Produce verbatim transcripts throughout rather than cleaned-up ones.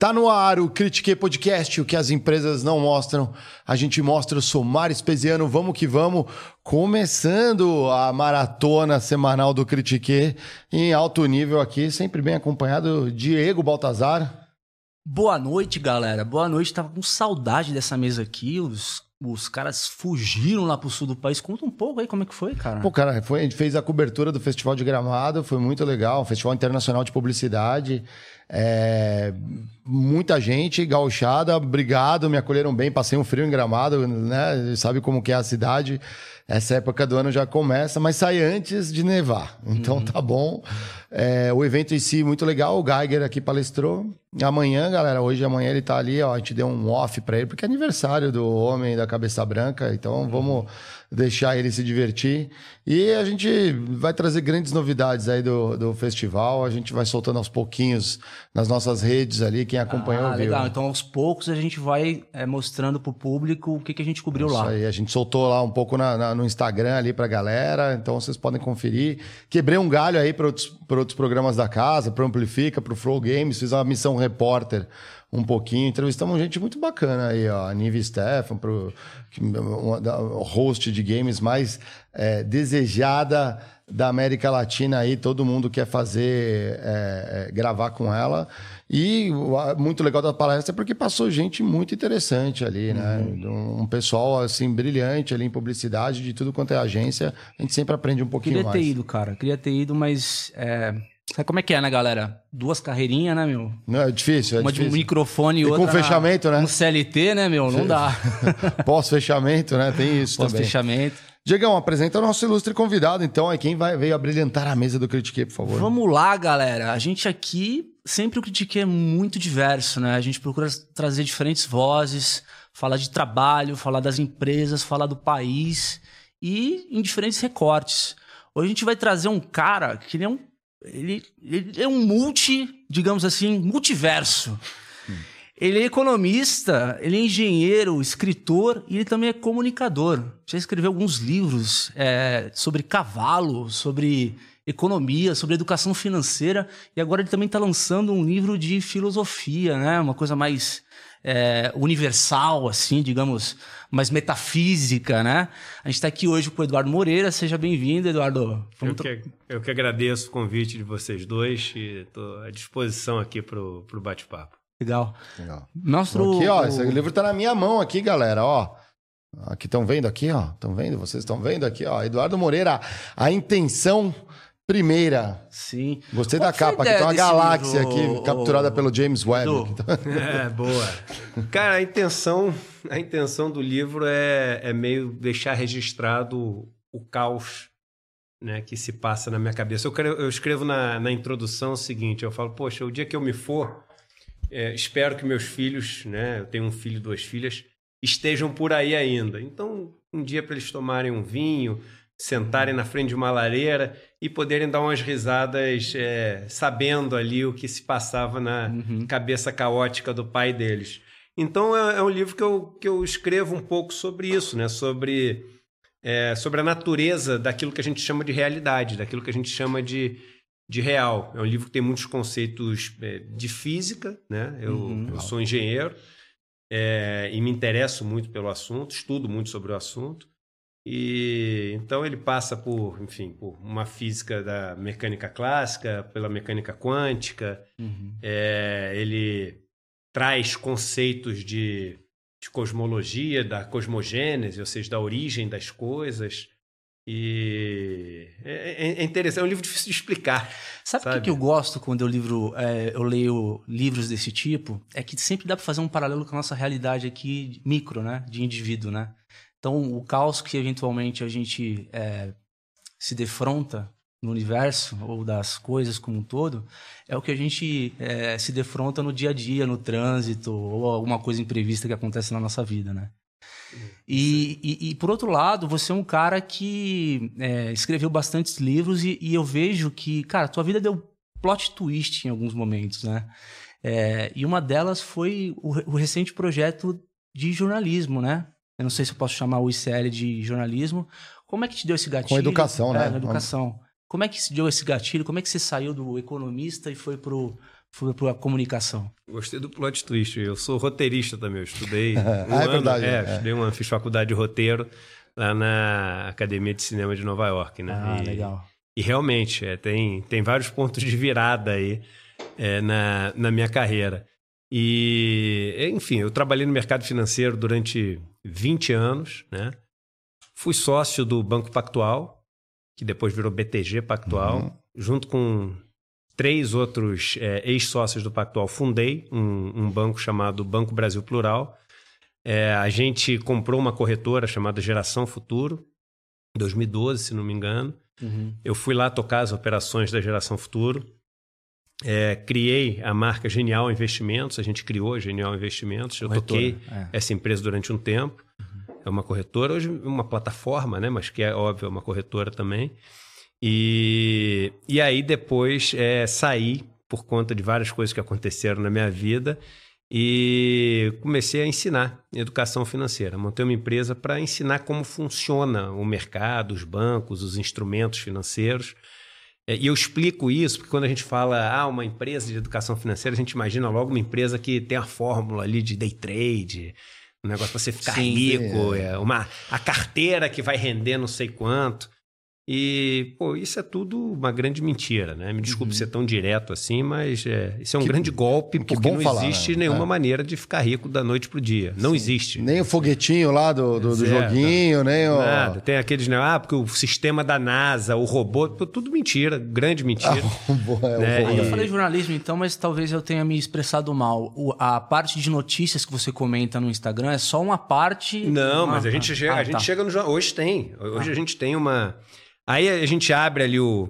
Tá no ar o Critique Podcast, o que as empresas não mostram. A gente mostra. Eu sou Mário Espesiano, vamos que vamos. Começando a maratona semanal do Critique em alto nível aqui, sempre bem acompanhado. Diego Baltazar. Boa noite, galera. Boa noite. Tava com saudade dessa mesa aqui. Os, os caras fugiram lá pro sul do país. Conta um pouco aí como é que foi, cara. Pô, cara, foi, a gente fez a cobertura do Festival de Gramado, foi muito legal. Um Festival Internacional de Publicidade. É, muita gente gauchada, obrigado, me acolheram bem, passei um frio em Gramado, né? Sabe como que é a cidade, essa época do ano já começa, mas sai antes de nevar, então uhum. Tá bom. É, o evento em si muito legal, o Geiger aqui palestrou. Amanhã, galera, hoje amanhã ele tá ali, ó, a gente deu um off pra ele, porque é aniversário do Homem da Cabeça Branca, então uhum. Vamos deixar ele se divertir. E a gente vai trazer grandes novidades aí do, do festival, a gente vai soltando aos pouquinhos nas nossas redes ali, quem acompanhou ah, viu. Legal, então aos poucos a gente vai é, mostrando pro público o que, que a gente cobriu Isso lá. Aí, a gente soltou lá um pouco na, na, no Instagram ali pra galera, então vocês podem conferir. Quebrei um galho aí para outros, pra outros programas da casa, pro Amplifica, pro Flow Games, fiz uma missão repórter um pouquinho, entrevistamos gente muito bacana aí, ó, a Nive Stefan, pro, uma, uma, host de games mais é, desejada da América Latina aí, todo mundo quer fazer, é, é, gravar com ela. E muito legal da palestra é porque passou gente muito interessante ali, né? Uhum. Um pessoal, assim, brilhante ali em publicidade, de tudo quanto é agência, a gente sempre aprende um pouquinho mais. Queria ter mais. ido, cara, queria ter ido, mas... É... Sabe como é que é, né, galera? Duas carreirinhas, né, meu? Não, é difícil, é Uma difícil. de um microfone e, e outra... com fechamento, né? Um C L T, né, meu? Não dá. Pós-fechamento, né? Tem isso também. Pós-fechamento. Diegão, apresenta o nosso ilustre convidado, então. Aí quem vai, veio abrilhantar a mesa do Critique, por favor. Vamos lá, galera. A gente aqui, sempre o Critique é muito diverso, né? A gente procura trazer diferentes vozes, falar de trabalho, falar das empresas, falar do país e em diferentes recortes. Hoje a gente vai trazer um cara que ele é um Ele, ele é um multi, digamos assim, multiverso. Hum. Ele é economista, ele é engenheiro, escritor e ele também é comunicador. Já escreveu alguns livros é, sobre cavalo, sobre economia, sobre educação financeira. E agora ele também está lançando um livro de filosofia, né? Uma coisa mais é, universal, assim, digamos, mais metafísica, né? A gente está aqui hoje com o Eduardo Moreira. Seja bem-vindo, Eduardo. Eu que, eu que agradeço o convite de vocês dois e estou à disposição aqui para o bate-papo. Legal. Legal. Mostra aqui, ó, o... esse livro está na minha mão aqui, galera, ó. Aqui estão vendo aqui, ó. Estão vendo? Vocês estão vendo aqui, ó. Eduardo Moreira, A Intenção Primeira. Sim. Gostei Qual da capa, aqui tem uma galáxia livro, aqui, capturada o... pelo James Webb. É, boa. Cara, a intenção, a intenção do livro é, é meio deixar registrado o caos, né, que se passa na minha cabeça. Eu, escrevo, eu escrevo na, na introdução o seguinte, eu falo, poxa, o dia que eu me for, é, espero que meus filhos, né, eu tenho um filho e duas filhas, estejam por aí ainda. Então, um dia para eles tomarem um vinho, sentarem na frente de uma lareira e poderem dar umas risadas é, sabendo ali o que se passava na uhum. cabeça caótica do pai deles. Então é, é um livro que eu, que eu escrevo um pouco sobre isso, né? sobre, é, sobre a natureza daquilo que a gente chama de realidade, daquilo que a gente chama de, de real. É um livro que tem muitos conceitos é, de física, né? Eu, uhum. eu sou engenheiro é, e me interesso muito pelo assunto, estudo muito sobre o assunto. E então ele passa por, enfim, por uma física da mecânica clássica, pela mecânica quântica. Uhum. É, ele traz conceitos de, de cosmologia, da cosmogênese, ou seja, da origem das coisas. E é, é interessante, é um livro difícil de explicar. Sabe o que, que eu gosto quando eu, livro, é, eu leio livros desse tipo? É que sempre dá para fazer um paralelo com a nossa realidade aqui micro, né? De indivíduo, né? Então, o caos que eventualmente a gente é, se defronta no universo ou das coisas como um todo é o que a gente é, se defronta no dia a dia, no trânsito ou alguma coisa imprevista que acontece na nossa vida, né? E, e, e por outro lado, você é um cara que é, escreveu bastantes livros e, e eu vejo que, cara, tua vida deu plot twist em alguns momentos, né? É, e uma delas foi o, o recente projeto de jornalismo, né? Eu não sei se eu posso chamar o I C L de jornalismo. Como é que te deu esse gatilho? Com educação, é, né? Educação. Como é que se deu esse gatilho? Como é que você saiu do economista e foi pro, foi para a comunicação? Gostei do plot twist. Eu sou roteirista também. Eu estudei um ah, ano. É verdade. É, É. estudei uma, fiz faculdade de roteiro lá na Academia de Cinema de Nova York, né? Ah, e, legal. E realmente, é, tem, tem vários pontos de virada aí é, na, na minha carreira. E, enfim, eu trabalhei no mercado financeiro durante vinte anos, né? Fui sócio do Banco Pactual, que depois virou B T G Pactual, uhum. junto com três outros é, ex-sócios do Pactual, fundei um, um banco chamado Banco Brasil Plural. É, a gente comprou uma corretora chamada Geração Futuro, em dois mil e doze, se não me engano. Uhum. Eu fui lá tocar as operações da Geração Futuro. É, criei a marca Genial Investimentos, a gente criou a Genial Investimentos. Eu corretora, toquei é. essa empresa durante um tempo. Uhum. É uma corretora, hoje uma plataforma, né? Mas que é óbvio, é uma corretora também. E, e aí depois é, saí por conta de várias coisas que aconteceram na minha vida e comecei a ensinar educação financeira. Montei uma empresa para ensinar como funciona o mercado, os bancos, os instrumentos financeiros. E eu explico isso porque quando a gente fala ah, uma empresa de educação financeira, a gente imagina logo uma empresa que tem a fórmula ali de day trade, um negócio para você ficar Sim, rico, é. É uma, a carteira que vai render não sei quanto. E, pô, isso é tudo uma grande mentira, né? Me desculpe uhum. ser tão direto assim, mas é, isso é um que, grande golpe porque não falar, existe né? nenhuma é. maneira de ficar rico da noite pro dia. Não Sim. existe. Nem o foguetinho lá do, do, do joguinho, nem o... Nada. Tem aqueles, né? Ah, porque o sistema da NASA, o robô, tudo mentira, grande mentira. Ah, boa, é né? e... Eu falei jornalismo então, mas talvez eu tenha me expressado mal. O, a parte de notícias que você comenta no Instagram é só uma parte... Não, ah, mas a gente, ah, chega, ah, a gente tá. chega no... Hoje tem. Hoje ah. a gente tem uma... Aí a gente abre ali o,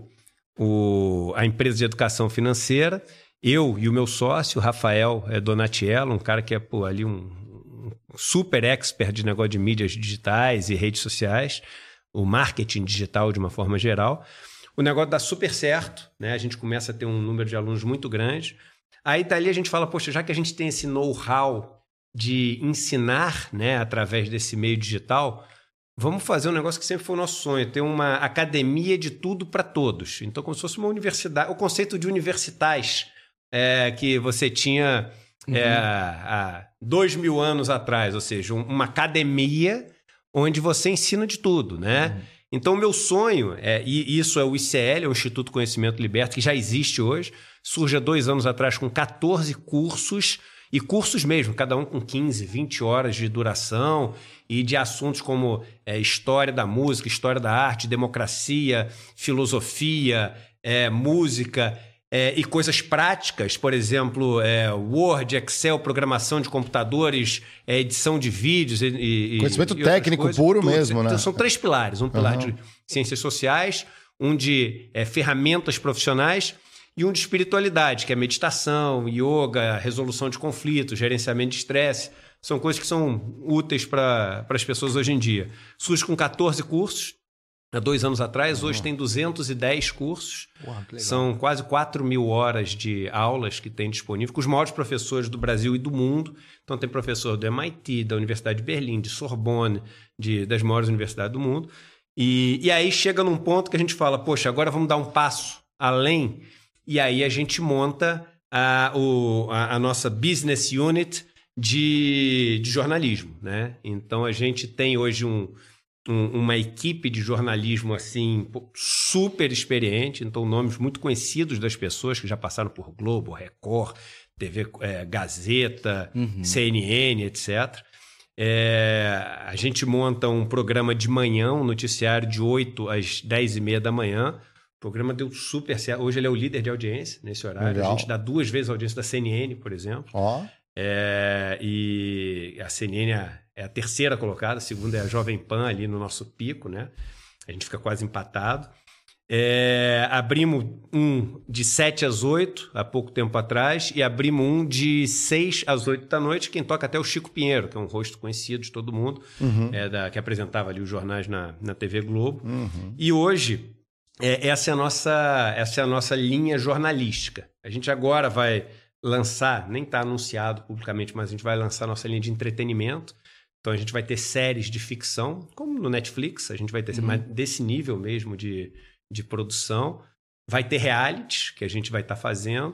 o, a empresa de educação financeira, eu e o meu sócio, Rafael Donatiello, um cara que é pô, ali um, um super expert de negócio de mídias digitais e redes sociais, o marketing digital de uma forma geral. O negócio dá super certo, né? A gente começa a ter um número de alunos muito grande. Aí dali a gente fala, poxa, já que a gente tem esse know-how de ensinar, né, através desse meio digital... Vamos fazer um negócio que sempre foi o nosso sonho, ter uma academia de tudo para todos. Então, como se fosse uma universidade, o conceito de universitais é, que você tinha uhum. é, há dois mil anos atrás, ou seja, uma academia onde você ensina de tudo, né? Uhum. Então, o meu sonho, é, e isso é o I C L, é o Instituto Conhecimento Liberta, que já existe hoje, surge há dois anos atrás com catorze cursos, e cursos mesmo, cada um com quinze, vinte horas de duração e de assuntos como é, história da música, história da arte, democracia, filosofia, é, música é, e coisas práticas, por exemplo, é, Word, Excel, programação de computadores, é, edição de vídeos e, e conhecimento e técnico coisas, puro tudo. mesmo, né? Então, são três pilares, um pilar uhum. de ciências sociais, um de é, ferramentas profissionais e um de espiritualidade, que é meditação, yoga, resolução de conflitos, gerenciamento de estresse. São coisas que são úteis para as pessoas hoje em dia. Surge com catorze cursos, há dois anos atrás. Hoje uhum. tem duzentos e dez cursos. Uau, são quase quatro mil horas de aulas que tem disponível, com os maiores professores do Brasil e do mundo. Então tem professor do M I T, da Universidade de Berlim, de Sorbonne, de, das maiores universidades do mundo. E, e aí chega num ponto que a gente fala, poxa, agora vamos dar um passo além... E aí a gente monta a, o, a, a nossa business unit de, de jornalismo, né? Então a gente tem hoje um, um, uma equipe de jornalismo assim super experiente, então nomes muito conhecidos das pessoas que já passaram por Globo, Record, T V é, Gazeta, uhum. C N N, etcétera. É, a gente monta um programa de manhã, um noticiário de oito às dez e meia da manhã. O programa deu super certo. Hoje ele é o líder de audiência nesse horário. Legal. A gente dá duas vezes a audiência da C N N, por exemplo. Oh. É, e a C N N é, é a terceira colocada, a segunda é a Jovem Pan ali no nosso pico, né? A gente fica quase empatado. É, abrimos um de sete às oito, há pouco tempo atrás, e abrimos um de seis às oito da noite. Quem toca até é o Chico Pinheiro, que é um rosto conhecido de todo mundo, uhum. é, da, que apresentava ali os jornais na, na T V Globo. Uhum. E hoje... É, essa, é a nossa, essa é a nossa linha jornalística. A gente agora vai lançar, nem está anunciado publicamente, mas a gente vai lançar a nossa linha de entretenimento. Então a gente vai ter séries de ficção, como no Netflix, a gente vai ter uhum. desse nível mesmo de, de produção. Vai ter realities, que a gente vai estar tá fazendo.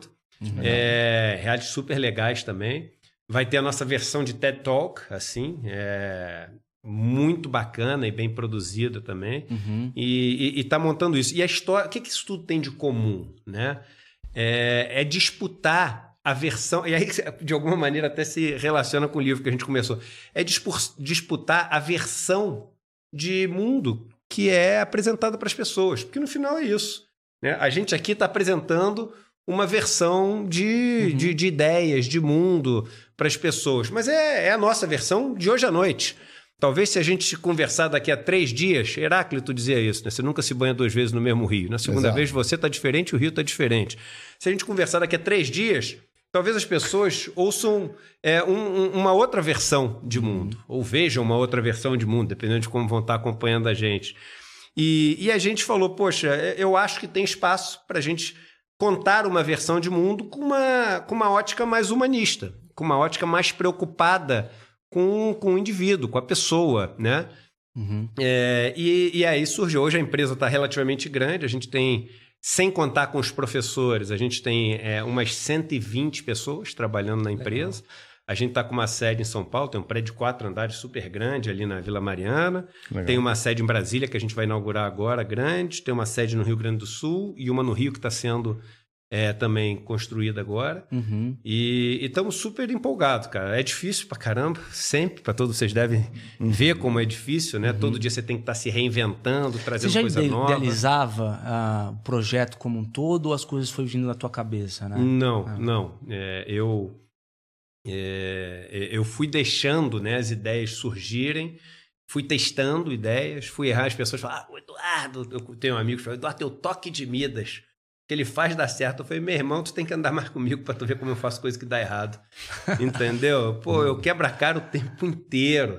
Uhum. É, realities super legais também. Vai ter a nossa versão de TED Talk, assim, é, muito bacana e bem produzida também. Uhum. E, e, e tá montando isso. E a história, o que, que isso tudo tem de comum, né? É, é disputar a versão... E aí, de alguma maneira, até se relaciona com o livro que a gente começou. É disputar a versão de mundo que é apresentada para as pessoas. Porque no final é isso, né? A gente aqui está apresentando uma versão de, uhum. de, de ideias, de mundo para as pessoas. Mas é, é a nossa versão de hoje à noite. Talvez se a gente conversar daqui a três dias... Heráclito dizia isso, né? Você nunca se banha duas vezes no mesmo rio. Na segunda Exato. Vez você está diferente, o rio está diferente. Se a gente conversar daqui a três dias... Talvez as pessoas ouçam é, um, uma outra versão de mundo, ou vejam uma outra versão de mundo, dependendo de como vão estar acompanhando a gente. E, e a gente falou, poxa, eu acho que tem espaço para a gente contar uma versão de mundo com uma, com uma ótica mais humanista, com uma ótica mais preocupada com, com o indivíduo, com a pessoa, né? Uhum. É, e, e aí surgiu. Hoje a empresa está relativamente grande, a gente tem... Sem contar com os professores, a gente tem é, umas cento e vinte pessoas trabalhando na empresa. Legal. A gente está com uma sede em São Paulo, tem um prédio de quatro andares super grande ali na Vila Mariana. Legal. Tem uma sede em Brasília que a gente vai inaugurar agora, grande. Tem uma sede no Rio Grande do Sul e uma no Rio que está sendo é, também construída agora. Uhum. E estamos super empolgados, cara. É difícil pra caramba, sempre, para todos vocês devem uhum. ver como é difícil, né? Uhum. Todo dia você tem que estar tá se reinventando, trazendo coisa nova. Você já nova. idealizava uh, o projeto como um todo ou as coisas foram vindo na tua cabeça, né? Não, ah. não. É, eu, é, eu fui deixando, né, as ideias surgirem, fui testando ideias, fui errar, as pessoas falam, ah, o Eduardo, eu tenho um amigo que fala, Eduardo, tem o toque de Midas. Que ele faz dar certo. Eu falei, meu irmão, tu tem que andar mais comigo pra tu ver como eu faço coisa que dá errado. Entendeu? Pô, eu quebro a cara o tempo inteiro.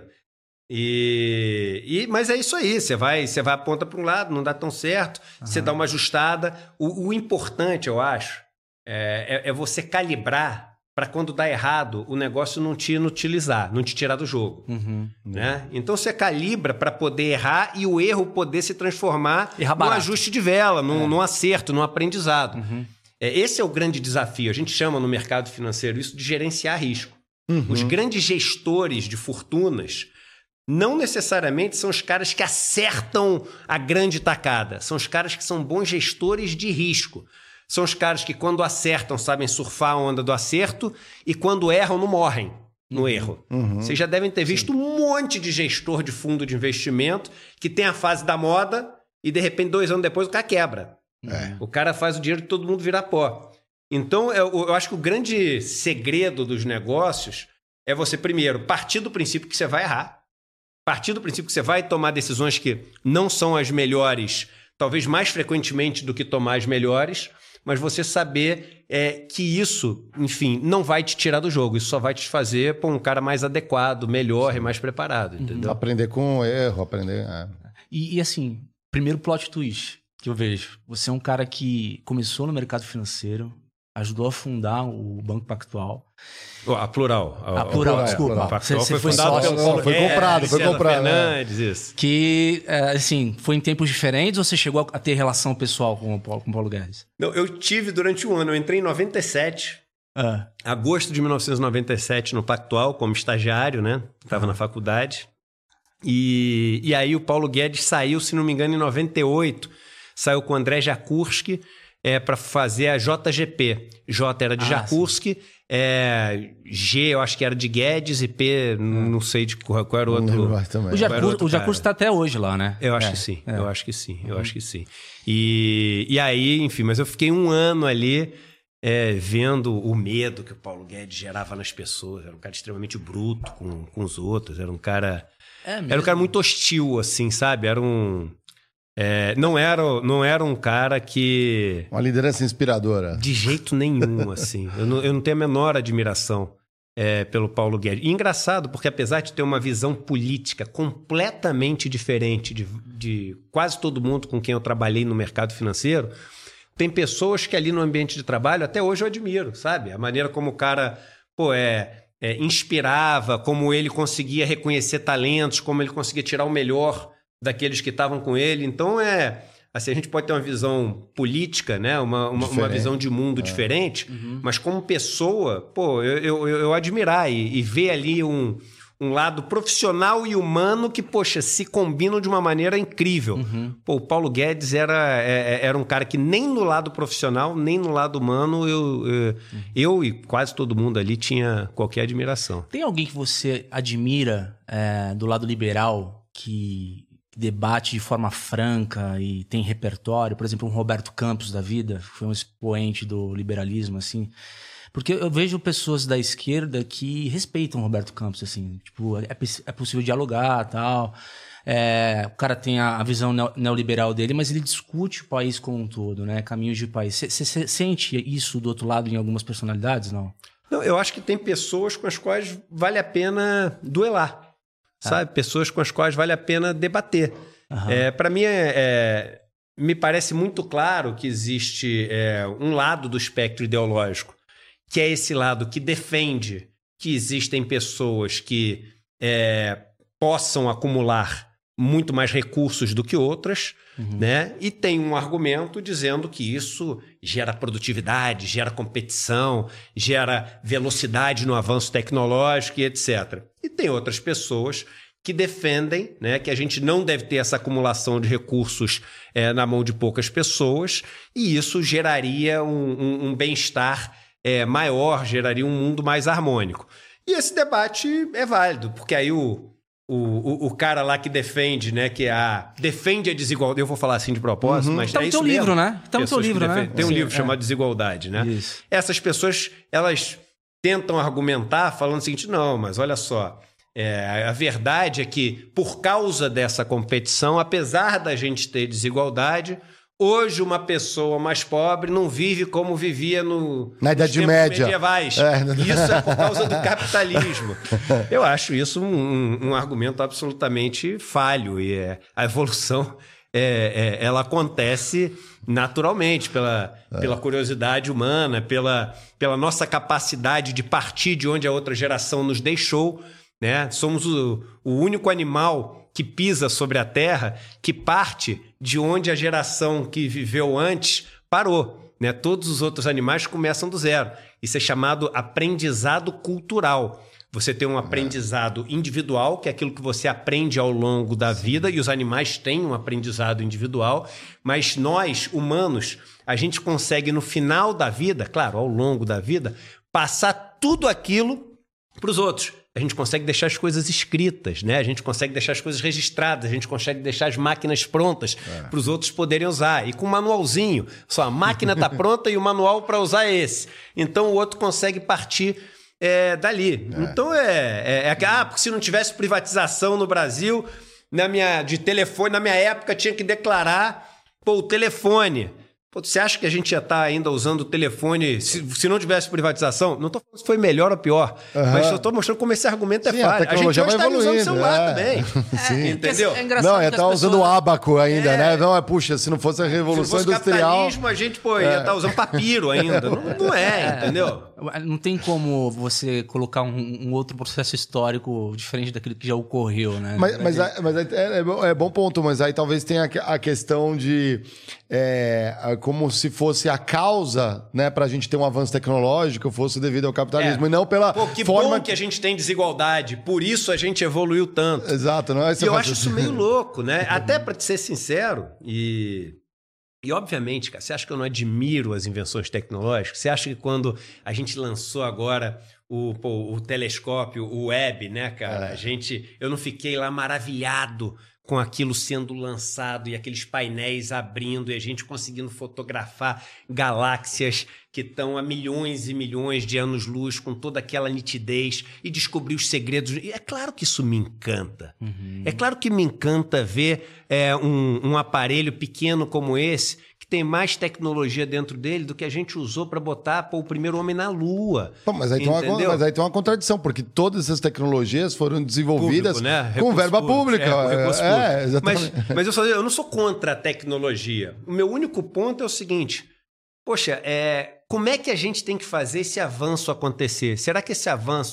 E, e, mas é isso aí. Você vai, você vai aponta para um lado, não dá tão certo. Uhum. Você dá uma ajustada. O, o importante, eu acho, é, é, é você calibrar para quando dá errado, o negócio não te inutilizar, não te tirar do jogo. Uhum. Né? Então você calibra para poder errar e o erro poder se transformar num ajuste de vela, num, é. num acerto, num aprendizado. Uhum. É, esse é o grande desafio. A gente chama no mercado financeiro isso de gerenciar risco. Uhum. Os grandes gestores de fortunas não necessariamente são os caras que acertam a grande tacada. São os caras que são bons gestores de risco. São os caras que, quando acertam, sabem surfar a onda do acerto e, quando erram, não morrem no uhum. erro. Uhum. Vocês já devem ter visto Sim. um monte de gestor de fundo de investimento que tem a fase da moda e, de repente, dois anos depois, o cara quebra. É. O cara faz o dinheiro de todo mundo virar pó. Então, eu, eu acho que o grande segredo dos negócios é você, primeiro, partir do princípio que você vai errar. Partir do princípio que você vai tomar decisões que não são as melhores, talvez mais frequentemente do que tomar as melhores, mas você saber é, que isso, enfim, não vai te tirar do jogo. Isso só vai te fazer pô, um cara mais adequado, melhor Sim. e mais preparado, entendeu? Aprender com o erro, aprender... É. E, e assim, primeiro plot twist que eu vejo. Você é um cara que começou no mercado financeiro, ajudou a fundar o Banco Pactual. A Plural. A, a Plural, a, desculpa. A Pactual você, foi, foi fundado pelo Paulo Foi comprado, foi comprado. Fernandes, né? Isso. Que, assim, foi em tempos diferentes ou você chegou a ter relação pessoal com o Paulo, com o Paulo Guedes? Não, eu tive durante um ano. Eu entrei em noventa e sete. Ah. Agosto de mil novecentos e noventa e sete no Pactual, como estagiário, né? Estava ah. na faculdade. E, e aí o Paulo Guedes saiu, se não me engano, em noventa e oito. Saiu com o André Jakurski. É, para fazer a J G P. J era de ah, Jakurski, é, G eu acho que era de Guedes e P hum. não sei de qual, qual era o outro. O Jakurski está até hoje lá, né? Eu acho é, que sim, é. eu acho que sim, eu uhum. acho que sim. E, e aí, enfim, mas eu fiquei um ano ali é, vendo o medo que o Paulo Guedes gerava nas pessoas. Era um cara extremamente bruto com, com os outros, era um cara... É era um cara muito hostil, assim, sabe? Era um... É, não, era, não era um cara que... Uma liderança inspiradora. De jeito nenhum, assim. Eu não, eu não tenho a menor admiração é, pelo Paulo Guedes. E engraçado, porque apesar de ter uma visão política completamente diferente de, de quase todo mundo com quem eu trabalhei no mercado financeiro, tem pessoas que ali no ambiente de trabalho, até hoje eu admiro, sabe? A maneira como o cara, pô, é, é, inspirava, como ele conseguia reconhecer talentos, como ele conseguia tirar o melhor daqueles que estavam com ele. Então, é Assim, a gente pode ter uma visão política, né? Uma, uma, uma visão de mundo é. diferente, uhum. mas como pessoa, pô, eu, eu, eu admirar e, e ver ali um, um lado profissional e humano que, poxa, se combinam de uma maneira incrível. Uhum. Pô, o Paulo Guedes era, era um cara que nem no lado profissional, nem no lado humano, eu, eu, uhum. eu e quase todo mundo ali tinha qualquer admiração. Tem alguém que você admira é, do lado liberal que... debate de forma franca e tem repertório, por exemplo, um Roberto Campos da vida, que foi um expoente do liberalismo, assim. Porque eu vejo pessoas da esquerda que respeitam o Roberto Campos, assim. Tipo, é, é possível dialogar e tal. É, o cara tem a, a visão neoliberal dele, mas ele discute o país como um todo, né? Caminhos de país. Você sente isso do outro lado em algumas personalidades, não? Não, eu acho que tem pessoas com as quais vale a pena duelar. Sabe? Ah. Pessoas com as quais vale a pena debater. Uhum. É, para mim, é, é, me parece muito claro que existe é, um lado do espectro ideológico, que é esse lado que defende que existem pessoas que é, possam acumular muito mais recursos do que outras, uhum. né? E tem um argumento dizendo que isso gera produtividade, gera competição, gera velocidade no avanço tecnológico e etcétera. E tem outras pessoas que defendem, né, que a gente não deve ter essa acumulação de recursos é, na mão de poucas pessoas, e isso geraria um, um, um bem-estar é, maior, geraria um mundo mais harmônico. E esse debate é válido, porque aí o O, o, o cara lá que defende, né? Que a, defende a desigualdade. Eu vou falar assim de propósito, uhum. mas então, é isso tem um mesmo. livro, né? Então, tem um livro, né? Tem um Sim, livro é. chamado Desigualdade, né? Isso. Essas pessoas, elas tentam argumentar falando o seguinte, não, mas olha só, é, a verdade é que por causa dessa competição, apesar da gente ter desigualdade, hoje uma pessoa mais pobre não vive como vivia no, na Idade Média. Medievais. É. Isso é por causa do capitalismo. Eu acho isso um, um argumento absolutamente falho. E é, a evolução é, é, ela acontece naturalmente pela, é. pela curiosidade humana, pela, pela nossa capacidade de partir de onde a outra geração nos deixou. Né? Somos o, o único animal que pisa sobre a terra, que parte de onde a geração que viveu antes parou. Né? Todos os outros animais começam do zero. Isso é chamado aprendizado cultural. Você tem um aprendizado individual, que é aquilo que você aprende ao longo da vida, e os animais têm um aprendizado individual, mas nós, humanos, a gente consegue no final da vida, claro, ao longo da vida, passar tudo aquilo para os outros. A gente consegue deixar as coisas escritas, né? A gente consegue deixar as coisas registradas, a gente consegue deixar as máquinas prontas é. para os outros poderem usar. E com um manualzinho, só a máquina está pronta e o manual para usar é esse. Então o outro consegue partir é, dali. É. Então é, é, é... Ah, porque se não tivesse privatização no Brasil, na minha, de telefone, na minha época tinha que declarar pô, o telefone. Pô, você acha que a gente ia estar ainda usando o telefone se, se não tivesse privatização? Não estou falando se foi melhor ou pior, uhum. mas eu estou mostrando como esse argumento é Sim, falho. A, a gente hoje está usando o celular é. também. Sim. É, entendeu? É não, ia estar pessoas... usando o ábaco ainda, é. né? Não, é, puxa, se não fosse a Revolução se não fosse Industrial... capitalismo, a gente pô, ia é. estar usando papiro ainda. Não, não é, entendeu? Não tem como você colocar um, um outro processo histórico diferente daquilo que já ocorreu, né? Mas, mas, é, mas é, é, é bom ponto, mas aí talvez tenha a questão de é, como se fosse a causa, né, para a gente ter um avanço tecnológico, fosse devido ao capitalismo, é. e não pela Pô, que forma... bom que a gente tem desigualdade, por isso a gente evoluiu tanto. Exato. Não é e eu acho isso meio louco, né? Até para te ser sincero, e... E, obviamente, cara, você acha que eu não admiro as invenções tecnológicas? Você acha que quando a gente lançou agora o, pô, o telescópio, o Webb, né, cara? É. A gente, eu não fiquei lá maravilhado com aquilo sendo lançado e aqueles painéis abrindo e a gente conseguindo fotografar galáxias que estão a milhões e milhões de anos-luz com toda aquela nitidez e descobrir os segredos. E é claro que isso me encanta. Uhum. É claro que me encanta ver é, um, um aparelho pequeno como esse que tem mais tecnologia dentro dele do que a gente usou para botar pô, o primeiro homem na Lua. Pô, mas, aí tem uma, mas aí tem uma contradição, porque todas essas tecnologias foram desenvolvidas público, né? com verba pública. É, é, mas mas eu, só, eu não sou contra a tecnologia. O meu único ponto é o seguinte, poxa, é, como é que a gente tem que fazer esse avanço acontecer? Será que esse avanço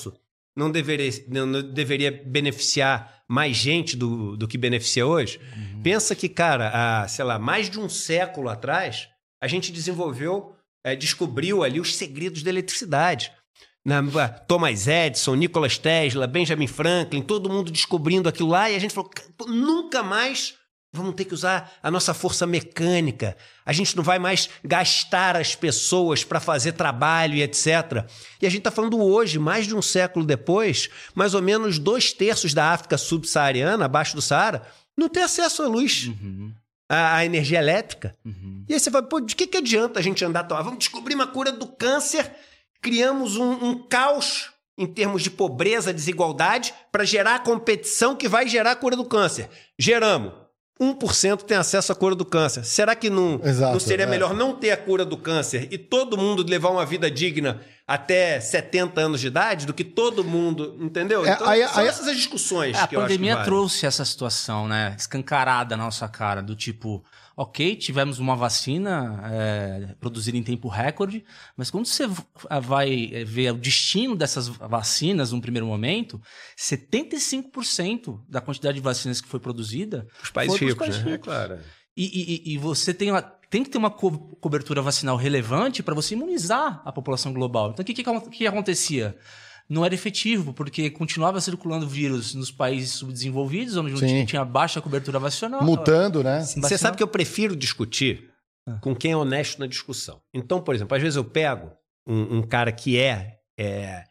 não deveria, não, não deveria beneficiar mais gente do, do que beneficia hoje? Uhum. Pensa que, cara, há, sei lá, mais de um século atrás, a gente desenvolveu, é, descobriu ali os segredos da eletricidade. Na, Thomas Edison, Nikola Tesla, Benjamin Franklin, todo mundo descobrindo aquilo lá, e a gente falou, nunca mais vamos ter que usar a nossa força mecânica, a gente não vai mais gastar as pessoas para fazer trabalho e etcétera. E a gente está falando hoje, mais de um século depois, mais ou menos dois terços da África subsaariana, abaixo do Saara, não tem acesso à luz, uhum. à, à energia elétrica. Uhum. E aí você fala, pô, de que, que adianta a gente andar tão... Vamos descobrir uma cura do câncer, criamos um, um caos em termos de pobreza, desigualdade, para gerar a competição que vai gerar a cura do câncer. Geramos. um por cento tem acesso à cura do câncer. Será que não, Exato, não seria é. melhor não ter a cura do câncer e todo mundo levar uma vida digna até setenta anos de idade do que todo mundo, entendeu? É, então, aí, são aí, essas as discussões é, que eu acho que A pandemia vale. trouxe essa situação, né? Escancarada na nossa cara, do tipo, ok, tivemos uma vacina é, produzida em tempo recorde, mas quando você vai ver o destino dessas vacinas num primeiro momento, setenta e cinco por cento da quantidade de vacinas que foi produzida os países foi ricos, países né? ricos. É claro. E, e, e você tem, uma, tem que ter uma co cobertura vacinal relevante para você imunizar a população global. Então, o que, que, que acontecia? Não era efetivo, porque continuava circulando vírus nos países subdesenvolvidos, onde Sim. tinha baixa cobertura vacinal. Mutando, né? Você sabe que eu prefiro discutir ah. com quem é honesto na discussão. Então, por exemplo, às vezes eu pego um, um cara que é, é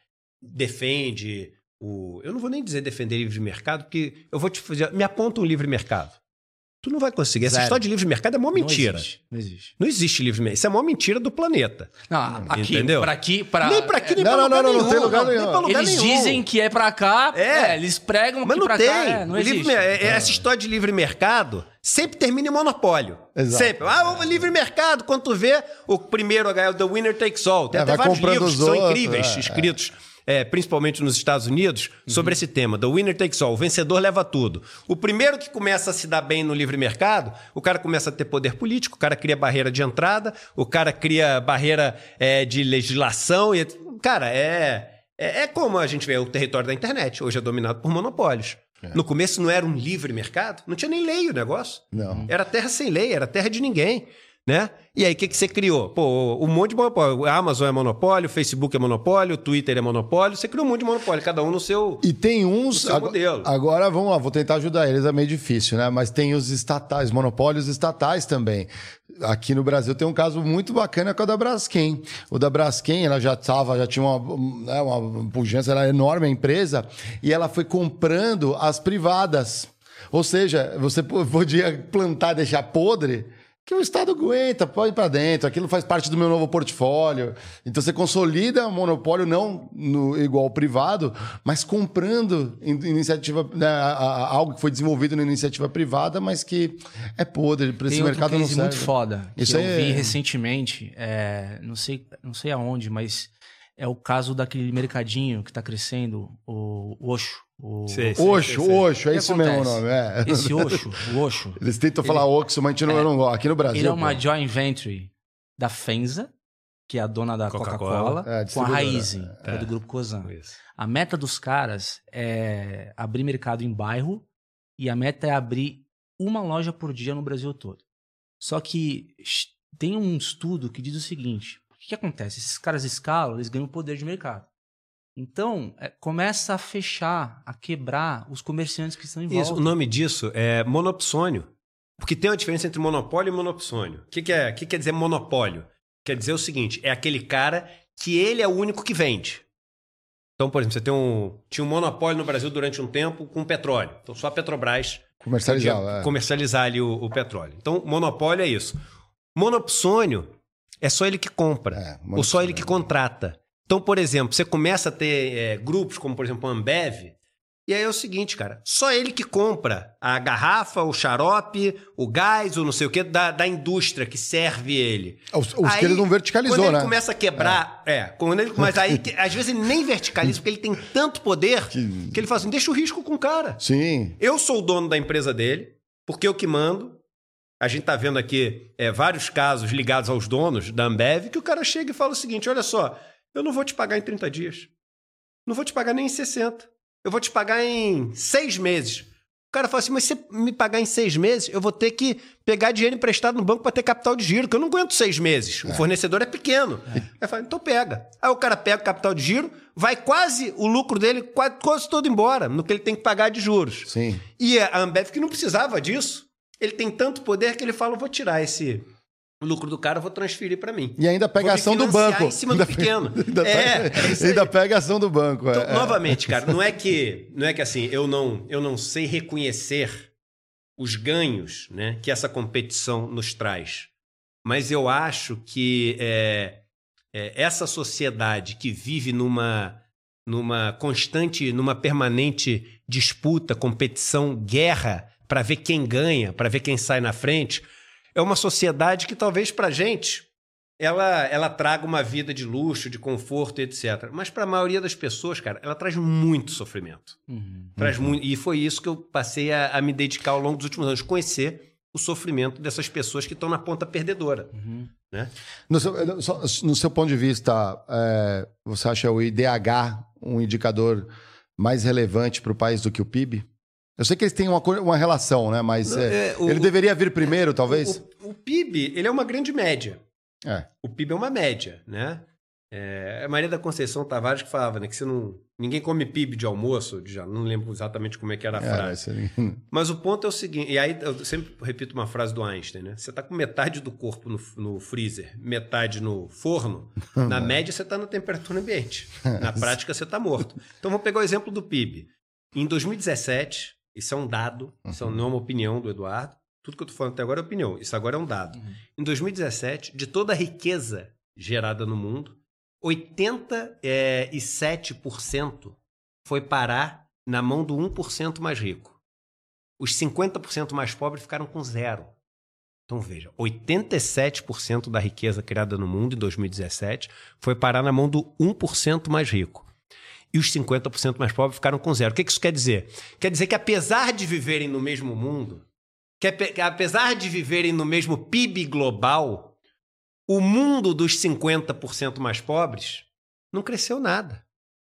defende o... Eu não vou nem dizer defender livre mercado, porque eu vou te fazer... Me aponta um livre mercado. Tu não vai conseguir. Essa Zero. história de livre mercado é mó mentira. Não existe. Não existe. Não existe livre mercado. Isso é a maior mentira do planeta. Não, aqui, entendeu? Pra aqui, pra... Nem pra aqui, nem não, pra não, lugar não, nenhum. Não tem lugar nenhum. Nem pra lugar eles nenhum. dizem que é pra cá, é. É, eles pregam Mas que não pra tem. cá é, não livre, existe. é, essa história de livre mercado sempre termina em monopólio. Exato. Sempre. Ah, o livre mercado, quando tu vê o primeiro a ganhar, o The Winner Takes All. Tem é, até vários livros que são outros, incríveis, é, escritos... É. É, principalmente nos Estados Unidos, uhum. sobre esse tema, The Winner Takes All, o vencedor leva tudo. O primeiro que começa a se dar bem no livre mercado, o cara começa a ter poder político, o cara cria barreira de entrada, o cara cria barreira é, de legislação. E, cara, é, é, é como a gente vê o território da internet, hoje é dominado por monopólios. É. No começo não era um livre mercado, não tinha nem lei o negócio. Não. Era terra sem lei, era terra de ninguém. Né? E aí, o que, que você criou? Pô, um monte de monopólio. A Amazon é monopólio, o Facebook é monopólio, o Twitter é monopólio. Você criou um monte de monopólio, cada um no seu, e tem uns, no seu agora, modelo. Agora, vamos lá, vou tentar ajudar eles, é meio difícil, né? Mas tem os estatais, monopólios estatais também. Aqui no Brasil tem um caso muito bacana com a da Braskem. O da Braskem, ela já estava, já tinha uma, né, uma pujança, era enorme a empresa, e ela foi comprando as privadas. Ou seja, você podia plantar, deixar podre, que o Estado aguenta, pode ir para dentro, aquilo faz parte do meu novo portfólio. Então você consolida o monopólio não no, igual ao privado, mas comprando iniciativa, né, a, a, algo que foi desenvolvido na iniciativa privada, mas que é podre, para esse mercado não serve. Tem muito foda, que Isso eu é... vi recentemente, é, não, sei, não sei aonde, mas é o caso daquele mercadinho que está crescendo, o Osho. O sei, sei, Oxo, sei, sei. Oxo, é isso mesmo o nome. É. Esse Oxo, o Oxo. Eles tentam falar ele, Oxo, mas a gente não, é, não gosta. Aqui no Brasil. Ele é uma pô. joint venture da Fenza, que é a dona da Coca-Cola, Coca é, com a Raizen, é. que é do Grupo Cosan. Isso. A meta dos caras é abrir mercado em bairro e a meta é abrir uma loja por dia no Brasil todo. Só que tem um estudo que diz o seguinte, o que, que acontece? Esses caras escalam, eles ganham poder de mercado. Então, é, começa a fechar, a quebrar os comerciantes que estão em volta. Isso, o nome disso é monopsônio. Porque tem uma diferença entre monopólio e monopsônio. O que, que, é, que quer dizer monopólio? Quer dizer o seguinte, é aquele cara que ele é o único que vende. Então, por exemplo, você tem um, tinha um monopólio no Brasil durante um tempo com petróleo. Então, só a Petrobras comercializar, podia é. comercializar ali o, o petróleo. Então, monopólio é isso. Monopsônio é só ele que compra, é, ou só ele que contrata. Então, por exemplo, você começa a ter é, grupos como, por exemplo, a Ambev, e aí é o seguinte, cara, só ele que compra a garrafa, o xarope, o gás, ou não sei o quê, da, da indústria que serve ele. Os, os aí, que ele não verticalizou, quando né? ele começa a quebrar, é, é quando ele, mas aí, às vezes, ele nem verticaliza, porque ele tem tanto poder que, que ele fala assim, deixa o risco com o cara. Sim. Eu sou o dono da empresa dele, porque eu que mando. A gente está vendo aqui é, vários casos ligados aos donos da Ambev, que o cara chega e fala o seguinte, olha só, eu não vou te pagar em trinta dias. Não vou te pagar nem em sessenta. Eu vou te pagar em seis meses. O cara fala assim, mas se você me pagar em seis meses, eu vou ter que pegar dinheiro emprestado no banco para ter capital de giro, que eu não aguento seis meses. É. O fornecedor é pequeno. É. Aí eu falo, então pega. Aí o cara pega o capital de giro, vai quase o lucro dele quase, quase todo embora, no que ele tem que pagar de juros. Sim. E a Ambev, que não precisava disso, ele tem tanto poder que ele fala, eu vou tirar esse... O lucro do cara eu vou transferir para mim. E ainda pega a ação do banco. Em cima do pequeno. ainda é, pega, é ainda pega a ação do banco. Então, é. Novamente, cara, não é que, não é que assim, eu não, eu não sei reconhecer os ganhos, né, que essa competição nos traz. Mas eu acho que é, é, essa sociedade que vive numa, numa constante, numa permanente disputa, competição, guerra, para ver quem ganha, para ver quem sai na frente... É uma sociedade que talvez pra gente ela, ela traga uma vida de luxo, de conforto, etcétera. Mas para a maioria das pessoas, cara, ela traz muito sofrimento. Uhum. Traz uhum. muito, e foi isso que eu passei a, a me dedicar ao longo dos últimos anos, conhecer o sofrimento dessas pessoas que estão na ponta perdedora. Uhum. Né? No, seu, no seu ponto de vista, é, você acha o I D H um indicador mais relevante para o país do que o P I B? Eu sei que eles têm uma, uma relação, né? Mas é, é, o, ele deveria vir primeiro, talvez? O, o, o P I B, ele é uma grande média. É. O P I B é uma média, né? É, a Maria da Conceição Tavares que falava, né? Que você não, ninguém come P I B de almoço, já não lembro exatamente como é que era a frase. É, mas o ponto é o seguinte, e aí eu sempre repito uma frase do Einstein, né? Você está com metade do corpo no, no freezer, metade no forno, na média você está na temperatura ambiente. Na prática você está morto. Então vamos pegar o exemplo do P I B. Em dois mil e dezessete... Isso é um dado, isso uhum. não é uma opinião do Eduardo. Tudo que eu estou falando até agora é opinião. Isso agora é um dado. Uhum. Em dois mil e dezessete, de toda a riqueza gerada no mundo, oitenta e sete por cento foi parar na mão do um por cento mais rico. Os cinquenta por cento mais pobres ficaram com zero. Então veja, oitenta e sete por cento da riqueza criada no mundo em dois mil e dezessete foi parar na mão do um por cento mais rico. E os cinquenta por cento mais pobres ficaram com zero. O que isso quer dizer? Quer dizer que apesar de viverem no mesmo mundo, que apesar de viverem no mesmo P I B global, o mundo dos cinquenta por cento mais pobres não cresceu nada.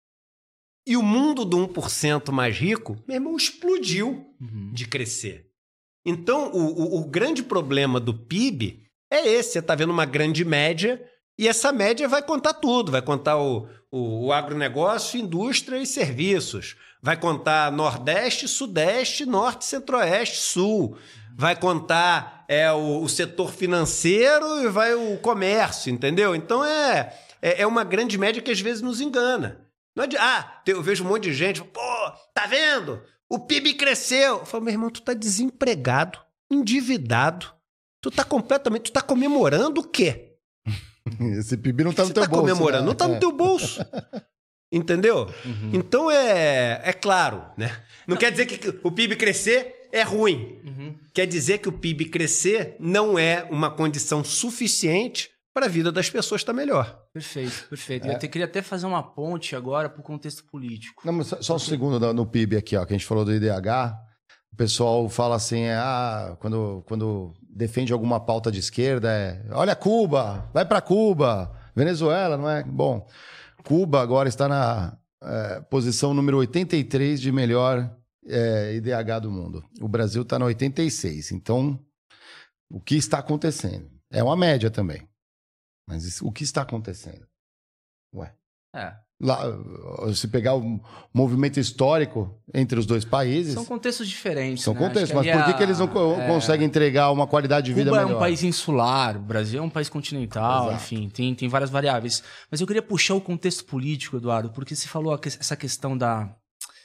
E o mundo do um por cento mais rico, meu irmão, explodiu uhum. de crescer. Então, o, o, o grande problema do P I B é esse. Você está vendo uma grande média e essa média vai contar tudo. Vai contar o... O, o agronegócio, indústria e serviços. Vai contar Nordeste, Sudeste, Norte, Centro-Oeste, Sul. Vai contar é, o, o setor financeiro e vai o comércio, entendeu? Então é, é, é uma grande média que às vezes nos engana. Não é de, ah, eu vejo um monte de gente, pô, tá vendo? O P I B cresceu. Eu falo, meu irmão, tu tá desempregado, endividado. Tu tá completamente, tu tá comemorando o quê? Esse P I B não tá no Você teu tá bolso. comemorando, né? não tá no é. teu bolso. Entendeu? Uhum. Então é, é claro, né? Não, não quer dizer que o P I B crescer é ruim. Uhum. Quer dizer que o P I B crescer não é uma condição suficiente para a vida das pessoas estar melhor. Perfeito, perfeito. É. Eu te, queria até fazer uma ponte agora para o contexto político. Não, mas só, só um segundo no, no P I B aqui, ó, que a gente falou do I D H. O pessoal fala assim, ah, quando, quando defende alguma pauta de esquerda, é olha Cuba, vai para Cuba, Venezuela, não é? Bom, Cuba agora está na é, posição número oitenta e três de melhor é, I D H do mundo. O Brasil está na oitenta e seis. Então, o que está acontecendo? É uma média também. Mas isso, o que está acontecendo? Ué. É. Lá, se pegar o movimento histórico entre os dois países... São contextos diferentes. São né? contextos, mas por que, a, que eles não é, conseguem entregar uma qualidade de vida Cuba melhor? Cuba é um país insular, o Brasil é um país continental, Exato. enfim, tem, tem várias variáveis. Mas eu queria puxar o contexto político, Eduardo, porque você falou essa questão da,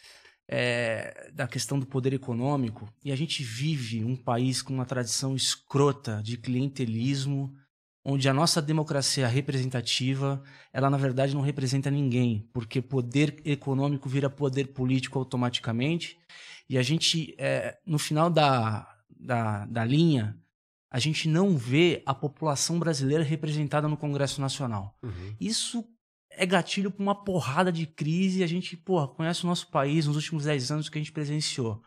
é, da questão do poder econômico, e a gente vive um país com uma tradição escrota de clientelismo, onde a nossa democracia representativa, ela na verdade não representa ninguém, porque poder econômico vira poder político automaticamente, e a gente, é, no final da, da, da linha, a gente não vê a população brasileira representada no Congresso Nacional. Uhum. Isso é gatilho para uma porrada de crise, a gente, porra, conhece o nosso país nos últimos dez anos que a gente presenciou.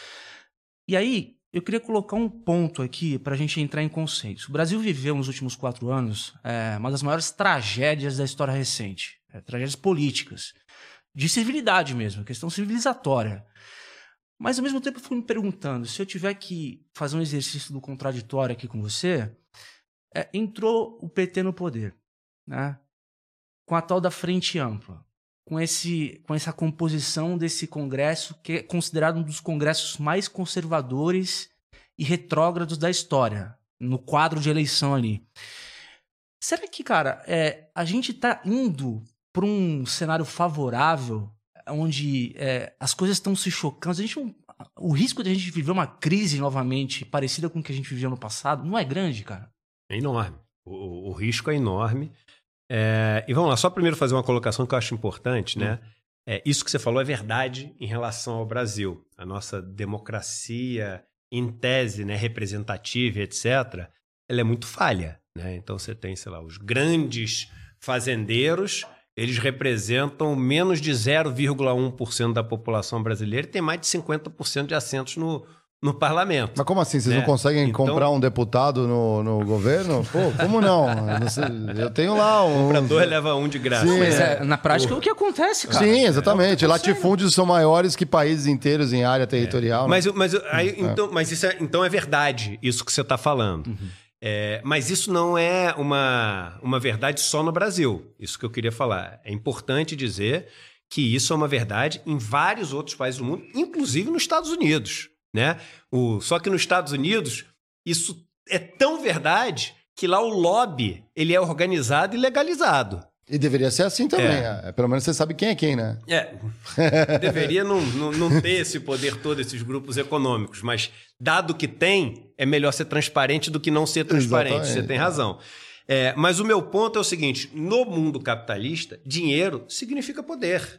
E aí, eu queria colocar um ponto aqui para a gente entrar em conceitos. O Brasil viveu nos últimos quatro anos é, uma das maiores tragédias da história recente, é, tragédias políticas. de civilidade mesmo, questão civilizatória. Mas, ao mesmo tempo, eu fico me perguntando, se eu tiver que fazer um exercício do contraditório aqui com você, é, entrou o P T no poder, né? Com a tal da Frente Ampla, com, esse, com essa composição desse congresso, que é considerado um dos congressos mais conservadores e retrógrados da história, no quadro de eleição ali. Será que, cara, é, a gente está indo para um cenário favorável, onde é, as coisas estão se chocando? A gente não, o risco de a gente viver uma crise novamente, parecida com o que a gente viveu no passado, não é grande, cara? É enorme. O, o risco é enorme. É, e vamos lá, só primeiro fazer uma colocação que eu acho importante, né? Hum. É, isso que você falou é verdade em relação ao Brasil. A nossa democracia, em tese, né, representativa, etcétera, ela é muito falha, né? Então você tem, sei lá, os grandes fazendeiros, eles representam menos de zero vírgula um por cento da população brasileira e tem mais de cinquenta por cento de assentos no, no parlamento. Mas como assim? Vocês né? não conseguem então... comprar um deputado no, no governo? Pô, como não? Eu tenho lá um... O comprador leva um de graça. Sim, Mas é, é, na prática é o que acontece, cara. Sim, exatamente. É Latifúndios são maiores que países inteiros em área territorial. É. Mas, mas, aí, é. Então, mas isso é, então é verdade, isso que você está falando. Uhum. É, mas isso não é uma, uma verdade só no Brasil. Isso que eu queria falar. É importante dizer que isso é uma verdade em vários outros países do mundo, inclusive nos Estados Unidos. Né? O, só que nos Estados Unidos, isso é tão verdade que lá o lobby ele é organizado e legalizado. E deveria ser assim também. É. É, pelo menos você sabe quem é quem, né? É. Deveria não, não, não ter esse poder todo, esses grupos econômicos. Mas, dado que tem, é melhor ser transparente do que não ser transparente. Exatamente. Você tem razão. É, mas o meu ponto é o seguinte: no mundo capitalista, dinheiro significa poder.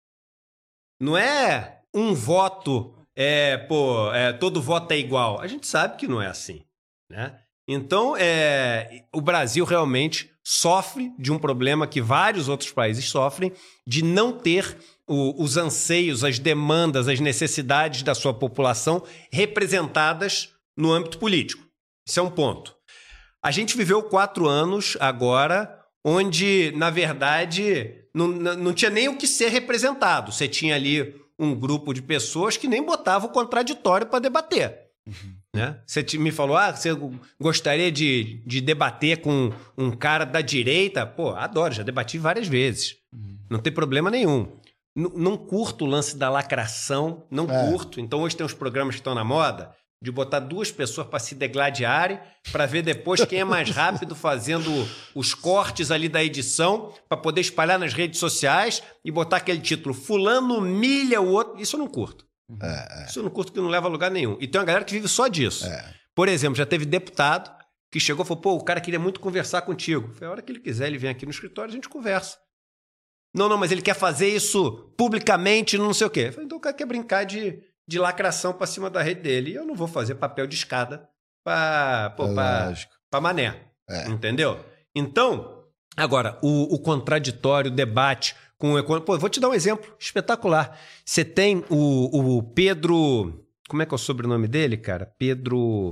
Não é um voto, é, pô, é, todo voto é igual. A gente sabe que não é assim, né? Então, é, o Brasil realmente sofre de um problema que vários outros países sofrem, de não ter o, os anseios, as demandas, as necessidades da sua população representadas no âmbito político. Isso é um ponto. A gente viveu quatro anos agora onde, na verdade, não, não tinha nem o que ser representado. Você tinha ali um grupo de pessoas que nem botava o contraditório para debater. Uhum. Né? Você me falou, ah, você gostaria de, de debater com um cara da direita? Pô, adoro, já debati várias vezes. Uhum. Não tem problema nenhum. N- não curto o lance da lacração, não é. curto. Então hoje tem uns programas que estão na moda de botar duas pessoas para se degladiarem, para ver depois quem é mais rápido fazendo os cortes ali da edição, para poder espalhar nas redes sociais e botar aquele título, fulano humilha o outro. Isso eu não curto. É, é. Isso eu não curto, que não leva a lugar nenhum. E tem uma galera que vive só disso. É. Por exemplo, já teve deputado que chegou e falou, pô, o cara queria muito conversar contigo. Foi a hora que ele quiser, ele vem aqui no escritório e a gente conversa. Não, não, mas ele quer fazer isso publicamente, não sei o quê. Eu falei, então o cara quer brincar de, de lacração pra cima da rede dele. E eu não vou fazer papel de escada pra, pô, é pra, pra mané. É. Entendeu? Então, agora, o, o contraditório, o debate... Com o Pô, vou te dar um exemplo espetacular. Você tem o, o Pedro... Como é que é o sobrenome dele, cara? Pedro...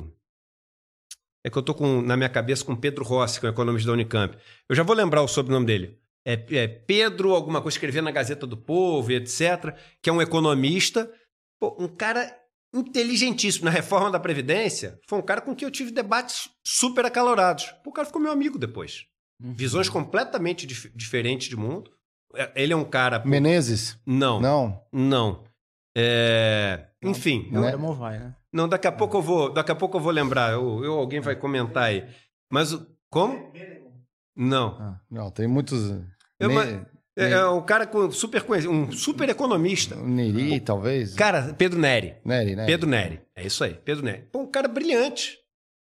É que eu tô com, na minha cabeça com Pedro Rossi, que é o economista da Unicamp. Eu já vou lembrar o sobrenome dele. É, é Pedro alguma coisa, escrevia na Gazeta do Povo, etcétera, que é um economista. Pô, um cara inteligentíssimo. Na reforma da Previdência, foi um cara com quem eu tive debates super acalorados. Pô, o cara ficou meu amigo depois. Uhum. Visões completamente dif- diferentes de mundo. Ele é um cara... Pô... Menezes? Não. Não? Não. É... Não, Enfim. Não, né? é Movai, né? Não, daqui a pouco eu vou, daqui a pouco eu vou lembrar. Eu, eu, alguém vai comentar aí. Mas como? Não. Ah, não, tem muitos... Eu, ne... É, é um cara com super conhecido, um super economista. Neri, talvez? Cara, Pedro Neri. Neri, né? Pedro Neri. É isso aí, Pedro Neri. Pô, um cara brilhante.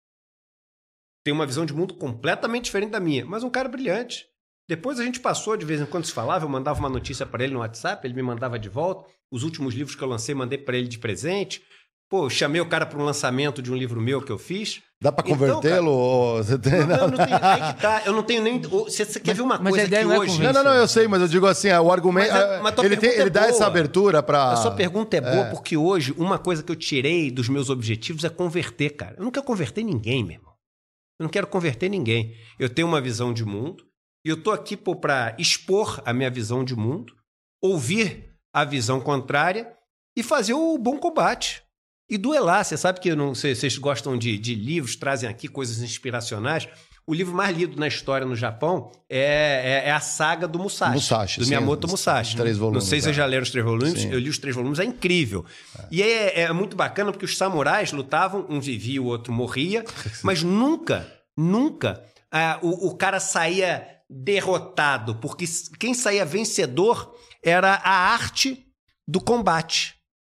Tem uma visão de mundo completamente diferente da minha, mas um cara brilhante. Depois a gente passou, de vez em quando se falava, eu mandava uma notícia para ele no WhatsApp, ele me mandava de volta. Os últimos livros que eu lancei, mandei para ele de presente. Pô, chamei o cara para um lançamento de um livro meu que eu fiz. Dá para convertê-lo? Então, cara, não, não, eu não tenho, aí que tá, eu não tenho nem... Você, você quer ver uma mas coisa que não hoje... Não, não, não, eu sei, mas eu digo assim, o argumento... Mas, mas ele tem, ele é dá boa. essa abertura para... A sua pergunta é boa é. porque hoje, uma coisa que eu tirei dos meus objetivos é converter, cara. Eu não quero converter ninguém, meu irmão. Eu não quero converter ninguém. Eu tenho uma visão de mundo, e eu tô aqui para expor a minha visão de mundo, ouvir a visão contrária e fazer o bom combate. E duelar. Você sabe que não, vocês gostam de, de livros, trazem aqui coisas inspiracionais. O livro mais lido na história no Japão é, é, é a saga do Musashi, Musashi do sim, Miyamoto Musashi. Três volumes, não sei se vocês é. já leram os três volumes, Sim. eu li os três volumes, é incrível. É. E é, é muito bacana porque os samurais lutavam, um vivia, o outro morria, mas nunca, nunca ah, o, o cara saía derrotado, porque quem saía vencedor era a arte do combate.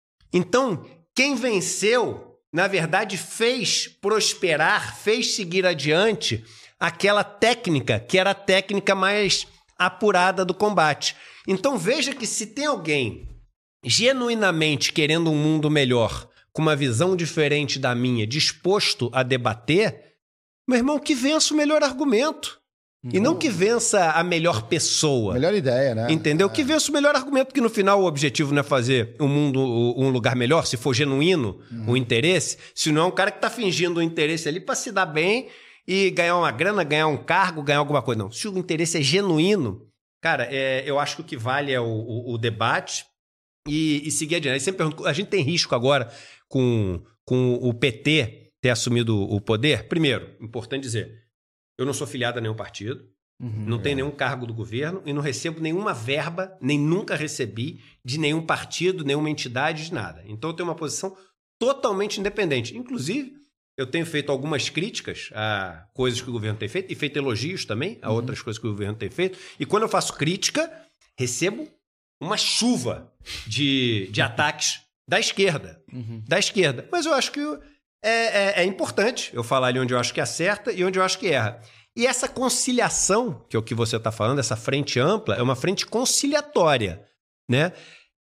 Então, quem venceu, na verdade, fez prosperar, fez seguir adiante aquela técnica que era a técnica mais apurada do combate. Então veja que se tem alguém genuinamente querendo um mundo melhor, com uma visão diferente da minha, disposto a debater, meu irmão, que vença o melhor argumento. Uhum. E não que vença a melhor pessoa. Melhor ideia, né? Entendeu? É. Que vença o melhor argumento, porque no final o objetivo não é fazer o mundo um lugar melhor, se for genuíno uhum. o interesse, se não é um cara que está fingindo o interesse ali para se dar bem e ganhar uma grana, ganhar um cargo, ganhar alguma coisa. Não, se o interesse é genuíno, cara, é, eu acho que o que vale é o, o, o debate e, e seguir adiante. Eu sempre pergunto, a gente tem risco agora com, com o P T ter assumido o poder? Primeiro, importante dizer, eu não sou filiado a nenhum partido, uhum, não é. tenho nenhum cargo do governo e não recebo nenhuma verba, nem nunca recebi de nenhum partido, nenhuma entidade, de nada. Então eu tenho uma posição totalmente independente. Inclusive, eu tenho feito algumas críticas a coisas que o governo tem feito e feito elogios também a uhum. outras coisas que o governo tem feito. E quando eu faço crítica, recebo uma chuva de, de ataques da esquerda. Uhum. Da esquerda. Mas eu acho que é, é, é importante eu falar ali onde eu acho que acerta e onde eu acho que erra. E essa conciliação, que é o que você está falando, essa frente ampla, é uma frente conciliatória, né?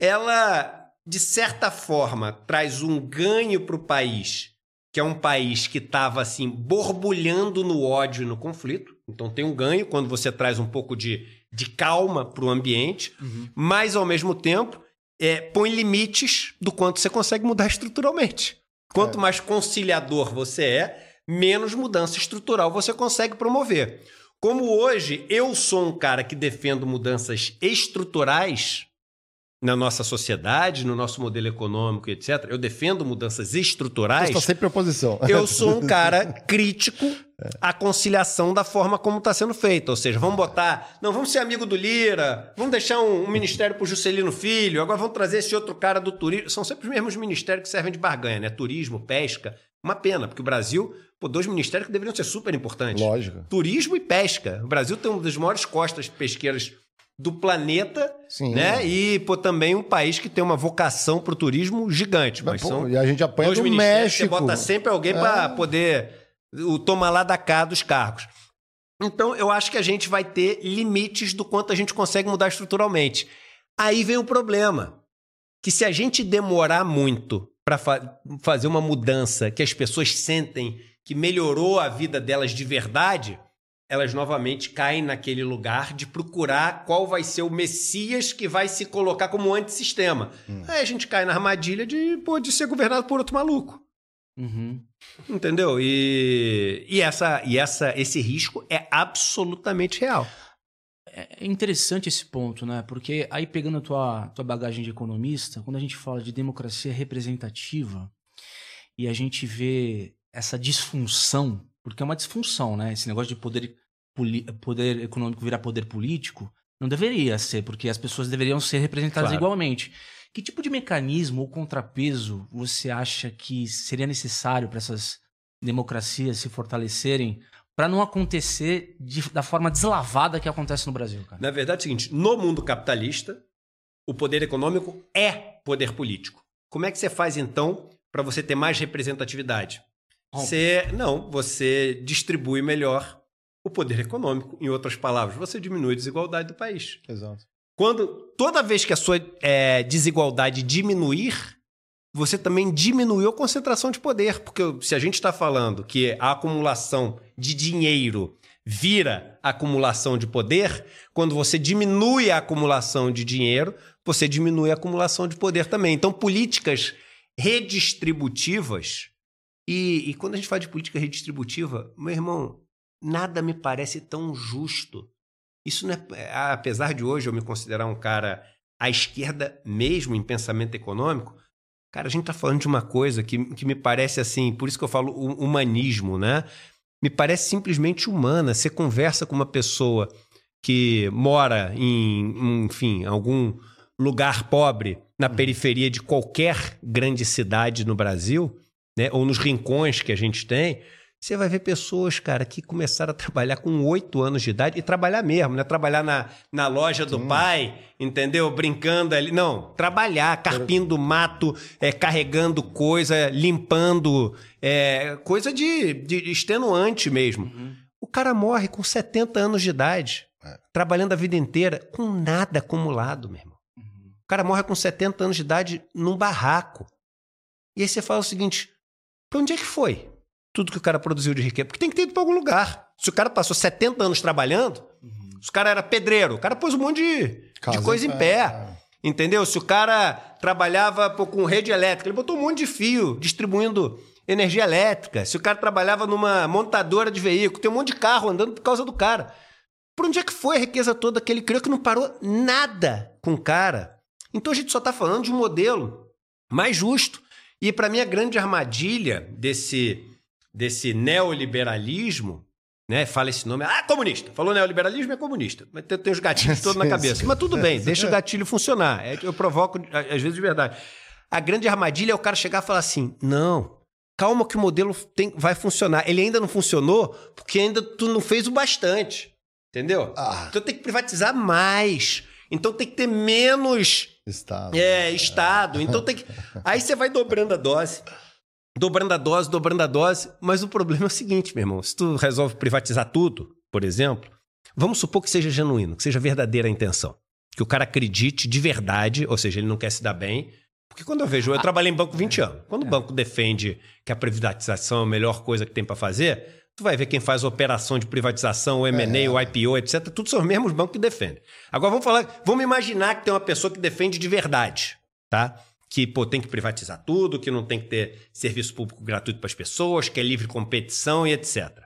Ela, de certa forma, traz um ganho para o país, que é um país que estava assim, borbulhando no ódio e no conflito. Então tem um ganho quando você traz um pouco de, de calma para o ambiente, uhum. mas, ao mesmo tempo, é, põe limites do quanto você consegue mudar estruturalmente. Quanto é. mais conciliador você é, menos mudança estrutural você consegue promover. Como hoje eu sou um cara que defendo mudanças estruturais na nossa sociedade, no nosso modelo econômico, etcétera. Eu defendo mudanças estruturais. Estou sempre em oposição. Eu sou um cara crítico à conciliação da forma como está sendo feita. Ou seja, vamos botar... Não, vamos ser amigo do Lira, vamos deixar um, um ministério para o Juscelino Filho, agora vamos trazer esse outro cara do turismo. São sempre os mesmos ministérios que servem de barganha, né? Turismo, pesca. Uma pena, porque o Brasil... Pô, dois ministérios que deveriam ser super importantes. Lógico. Turismo e pesca. O Brasil tem uma das maiores costas pesqueiras do planeta, Sim. né? E pô, também um país que tem uma vocação para o turismo gigante. Mas pô, são e a gente apanha do México. Você bota sempre alguém é. para poder o tomar lá da cá dos cargos. Então, eu acho que a gente vai ter limites do quanto a gente consegue mudar estruturalmente. Aí vem o problema, que se a gente demorar muito para fa- fazer uma mudança que as pessoas sentem que melhorou a vida delas de verdade, elas novamente caem naquele lugar de procurar qual vai ser o Messias que vai se colocar como antissistema. Hum. Aí a gente cai na armadilha de, pô, de ser governado por outro maluco. Uhum. Entendeu? E, e, essa, e essa, esse risco é absolutamente real. É interessante esse ponto, né? Porque aí, pegando a tua, tua bagagem de economista, quando a gente fala de democracia representativa e a gente vê essa disfunção, porque é uma disfunção, né? Esse negócio de poder, poder econômico virar poder político, não deveria ser, porque as pessoas deveriam ser representadas claro. igualmente. Que tipo de mecanismo ou contrapeso você acha que seria necessário para essas democracias se fortalecerem para não acontecer de, da forma deslavada que acontece no Brasil, cara? Na verdade é o seguinte, no mundo capitalista, o poder econômico é poder político. Como é que você faz, então, para você ter mais representatividade? Você, não, você distribui melhor o poder econômico. Em outras palavras, você diminui a desigualdade do país. Exato. Quando, toda vez que a sua é, desigualdade diminuir, você também diminuiu a concentração de poder. Porque se a gente está falando que a acumulação de dinheiro vira acumulação de poder, quando você diminui a acumulação de dinheiro, você diminui a acumulação de poder também. Então, políticas redistributivas... E, e quando a gente fala de política redistributiva, meu irmão, nada me parece tão justo. Isso não é... Apesar de hoje eu me considerar um cara a esquerda mesmo em pensamento econômico, cara, a gente tá falando de uma coisa que, que me parece assim, por isso que eu falo humanismo, né? Me parece simplesmente humana. Você conversa com uma pessoa que mora em, enfim, algum lugar pobre na periferia de qualquer grande cidade no Brasil, né? Ou nos rincões que a gente tem, você vai ver pessoas, cara, que começaram a trabalhar com oito anos de idade e trabalhar mesmo, né? Trabalhar na, na loja do Sim. pai, entendeu? Brincando ali. Não, trabalhar, carpindo mato, é, carregando coisa, limpando, é, coisa de, de extenuante mesmo. Uhum. O cara morre com setenta anos de idade, é. trabalhando a vida inteira, com nada acumulado, meu irmão. Uhum. O cara morre com setenta anos de idade num barraco. E aí você fala o seguinte, pra onde é que foi tudo que o cara produziu de riqueza? Porque tem que ter ido pra algum lugar. Se o cara passou setenta anos trabalhando, uhum. se o cara era pedreiro, o cara pôs um monte de, de coisa em pé. pé. Entendeu? Se o cara trabalhava pô, com rede elétrica, ele botou um monte de fio distribuindo energia elétrica. Se o cara trabalhava numa montadora de veículo, tem um monte de carro andando por causa do cara. Por onde é que foi a riqueza toda que ele criou que não parou nada com o cara? Então a gente só tá falando de um modelo mais justo. E para mim a grande armadilha desse... desse neoliberalismo, né? Fala esse nome, ah, comunista. Falou neoliberalismo, é comunista. Mas tem, tem os gatilhos todos na cabeça. Mas tudo bem, deixa o gatilho funcionar. É, eu provoco, às vezes, de verdade. A grande armadilha é o cara chegar e falar assim, não, calma que o modelo tem, vai funcionar. Ele ainda não funcionou porque ainda tu não fez o bastante. Entendeu? Ah. Então tem que privatizar mais. Então tem que ter menos Estado. É, Estado. Então tem que... Aí você vai dobrando a dose. Dobrando a dose, dobrando a dose. Mas o problema é o seguinte, meu irmão. Se tu resolve privatizar tudo, por exemplo, vamos supor que seja genuíno, que seja verdadeira a intenção. Que o cara acredite de verdade, ou seja, ele não quer se dar bem. Porque quando eu vejo... Eu ah, trabalhei em banco vinte anos. Quando é. o banco defende que a privatização é a melhor coisa que tem para fazer, tu vai ver quem faz a operação de privatização, o M and A, é. o I P O, etcétera. Tudo são os mesmos bancos que defendem. Agora vamos falar... Vamos imaginar que tem uma pessoa que defende de verdade, tá? Que pô, tem que privatizar tudo, que não tem que ter serviço público gratuito para as pessoas, que é livre competição e etcétera.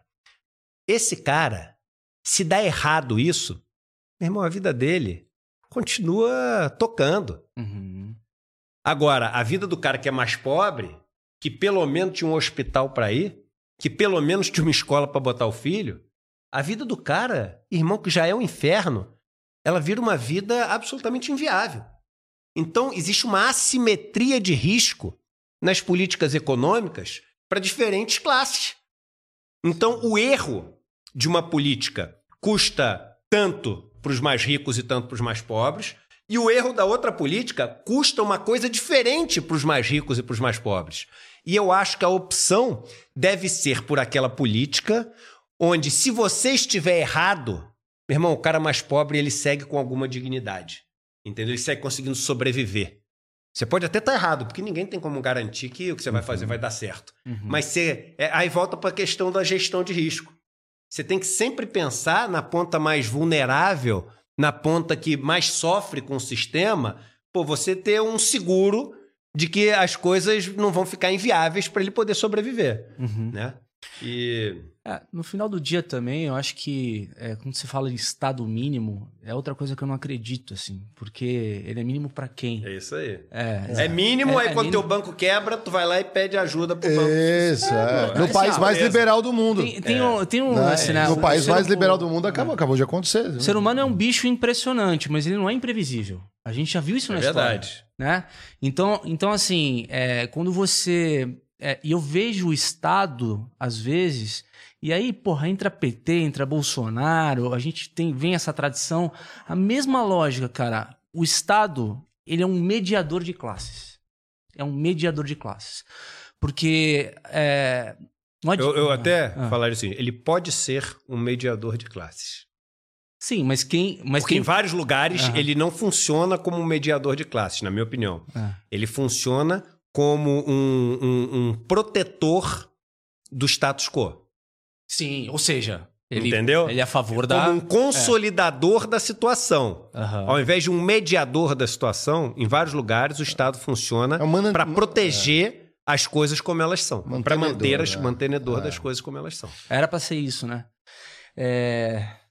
Esse cara, se dá errado isso, meu irmão, a vida dele continua tocando. Uhum. Agora, a vida do cara que é mais pobre, que pelo menos tinha um hospital para ir, que pelo menos tinha uma escola para botar o filho, a vida do cara, irmão, que já é um inferno, ela vira uma vida absolutamente inviável. Então, existe uma assimetria de risco nas políticas econômicas para diferentes classes. Então, o erro de uma política custa tanto para os mais ricos e tanto para os mais pobres, e o erro da outra política custa uma coisa diferente para os mais ricos e para os mais pobres. E eu acho que a opção deve ser por aquela política onde, se você estiver errado, meu irmão, o cara mais pobre ele segue com alguma dignidade. Entendeu? Ele segue conseguindo sobreviver. Você pode até estar errado, porque ninguém tem como garantir que o que você vai fazer vai dar certo. Uhum. Mas você, é, aí volta para a questão da gestão de risco. Você tem que sempre pensar na ponta mais vulnerável, na ponta que mais sofre com o sistema, pô, você ter um seguro de que as coisas não vão ficar inviáveis para ele poder sobreviver. Uhum. Né? E... É, no final do dia também, eu acho que é, quando você fala de estado mínimo, é outra coisa que eu não acredito, assim, porque ele é mínimo pra quem? É isso aí. É, é mínimo, é, aí é quando mínimo... teu banco quebra, tu vai lá e pede ajuda pro banco. Isso, é. é. No assim, país mais beleza. liberal do mundo. Tem, tem é. um, tem um não, lance, né? No o país mais humano, liberal do mundo acabou, acabou de acontecer. O ser humano é um bicho impressionante, mas ele não é imprevisível. A gente já viu isso é na verdade. história. Né? Então, então, assim, é, quando você... É, e eu vejo o Estado, às vezes... E aí, porra, entra P T, entra Bolsonaro, a gente tem, vem essa tradição. A mesma lógica, cara. O Estado, ele é um mediador de classes. É um mediador de classes. Porque... É, não ad... eu, eu até ah. falaria assim, ele pode ser um mediador de classes. Sim, mas quem... Mas Porque quem... em vários lugares uhum. ele não funciona como um mediador de classes, na minha opinião. Ah. Ele funciona como um, um, um protetor do status quo. Sim, ou seja, ele, entendeu? ele é a favor da... Como um consolidador é. da situação. Uhum. Ao invés de um mediador da situação, em vários lugares o Estado funciona é man... para proteger é. as coisas como elas são. Para manter as, né? mantenedor é. das coisas como elas são. Era para ser isso, né? É...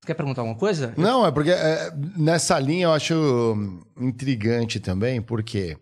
Quer perguntar alguma coisa? Não, é porque é, nessa linha eu acho intrigante também, porque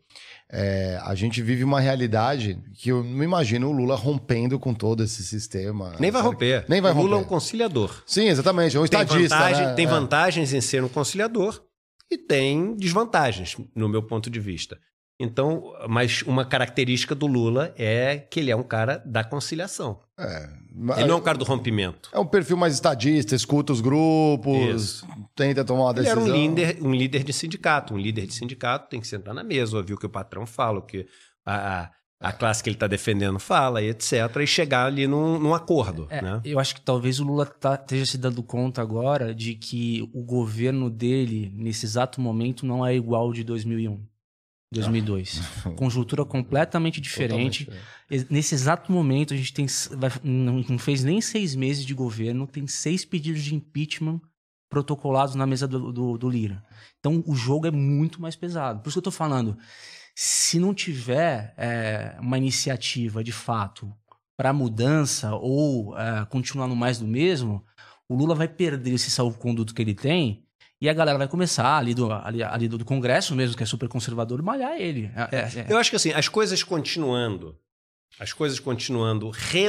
é, a gente vive uma realidade que eu não imagino o Lula rompendo com todo esse sistema. Nem vai romper. Nem vai o Lula romper. é um conciliador. Sim, exatamente. É um Tem, estadista, vantagem, né? tem É. vantagens em ser um conciliador e tem desvantagens, no meu ponto de vista. Então, mas uma característica do Lula é que ele é um cara da conciliação. É, Ele não é um cara do rompimento. É um perfil mais estadista, escuta os grupos, Isso. tenta tomar uma Ele decisão. era um líder, um líder de sindicato. Um líder de sindicato tem que sentar na mesa, ouvir o que o patrão fala, o que a, a classe que ele está defendendo fala, e etcétera, e chegar ali num, num acordo. É, né? Eu acho que talvez o Lula tá, esteja se dando conta agora de que o governo dele, nesse exato momento, não é igual ao de dois mil e um. dois mil e dois. Conjuntura completamente diferente. Totalmente. Nesse exato momento, a gente tem, vai, não, não fez nem seis meses de governo, tem seis pedidos de impeachment protocolados na mesa do, do, do Lira. Então, o jogo é muito mais pesado. Por isso que eu tô falando, se não tiver é, uma iniciativa, de fato, para mudança ou é, continuar no mais do mesmo, o Lula vai perder esse salvo-conduto que ele tem. E a galera vai começar ali do, ali, ali do Congresso mesmo, que é super conservador, malhar ele. É, é, é. Eu acho que assim, as coisas continuando, as coisas continuando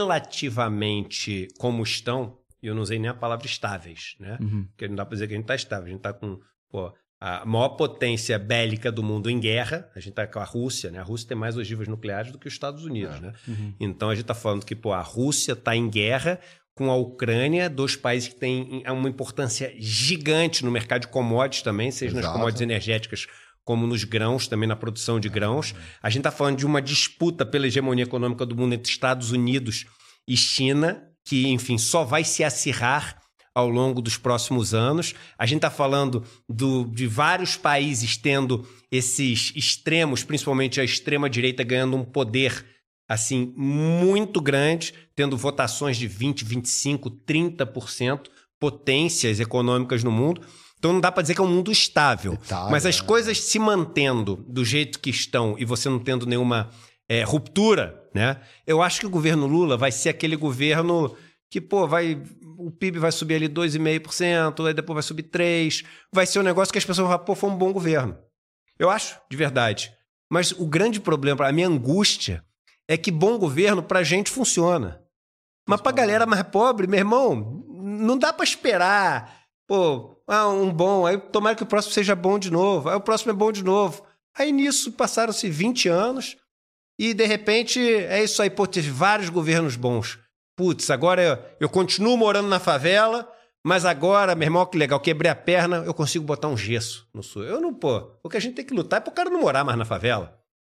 relativamente como estão, e eu não usei nem a palavra estáveis, né? Uhum. Porque não dá para dizer que a gente está estável. A gente está com pô, a maior potência bélica do mundo em guerra. A gente está com a Rússia, né? A Rússia tem mais ogivas nucleares do que os Estados Unidos, É. né? Uhum. Então a gente está falando que pô, a Rússia está em guerra com a Ucrânia, dois países que têm uma importância gigante no mercado de commodities também, seja nas Exato. commodities energéticas como nos grãos, também na produção de grãos. A gente está falando de uma disputa pela hegemonia econômica do mundo entre Estados Unidos e China, que, enfim, só vai se acirrar ao longo dos próximos anos. A gente está falando do, de vários países tendo esses extremos, principalmente a extrema-direita, ganhando um poder assim, muito grande, tendo votações de vinte, vinte e cinco, trinta por cento, potências econômicas no mundo. Então não dá para dizer que é um mundo estável. Itália, mas as né? coisas se mantendo do jeito que estão e você não tendo nenhuma é, ruptura, né? Eu acho que o governo Lula vai ser aquele governo que, pô, vai, o P I B vai subir ali dois vírgula cinco por cento, aí depois vai subir três por cento. Vai ser um negócio que as pessoas vão falar, pô, foi um bom governo. Eu acho, de verdade. Mas o grande problema, a minha angústia, é que bom governo pra gente funciona. Mas pra galera mais pobre, meu irmão, não dá pra esperar. Pô, ah, um bom, aí tomara que o próximo seja bom de novo, aí o próximo é bom de novo. Aí nisso passaram-se vinte anos e de repente é isso aí, pô, teve vários governos bons. Putz, agora eu, eu continuo morando na favela, mas agora, meu irmão, que legal, quebrei a perna, eu consigo botar um gesso no sul. Eu não, pô, o que a gente tem que lutar é pro cara não morar mais na favela.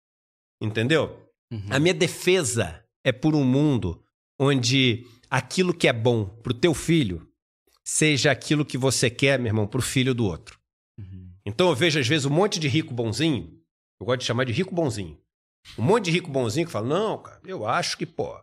Entendeu? Uhum. A minha defesa é por um mundo onde aquilo que é bom pro teu filho seja aquilo que você quer, meu irmão, pro filho do outro. Uhum. Então eu vejo às vezes um monte de rico bonzinho, eu gosto de chamar de rico bonzinho, um monte de rico bonzinho que fala, não, cara, eu acho que, pô,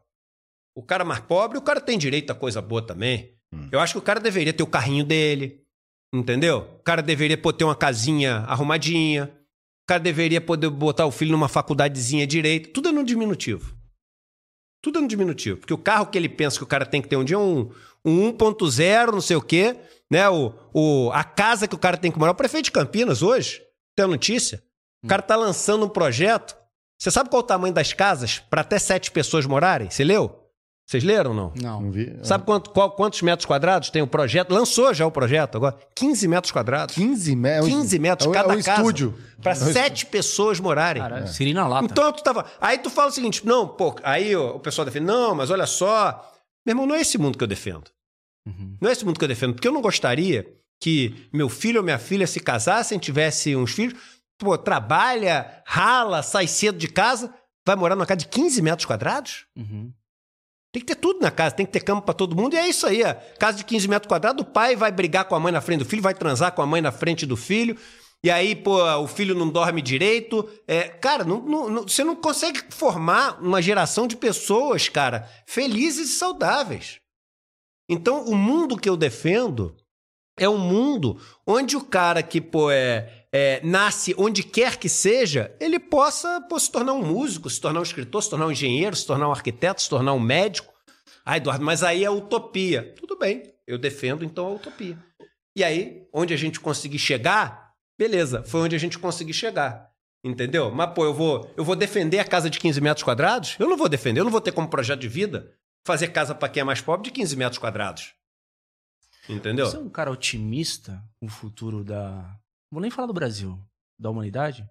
o cara mais pobre, o cara tem direito a coisa boa também. Hum. Eu acho que o cara deveria ter o carrinho dele, entendeu? O cara deveria poder ter uma casinha arrumadinha, o cara deveria poder botar o filho numa faculdadezinha direito. Tudo é no diminutivo. Tudo é no diminutivo. Porque o carro que ele pensa que o cara tem que ter um dia é um, um um ponto zero, não sei o quê, né? O, o, a casa que o cara tem que morar. O prefeito de Campinas hoje, tem a notícia, o cara tá lançando um projeto. Você sabe qual é o tamanho das casas para até sete pessoas morarem? Você leu? Vocês leram ou não? Não. Não vi. Sabe quanto, qual, quantos metros quadrados tem o projeto? Lançou já o projeto agora. quinze metros quadrados. quinze metros? quinze metros é, cada é um casa. estúdio. Para sete pessoas morarem. Caralho, Sirina Lata. Então tu tava... Aí tu fala o seguinte, não, pô, aí ó, o pessoal defende, não, mas olha só. Meu irmão, não é esse mundo que eu defendo. Uhum. Não é esse mundo que eu defendo. Porque eu não gostaria que meu filho ou minha filha se casassem, tivesse uns filhos, pô, trabalha, rala, sai cedo de casa, vai morar numa casa de quinze metros quadrados? Uhum. Tem que ter tudo na casa, tem que ter cama pra todo mundo. E é isso aí, ó. Casa de quinze metros quadrados, o pai vai brigar com a mãe na frente do filho, vai transar com a mãe na frente do filho. E aí, pô, o filho não dorme direito. É, cara, não, não, não, você não consegue formar uma geração de pessoas, cara, felizes e saudáveis. Então, o mundo que eu defendo é um mundo onde o cara que, pô, é... É, nasce onde quer que seja, ele possa pô, se tornar um músico, se tornar um escritor, se tornar um engenheiro, se tornar um arquiteto, se tornar um médico. Ah, Eduardo, mas aí é utopia. Tudo bem, eu defendo então a utopia. E aí, onde a gente conseguir chegar, beleza, foi onde a gente conseguir chegar. Entendeu? Mas, pô, eu vou, eu vou defender a casa de quinze metros quadrados? Eu não vou defender, eu não vou ter como projeto de vida fazer casa para quem é mais pobre de quinze metros quadrados. Entendeu? Você é um cara otimista com o futuro da... Não vou nem falar do Brasil, da humanidade?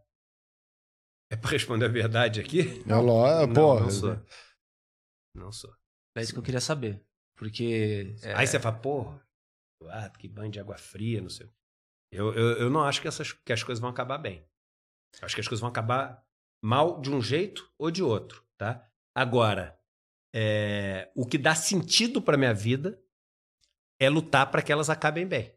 É para responder a verdade aqui? Não, não, pô, não não sou. Não sou. É isso que eu queria saber. Porque... É... Aí você fala, pô, ah, que banho de água fria, não sei. Eu, eu, eu não acho que, essas, que as coisas vão acabar bem. Acho que as coisas vão acabar mal de um jeito ou de outro, tá? Agora, é, o que dá sentido para minha vida é lutar para que elas acabem bem.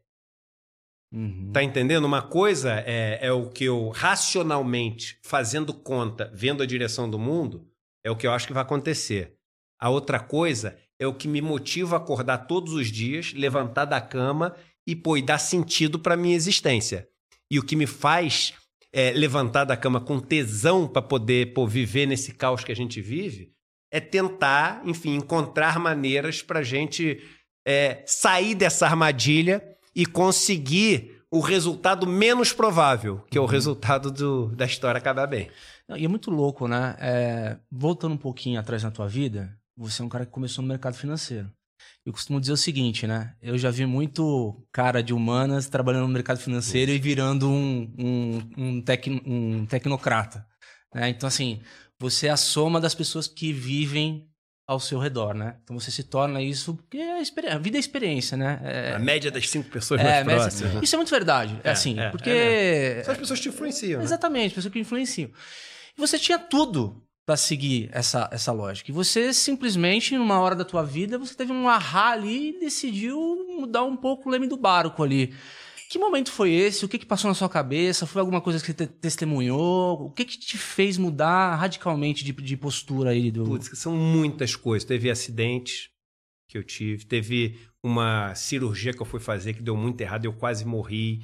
Uhum. Tá entendendo? Uma coisa é, é o que eu racionalmente, fazendo conta, vendo a direção do mundo, é o que eu acho que vai acontecer. A outra coisa é o que me motiva a acordar todos os dias, levantar da cama e, pô, e dar sentido para minha existência. E o que me faz é, levantar da cama com tesão para poder, pô, viver nesse caos que a gente vive é tentar, enfim, encontrar maneiras para a gente é, sair dessa armadilha e conseguir o resultado menos provável, que é o resultado do, da história acabar bem. E é muito louco, né? É, voltando um pouquinho atrás na tua vida, você é um cara que começou no mercado financeiro. Eu costumo dizer o seguinte, né? Eu já vi muito cara de humanas trabalhando no mercado financeiro Isso. e virando um, um, um, tec, um tecnocrata. Né? Então, assim, você é a soma das pessoas que vivem ao seu redor, né? Então você se torna isso, porque a, a vida é experiência, né? É, a média das cinco pessoas é, mais próximas. Média, isso é muito verdade. É, é assim, é, porque... É São as pessoas que te influenciam. Exatamente, né? pessoas que influenciam. E você tinha tudo para seguir essa, essa lógica. E você simplesmente, numa hora da tua vida, você teve um ahá ali e decidiu mudar um pouco o leme do barco ali. Que momento foi esse? O que, que passou na sua cabeça? Foi alguma coisa que você te testemunhou? O que, que te fez mudar radicalmente de, de postura aí? Do... Putz, são muitas coisas. Teve acidentes que eu tive. Teve uma cirurgia que eu fui fazer que deu muito errado. Eu quase morri.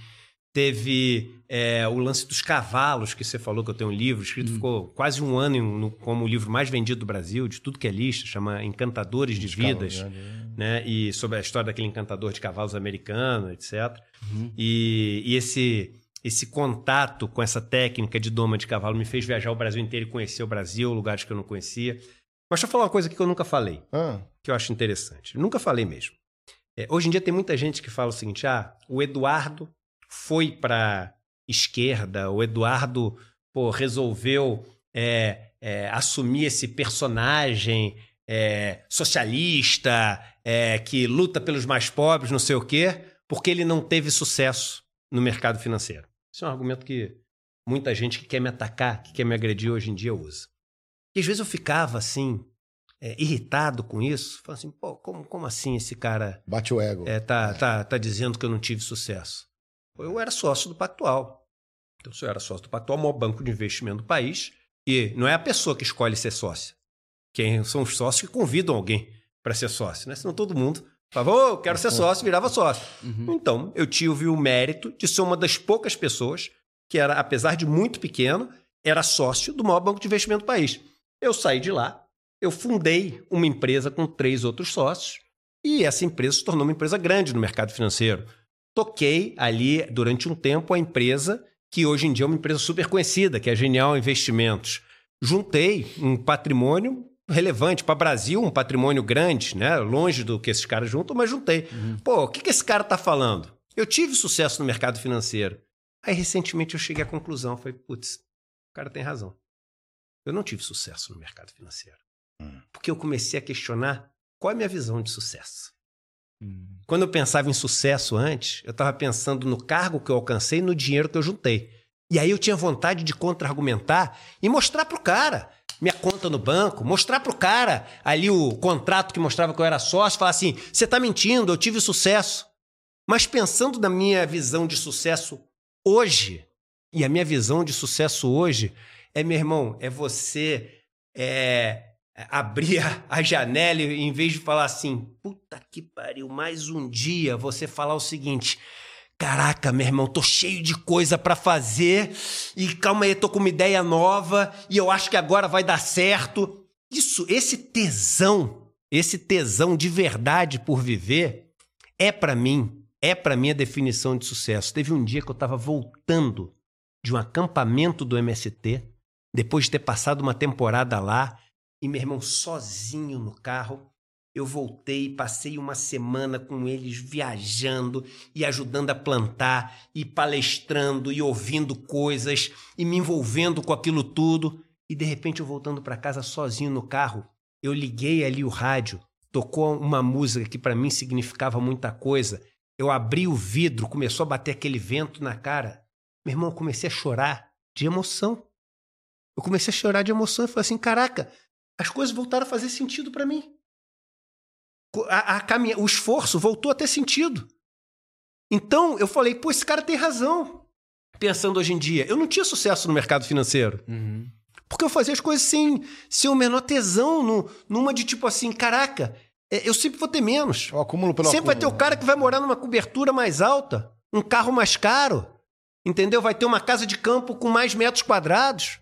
Teve é, o lance dos cavalos, que você falou que eu tenho um livro escrito. Hum. Ficou quase um ano no, como o livro mais vendido do Brasil, de tudo que é lista. Chama Encantadores de Vidas. Né? E sobre a história daquele encantador de cavalos americano, etcétera. Uhum. E, e esse, esse contato com essa técnica de doma de cavalo me fez viajar o Brasil inteiro e conhecer o Brasil, lugares que eu não conhecia. Mas deixa eu falar uma coisa aqui que eu nunca falei, ah. que eu acho interessante. Eu nunca falei mesmo. É, hoje em dia tem muita gente que fala o seguinte, ah, o Eduardo foi para esquerda, o Eduardo pô, resolveu é, é, assumir esse personagem é, socialista, é, que luta pelos mais pobres, não sei o quê, porque ele não teve sucesso no mercado financeiro. Isso é um argumento que muita gente que quer me atacar, que quer me agredir hoje em dia usa. E às vezes eu ficava assim, é, irritado com isso, falando assim, pô, como, como assim esse cara... Bate o ego. É, tá, tá, tá dizendo que eu não tive sucesso. Eu era sócio do Pactual. Então, se eu era sócio do Pactual, o maior banco de investimento do país, e não é a pessoa que escolhe ser sócia. Quem são os sócios que convidam alguém para ser sócio, né? Senão todo mundo falava, ô, oh, quero ser sócio, virava sócio. Uhum. Então, eu tive o mérito de ser uma das poucas pessoas que era, apesar de muito pequeno, era sócio do maior banco de investimento do país. Eu saí de lá, eu fundei uma empresa com três outros sócios e essa empresa se tornou uma empresa grande no mercado financeiro. Toquei ali, durante um tempo, a empresa que hoje em dia é uma empresa super conhecida, que é a Genial Investimentos. Juntei um patrimônio relevante para o Brasil, um patrimônio grande, né? Longe do que esses caras juntam, mas juntei. Uhum. Pô, o que, que esse cara está falando? Eu tive sucesso no mercado financeiro. Aí, recentemente, eu cheguei à conclusão, falei, putz, o cara tem razão. Eu não tive sucesso no mercado financeiro. Uhum. Porque eu comecei a questionar qual é a minha visão de sucesso. Uhum. Quando eu pensava em sucesso antes, eu estava pensando no cargo que eu alcancei e no dinheiro que eu juntei. E aí eu tinha vontade de contra-argumentar e mostrar para o cara minha conta no banco, mostrar para o cara ali o contrato que mostrava que eu era sócio, falar assim, você está mentindo, eu tive sucesso. Mas pensando na minha visão de sucesso hoje, e a minha visão de sucesso hoje é, meu irmão, é você é, abrir a janela e em vez de falar assim, puta que pariu, mais um dia, você falar o seguinte... Caraca, meu irmão, tô cheio de coisa pra fazer e calma aí, tô com uma ideia nova e eu acho que agora vai dar certo. Isso, esse tesão, esse tesão de verdade por viver é pra mim, é para mim a definição de sucesso. Teve um dia que eu estava voltando de um acampamento do M S T, depois de ter passado uma temporada lá, e meu irmão sozinho no carro, eu voltei, passei uma semana com eles viajando e ajudando a plantar, e palestrando, e ouvindo coisas, e me envolvendo com aquilo tudo. E de repente eu voltando para casa sozinho no carro, eu liguei ali o rádio, tocou uma música que para mim significava muita coisa. Eu abri o vidro, começou a bater aquele vento na cara. Meu irmão, eu comecei a chorar de emoção. Eu comecei a chorar de emoção e falei assim, caraca, as coisas voltaram a fazer sentido para mim. A, a caminha, o esforço voltou a ter sentido. Então eu falei, pô, esse cara tem razão. Pensando hoje em dia, eu não tinha sucesso no mercado financeiro. Uhum. Porque eu fazia as coisas sem, sem o menor tesão, no, numa de tipo assim, caraca, eu sempre vou ter menos. O acúmulo pelo sempre acúmulo. vai ter o cara que vai morar numa cobertura mais alta, um carro mais caro, entendeu? Vai ter uma casa de campo com mais metros quadrados.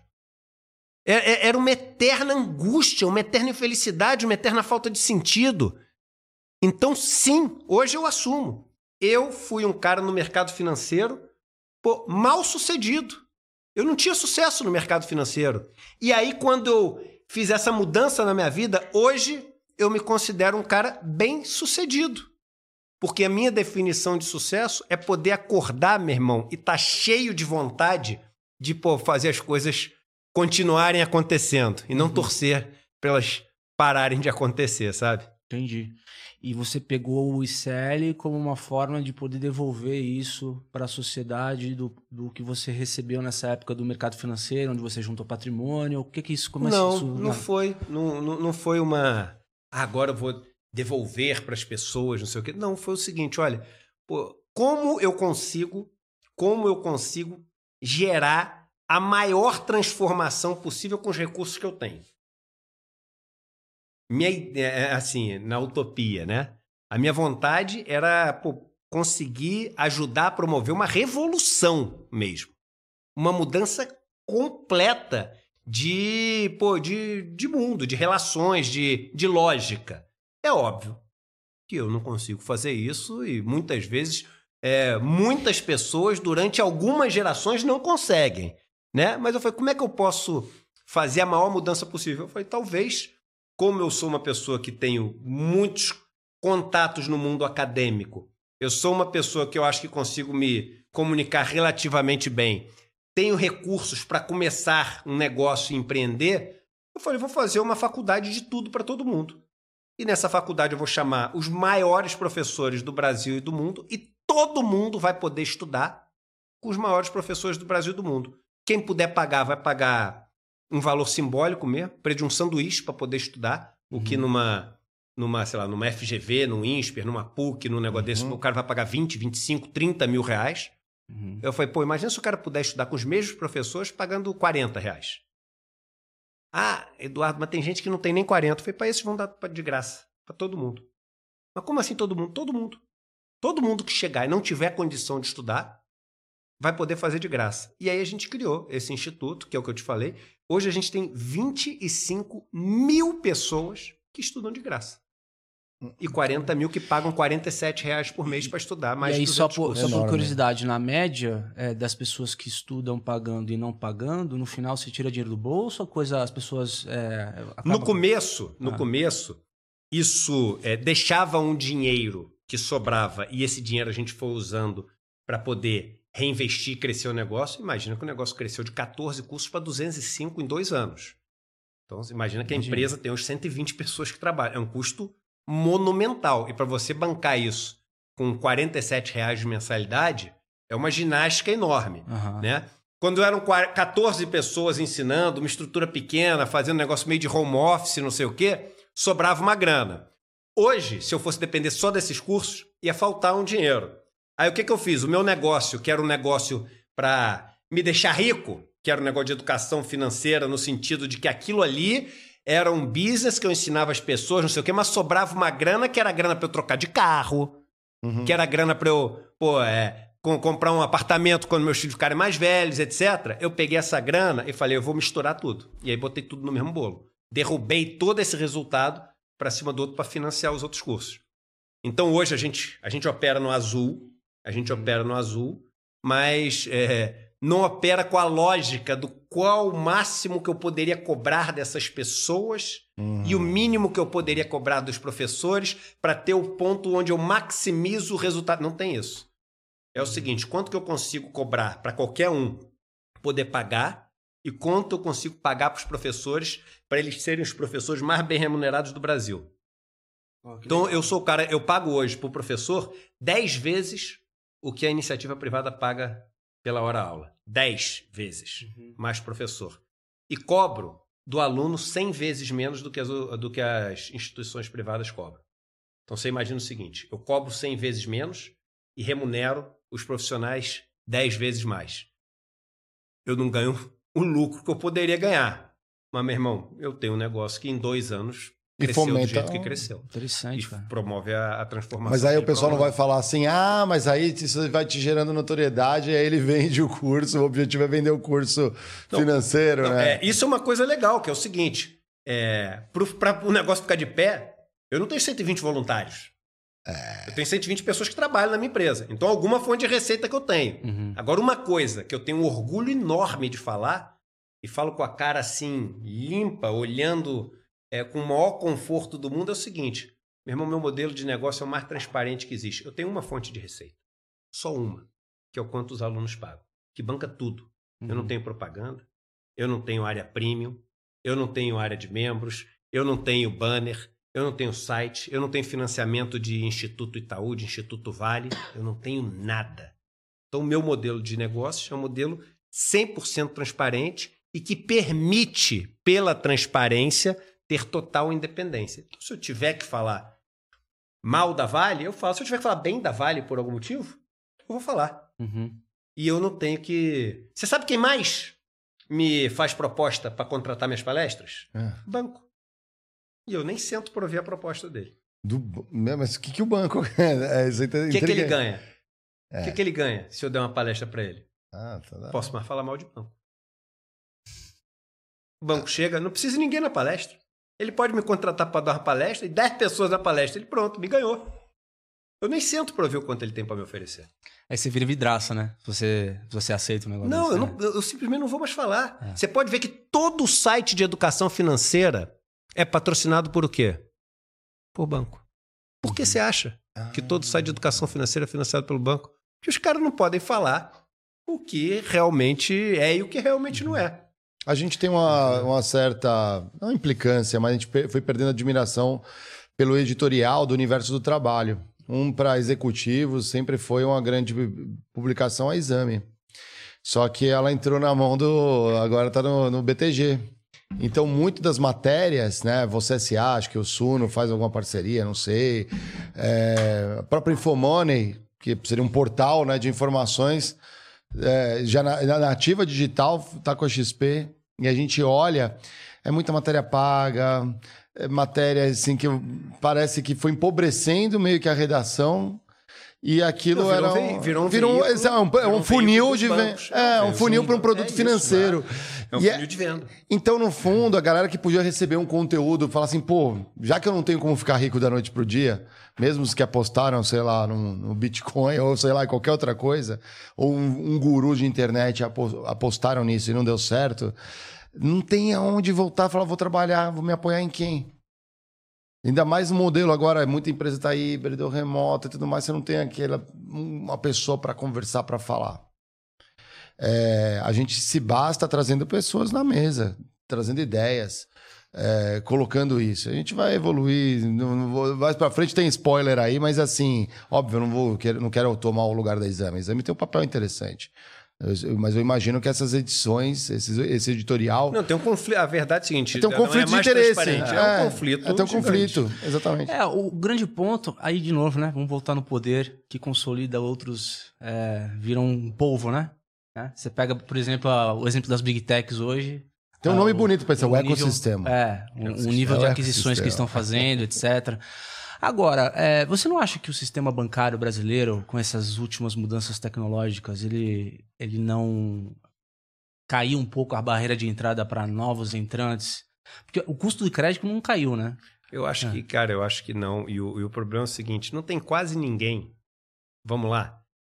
Era uma eterna angústia, uma eterna infelicidade, uma eterna falta de sentido. Então, sim, hoje eu assumo. Eu fui um cara no mercado financeiro, pô, mal sucedido. Eu não tinha sucesso no mercado financeiro. E aí, quando eu fiz essa mudança na minha vida, hoje eu me considero um cara bem sucedido. Porque a minha definição de sucesso é poder acordar, meu irmão, e tá cheio de vontade de pô, fazer as coisas continuarem acontecendo e não uhum. torcer para elas pararem de acontecer, sabe? Entendi. E você pegou o I C L como uma forma de poder devolver isso para a sociedade do, do que você recebeu nessa época do mercado financeiro, onde você juntou patrimônio? O que que isso começou? Não, isso, não foi. Não, não, não foi uma... Ah, agora eu vou devolver para as pessoas, não sei o quê. Não, foi o seguinte, olha, pô, como eu consigo, como eu consigo gerar a maior transformação possível com os recursos que eu tenho? Minha ideia, assim, na utopia, né? A minha vontade era pô, conseguir ajudar a promover uma revolução mesmo. Uma mudança completa de, pô, de, de mundo, de relações, de, de lógica. É óbvio que eu não consigo fazer isso e muitas vezes é, muitas pessoas durante algumas gerações não conseguem, né? Mas eu falei, como é que eu posso fazer a maior mudança possível? Eu falei, talvez... Como eu sou uma pessoa que tenho muitos contatos no mundo acadêmico, eu sou uma pessoa que eu acho que consigo me comunicar relativamente bem, tenho recursos para começar um negócio e empreender, eu falei, vou fazer uma faculdade de tudo para todo mundo. E nessa faculdade eu vou chamar os maiores professores do Brasil e do mundo e todo mundo vai poder estudar com os maiores professores do Brasil e do mundo. Quem puder pagar, vai pagar... um valor simbólico mesmo, preço de um sanduíche para poder estudar, uhum. o que numa, numa, sei lá, numa F G V, num INSPER, numa PUC, num negócio uhum. desse, o cara vai pagar vinte, vinte e cinco, trinta mil reais. Uhum. Eu falei, pô, imagina se o cara puder estudar com os mesmos professores pagando quarenta reais. Ah, Eduardo, mas tem gente que não tem nem quarenta. Eu falei, para esses vão dar de graça, para todo mundo. Mas como assim todo mundo? Todo mundo. Todo mundo que chegar e não tiver condição de estudar, vai poder fazer de graça. E aí a gente criou esse instituto, que é o que eu te falei. Hoje a gente tem vinte e cinco mil pessoas que estudam de graça. E quarenta mil que pagam quarenta e sete reais por mês para estudar. Mais e aí, só por, só por enorme. curiosidade, na média é, das pessoas que estudam pagando e não pagando, no final você tira dinheiro do bolso ou coisa, as pessoas... É, acabam... No começo, no ah. começo, isso é, deixava um dinheiro que sobrava e esse dinheiro a gente foi usando para poder... reinvestir e crescer o negócio. Imagina que o negócio cresceu de quatorze cursos para duzentos e cinco em dois anos. Então, imagina que a imagina. empresa tem uns cento e vinte pessoas que trabalham. É um custo monumental. E para você bancar isso com quarenta e sete reais de mensalidade, é uma ginástica enorme. Uhum. Né? Quando eram quatorze pessoas ensinando, uma estrutura pequena, fazendo um negócio meio de home office, não sei o quê, sobrava uma grana. Hoje, se eu fosse depender só desses cursos, ia faltar um dinheiro. Aí o que, que eu fiz? O meu negócio, que era um negócio para me deixar rico, que era um negócio de educação financeira, no sentido de que aquilo ali era um business que eu ensinava as pessoas, não sei o quê, mas sobrava uma grana que era grana para eu trocar de carro, uhum. que era grana para eu pô, é, com, comprar um apartamento quando meus filhos ficarem mais velhos, etcétera. Eu peguei essa grana e falei, eu vou misturar tudo. E aí botei tudo no mesmo bolo. Derrubei todo esse resultado para cima do outro para financiar os outros cursos. Então hoje a gente, a gente opera no Azul. A gente opera no azul, mas é, não opera com a lógica do qual o máximo que eu poderia cobrar dessas pessoas uhum. e o mínimo que eu poderia cobrar dos professores para ter o ponto onde eu maximizo o resultado. Não tem isso. É o seguinte, quanto que eu consigo cobrar para qualquer um poder pagar e quanto eu consigo pagar para os professores para eles serem os professores mais bem remunerados do Brasil. Oh, então, legal. eu sou o cara, eu pago hoje para o professor dez vezes o que a iniciativa privada paga pela hora-aula. dez vezes uhum. mais professor. E cobro do aluno cem vezes menos do que, as, do que as instituições privadas cobram. Então, você imagina o seguinte, eu cobro cem vezes menos e remunero os profissionais dez vezes mais. Eu não ganho o lucro que eu poderia ganhar. Mas, meu irmão, eu tenho um negócio que em dois anos cresceu e fomenta... do jeito que cresceu. Interessante, e cara. promove a, a transformação. Mas aí o pessoal não vai falar assim, ah, mas aí isso vai te gerando notoriedade e aí ele vende o curso, o objetivo é vender o curso não, financeiro, não, né? É, isso é uma coisa legal, que é o seguinte, é, para o negócio ficar de pé, eu não tenho cento e vinte voluntários. É. Eu tenho cento e vinte pessoas que trabalham na minha empresa. Então, alguma fonte de receita que eu tenho. Uhum. Agora, uma coisa que eu tenho um orgulho enorme de falar, e falo com a cara assim, limpa, olhando é, com o maior conforto do mundo, é o seguinte. Meu irmão, meu modelo de negócio é o mais transparente que existe. Eu tenho uma fonte de receita. Só uma. Que é o quanto os alunos pagam. Que banca tudo. Uhum. Eu não tenho propaganda. Eu não tenho área premium. Eu não tenho área de membros. Eu não tenho banner. Eu não tenho site, eu não tenho financiamento de Instituto Itaú, de Instituto Vale, eu não tenho nada. Então, o meu modelo de negócio é um modelo cem por cento transparente e que permite, pela transparência, ter total independência. Então, se eu tiver que falar mal da Vale, eu falo. Se eu tiver que falar bem da Vale por algum motivo, eu vou falar. Uhum. E eu não tenho que... Você sabe quem mais me faz proposta para contratar minhas palestras? É. Banco. E eu nem sento para ouvir a proposta dele. Do... Mas o que, que o banco ganha? O que, que ele ganha? O é. que, que ele ganha se eu der uma palestra para ele? Ah, tá dá. Posso mais falar mal de banco. O banco ah. chega, não precisa de ninguém na palestra. Ele pode me contratar para dar uma palestra e dez pessoas na palestra. Ele pronto, me ganhou. Eu nem sento para ouvir o quanto ele tem para me oferecer. Aí você vira vidraça, né? Se você, se você aceita o negócio Não, desse, eu, né? não eu simplesmente não vou mais falar. É. Você pode ver que todo site de educação financeira é patrocinado por o quê? Por banco. Por que você acha ah. que todo site de educação financeira é financiado pelo banco? Porque os caras não podem falar o que realmente é e o que realmente não é. A gente tem uma, uma certa, não implicância, mas a gente foi perdendo admiração pelo editorial do Universo do Trabalho. Um para executivos sempre foi uma grande publicação a Exame. Só que ela entrou na mão do... Agora está no, no B T G. Então, muito das matérias, né? Você S A, acho que o Suno faz alguma parceria, não sei. É, a própria Infomoney, que seria um portal, né, de informações, é, já na, na nativa digital, está com a X P. E a gente olha, é muita matéria paga, é matéria assim, que parece que foi empobrecendo meio que a redação. E aquilo não, virou, era um, virou um, virou, veículo, é um, virou um, um funil de venda. É, um funil para um produto é financeiro. Isso, é um funil de venda. Então, no fundo, a galera que podia receber um conteúdo, falar assim, pô, já que eu não tenho como ficar rico da noite pro dia, mesmo os que apostaram, sei lá, no, no Bitcoin ou sei lá, em qualquer outra coisa, ou um, um guru de internet apostaram nisso e não deu certo, não tem aonde voltar e falar, vou trabalhar, vou me apoiar em quem? Ainda mais no modelo agora, muita empresa está híbrido, remota e tudo mais, você não tem aquela, uma pessoa para conversar, para falar. É, a gente se basta trazendo pessoas na mesa, trazendo ideias, é, colocando isso. A gente vai evoluir, não, não vou, mais para frente tem spoiler aí, mas assim, óbvio, eu não, vou, não quero tomar o lugar da Exame. A Exame tem um papel interessante. Eu, mas eu imagino que essas edições, esse, esse editorial... Não, tem um conflito. A verdade é a seguinte... Tem um conflito é de interesse. É, é um conflito. É, tem um conflito, exatamente. É, o grande ponto, aí de novo, né? Vamos voltar no poder, que consolida outros, é, viram um polvo, né? É, você pega, por exemplo, a, o exemplo das Big Techs hoje... Tem um a, nome o, bonito para isso, é o, o nível, ecossistema. É, o, o nível é de aquisições que estão fazendo, etcétera. Agora, é, você não acha que o sistema bancário brasileiro, com essas últimas mudanças tecnológicas, ele, ele não caiu um pouco a barreira de entrada para novos entrantes? Porque o custo de crédito não caiu, né? Eu acho é. que, cara, eu acho que não. E o, e o problema é o seguinte, não tem quase ninguém, vamos lá,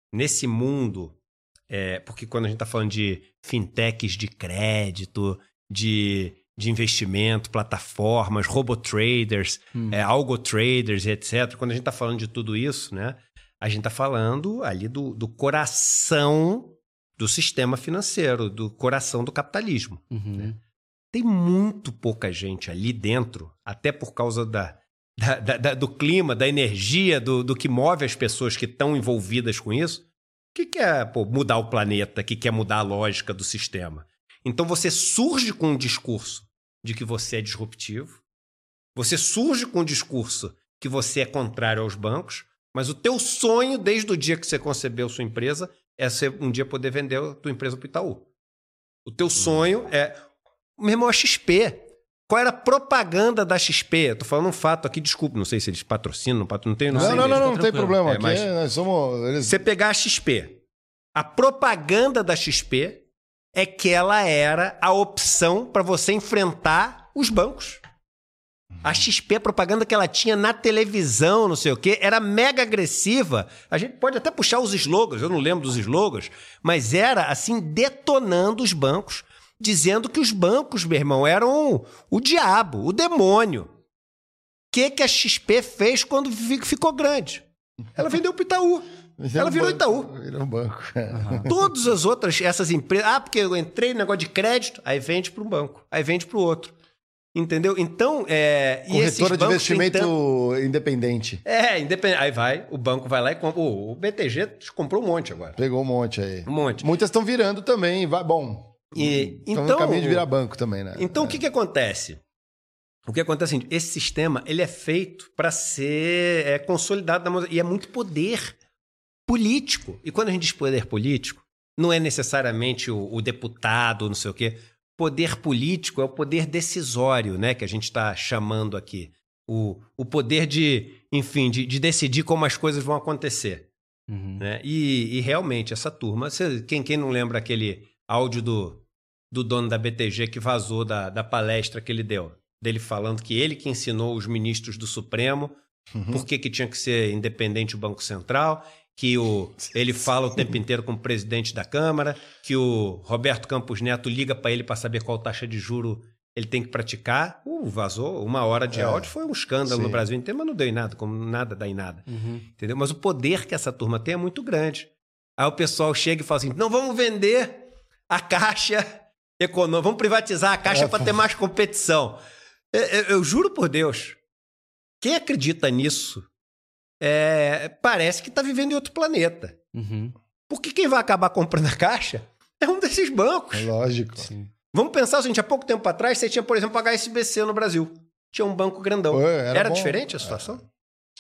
nesse mundo, é, porque quando a gente está falando de fintechs de crédito, de, de investimento, plataformas, robotraders, hum. é, algotraders, etcétera, quando a gente está falando de tudo isso, né, a gente está falando ali do, do coração do sistema financeiro, do coração do capitalismo. Uhum. Né? Tem muito pouca gente ali dentro, até por causa da, da, da, da, do clima, da energia, do, do que move as pessoas que estão envolvidas com isso, que quer pô, mudar o planeta, que quer mudar a lógica do sistema. Então você surge com um discurso de que você é disruptivo, você surge com um discurso que você é contrário aos bancos, mas o teu sonho, desde o dia que você concebeu sua empresa, é você um dia poder vender a tua empresa para o Itaú. O teu sonho é... Meu irmão, a X P. Qual era a propaganda da X P? Eu tô falando um fato aqui, desculpa, não sei se eles patrocinam, não patrocinam, não tem, não, não sei. Não, não, não, não, não tem problema. É, aqui mas nós somos... Eles... Você pegar a X P, a propaganda da X P é que ela era a opção para você enfrentar os bancos. A X P, a propaganda que ela tinha na televisão, não sei o quê, era mega agressiva. A gente pode até puxar os slogans, eu não lembro dos slogans, mas era assim, detonando os bancos, dizendo que os bancos, meu irmão, eram o diabo, o demônio. O que, que a X P fez quando ficou grande? Ela vendeu para o Itaú. Ela virou Itaú. Virou um banco. Uhum. Todas as outras, essas empresas... Ah, porque eu entrei no negócio de crédito, aí vende para um banco, aí vende para o outro. Entendeu? Então, é... Corretora de investimento tentando... independente. É, independente. Aí vai, o banco vai lá e compra. O B T G comprou um monte agora. Pegou um monte aí. Um monte. Muitas estão virando também, vai bom. E, estão então, no caminho de virar banco também, né? Então, é. o que que acontece? O que acontece é assim, esse sistema, ele é feito para ser é, consolidado na... E é muito poder político. E quando a gente diz poder político, não é necessariamente o, o deputado, não sei o quê. Poder político é o poder decisório, né, que a gente está chamando aqui. O, o poder de, enfim, de, de decidir como as coisas vão acontecer. Uhum. Né? E, e realmente, essa turma... Você, quem, quem não lembra aquele áudio do, do dono da B T G que vazou da, da palestra que ele deu? Dele falando que ele que ensinou os ministros do Supremo uhum. por que que tinha que ser independente o Banco Central... que o, ele fala o tempo inteiro com o presidente da Câmara, que o Roberto Campos Neto liga para ele para saber qual taxa de juro ele tem que praticar. Uh, vazou uma hora de é, áudio, foi um escândalo sim. no Brasil inteiro, mas não deu em nada, como nada dá em nada. Uhum. Entendeu? Mas o poder que essa turma tem é muito grande. Aí o pessoal chega e fala assim, não, vamos vender a Caixa Econômica, vamos privatizar a Caixa é, para ter mais competição. Eu, eu, eu juro por Deus, quem acredita nisso É, parece que está vivendo em outro planeta. Uhum. Porque quem vai acabar comprando a Caixa é um desses bancos. Lógico. Sim. Vamos pensar o seguinte, há pouco tempo atrás você tinha, por exemplo, H S B C no Brasil. Tinha um banco grandão. Pô, era era bom. diferente a situação? É.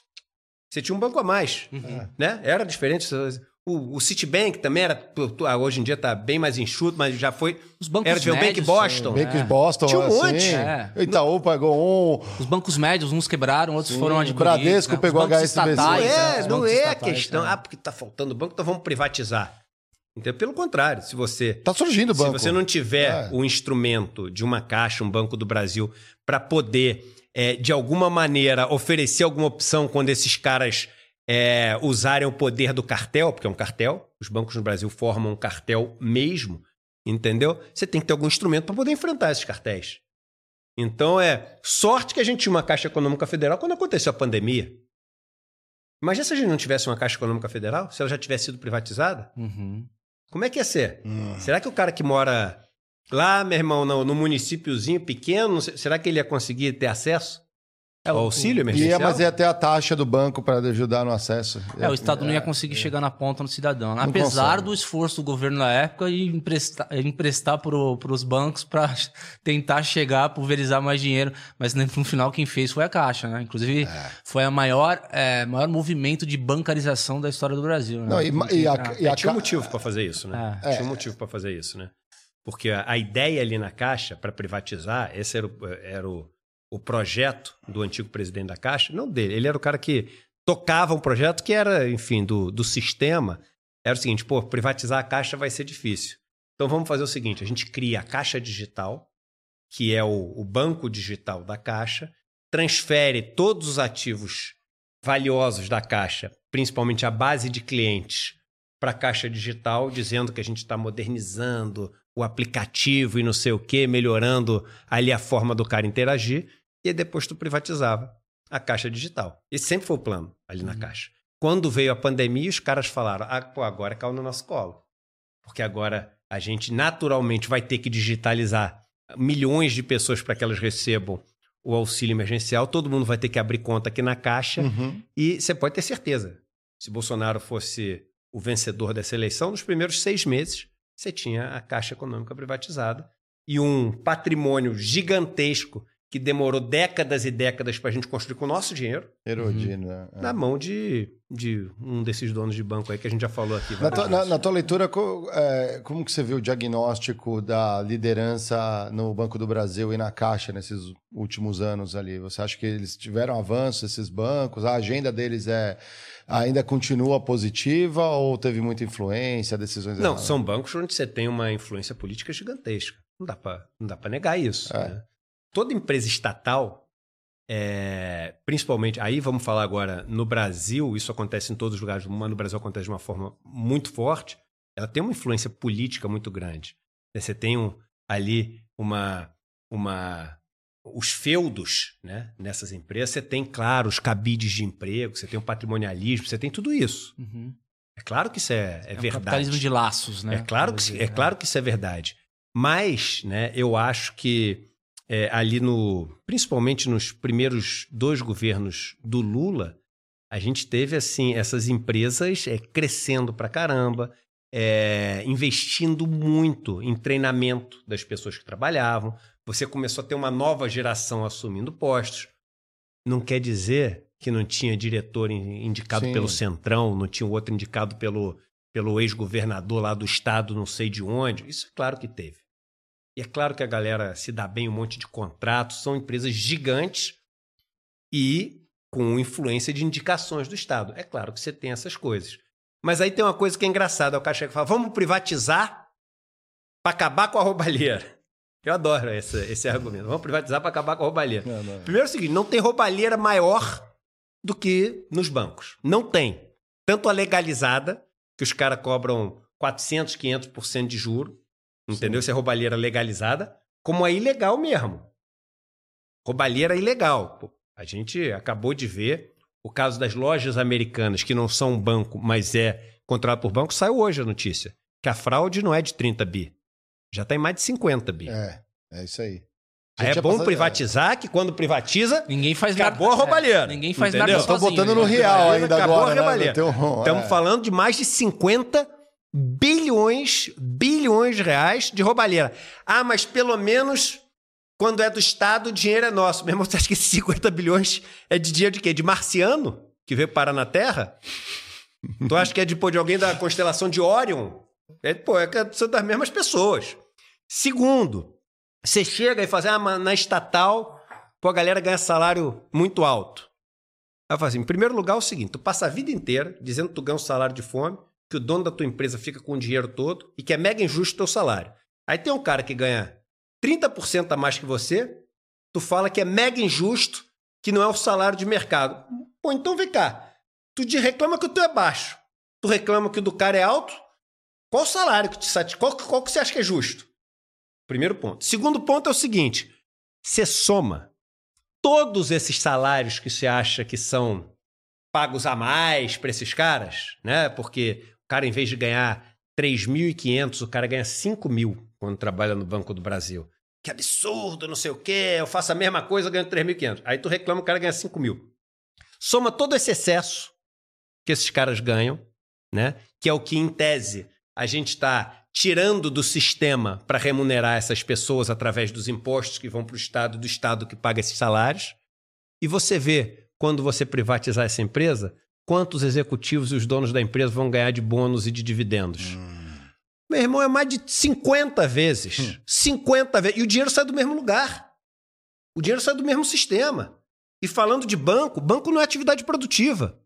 Você tinha um banco a mais. Uhum. Né? Era diferente. O, o Citibank também era... Hoje em dia está bem mais enxuto, mas já foi... Os bancos era de o Bank Boston. Bank é. Boston, tinha um monte. Assim. É. Itaú pagou um... Os bancos médios, uns quebraram, outros Sim. foram adquiridos. Bradesco né? pegou H S B C. Estatais, não é, né? não é a estatais, questão. né? Ah, porque está faltando banco, então vamos privatizar. Então, pelo contrário, se você... Está surgindo o banco. Se você não tiver é. o instrumento de uma Caixa, um Banco do Brasil, para poder, é, de alguma maneira, oferecer alguma opção quando esses caras é, usarem o poder do cartel, porque é um cartel, os bancos no Brasil formam um cartel mesmo, entendeu? Você tem que ter algum instrumento para poder enfrentar esses cartéis. Então, é sorte que a gente tinha uma Caixa Econômica Federal quando aconteceu a pandemia. Imagina se a gente não tivesse uma Caixa Econômica Federal, se ela já tivesse sido privatizada. Uhum. Como é que ia ser? Hum. Será que o cara que mora lá, meu irmão, no, no municípiozinho pequeno, será que ele ia conseguir ter acesso ao auxílio emergencial? Ia, mas ia ter a taxa do banco para ajudar no acesso. É, o Estado não ia conseguir é. chegar na ponta no cidadão. Né? Apesar do esforço do governo na época e emprestar, emprestar para os bancos para tentar chegar, pulverizar mais dinheiro. Mas no final quem fez foi a Caixa, né? Inclusive é. foi a maior, é, maior movimento de bancarização da história do Brasil. Né? Não, e, e a, e a, é, tinha um motivo para fazer isso, né? É. Tinha um motivo para fazer isso, né? Porque a, a ideia ali na Caixa para privatizar, esse era o... Era o o projeto do antigo presidente da Caixa, não dele, ele era o cara que tocava um projeto que era, enfim, do, do sistema, era o seguinte, pô, privatizar a Caixa vai ser difícil. Então vamos fazer o seguinte, a gente cria a Caixa Digital, que é o, o banco digital da Caixa, transfere todos os ativos valiosos da Caixa, principalmente a base de clientes, para a Caixa Digital, dizendo que a gente está modernizando o aplicativo e não sei o quê, melhorando ali a forma do cara interagir, e depois tu privatizava a Caixa Digital. Esse sempre foi o plano ali na Caixa. Quando veio a pandemia, os caras falaram, ah, pô, agora caiu no nosso colo. Porque agora a gente naturalmente vai ter que digitalizar milhões de pessoas para que elas recebam o auxílio emergencial, todo mundo vai ter que abrir conta aqui na Caixa, uhum. E você pode ter certeza, se Bolsonaro fosse o vencedor dessa eleição, nos primeiros seis meses você tinha a Caixa Econômica privatizada e um patrimônio gigantesco que demorou décadas e décadas para a gente construir com o nosso dinheiro. Erodino, né? Na mão de, de um desses donos de banco aí que a gente já falou aqui. Na tua, na, na tua leitura, co, é, como que você viu o diagnóstico da liderança no Banco do Brasil e na Caixa nesses últimos anos ali? Você acha que eles tiveram avanço, esses bancos? A agenda deles é, ainda continua positiva ou teve muita influência, decisões Não, erradas? São bancos onde você tem uma influência política gigantesca. Não dá para não dá para negar isso, é. né? Toda empresa estatal, é, principalmente, aí vamos falar agora, no Brasil, isso acontece em todos os lugares do mundo, mas no Brasil acontece de uma forma muito forte, ela tem uma influência política muito grande. Você tem um, ali uma, uma, os feudos, né, nessas empresas, você tem, claro, os cabides de emprego, você tem o patrimonialismo, você tem tudo isso. Uhum. É claro que isso é, é, é verdade. Um capitalismo de laços, né? É claro, que, dizer, é claro que isso é verdade. Mas, né, eu acho que é, ali no, principalmente nos primeiros dois governos do Lula, a gente teve assim essas empresas é, crescendo pra caramba, é, investindo muito em treinamento das pessoas que trabalhavam. Você começou a ter uma nova geração assumindo postos. Não quer dizer que não tinha diretor indicado Sim. pelo Centrão, não tinha outro indicado pelo, pelo ex-governador lá do estado, não sei de onde. Isso é claro que teve. E é claro que a galera se dá bem, um monte de contratos, são empresas gigantes e com influência de indicações do Estado. É claro que você tem essas coisas. Mas aí tem uma coisa que é engraçada, o cara chega e fala, vamos privatizar para acabar com a roubalheira. Eu adoro esse, esse argumento, vamos privatizar para acabar com a roubalheira. Não, não. Primeiro é o seguinte, não tem roubalheira maior do que nos bancos. Não tem. Tanto a legalizada, que os caras cobram quatrocentos, quinhentos por cento de juro, entendeu? Sim. Se é roubalheira legalizada, como a ilegal mesmo. Roubalheira ilegal. Pô, a gente acabou de ver o caso das lojas americanas, que não são um banco, mas é controlado por banco, saiu hoje a notícia. Que a fraude não é de trinta bi. Já está em mais de cinquenta bi. É, é isso aí. Aí é bom passado... privatizar, que quando privatiza, ninguém faz acabou nada. a roubalheira. É, ninguém faz entendeu? nada sozinho. Estão botando no real ainda acabou agora. A roubalheira. Né? Um... Estamos é. falando de mais de cinquenta bilhões, bilhões de reais de roubalheira. Ah, mas pelo menos quando é do Estado, o dinheiro é nosso. Meu irmão, você acha que esses cinquenta bilhões é de dinheiro de quê? De marciano? Que veio parar na Terra? Tu acha que é de, pô, de alguém da constelação de Órion? É, pô, é que são das mesmas pessoas. Segundo, você chega e fala assim, ah, na estatal, pô, a galera ganha salário muito alto. Aí eu falo assim, em primeiro lugar é o seguinte, tu passa a vida inteira dizendo que tu ganha um salário de fome, que o dono da tua empresa fica com o dinheiro todo e que é mega injusto o teu salário. Aí tem um cara que ganha trinta por cento a mais que você, tu fala que é mega injusto, que não é o salário de mercado. Pô, então vem cá, tu reclama que o teu é baixo, tu reclama que o do cara é alto, qual o salário que te satisfaz? Qual, qual que você acha que é justo? Primeiro ponto. Segundo ponto é o seguinte, você soma todos esses salários que você acha que são pagos a mais para esses caras, né? Porque o cara, em vez de ganhar três mil e quinhentos, o cara ganha cinco mil quando trabalha no Banco do Brasil. Que absurdo, não sei o quê, eu faço a mesma coisa, eu ganho três mil e quinhentos. Aí tu reclama, o cara ganha cinco mil. Soma todo esse excesso que esses caras ganham, né? Que é o que, em tese, a gente está tirando do sistema para remunerar essas pessoas através dos impostos que vão para o Estado, do Estado que paga esses salários. E você vê, quando você privatizar essa empresa, quantos executivos e os donos da empresa vão ganhar de bônus e de dividendos. Hum. Meu irmão, é mais de cinquenta vezes. Hum. cinquenta vezes. E o dinheiro sai do mesmo lugar. O dinheiro sai do mesmo sistema. E falando de banco, banco não é atividade produtiva.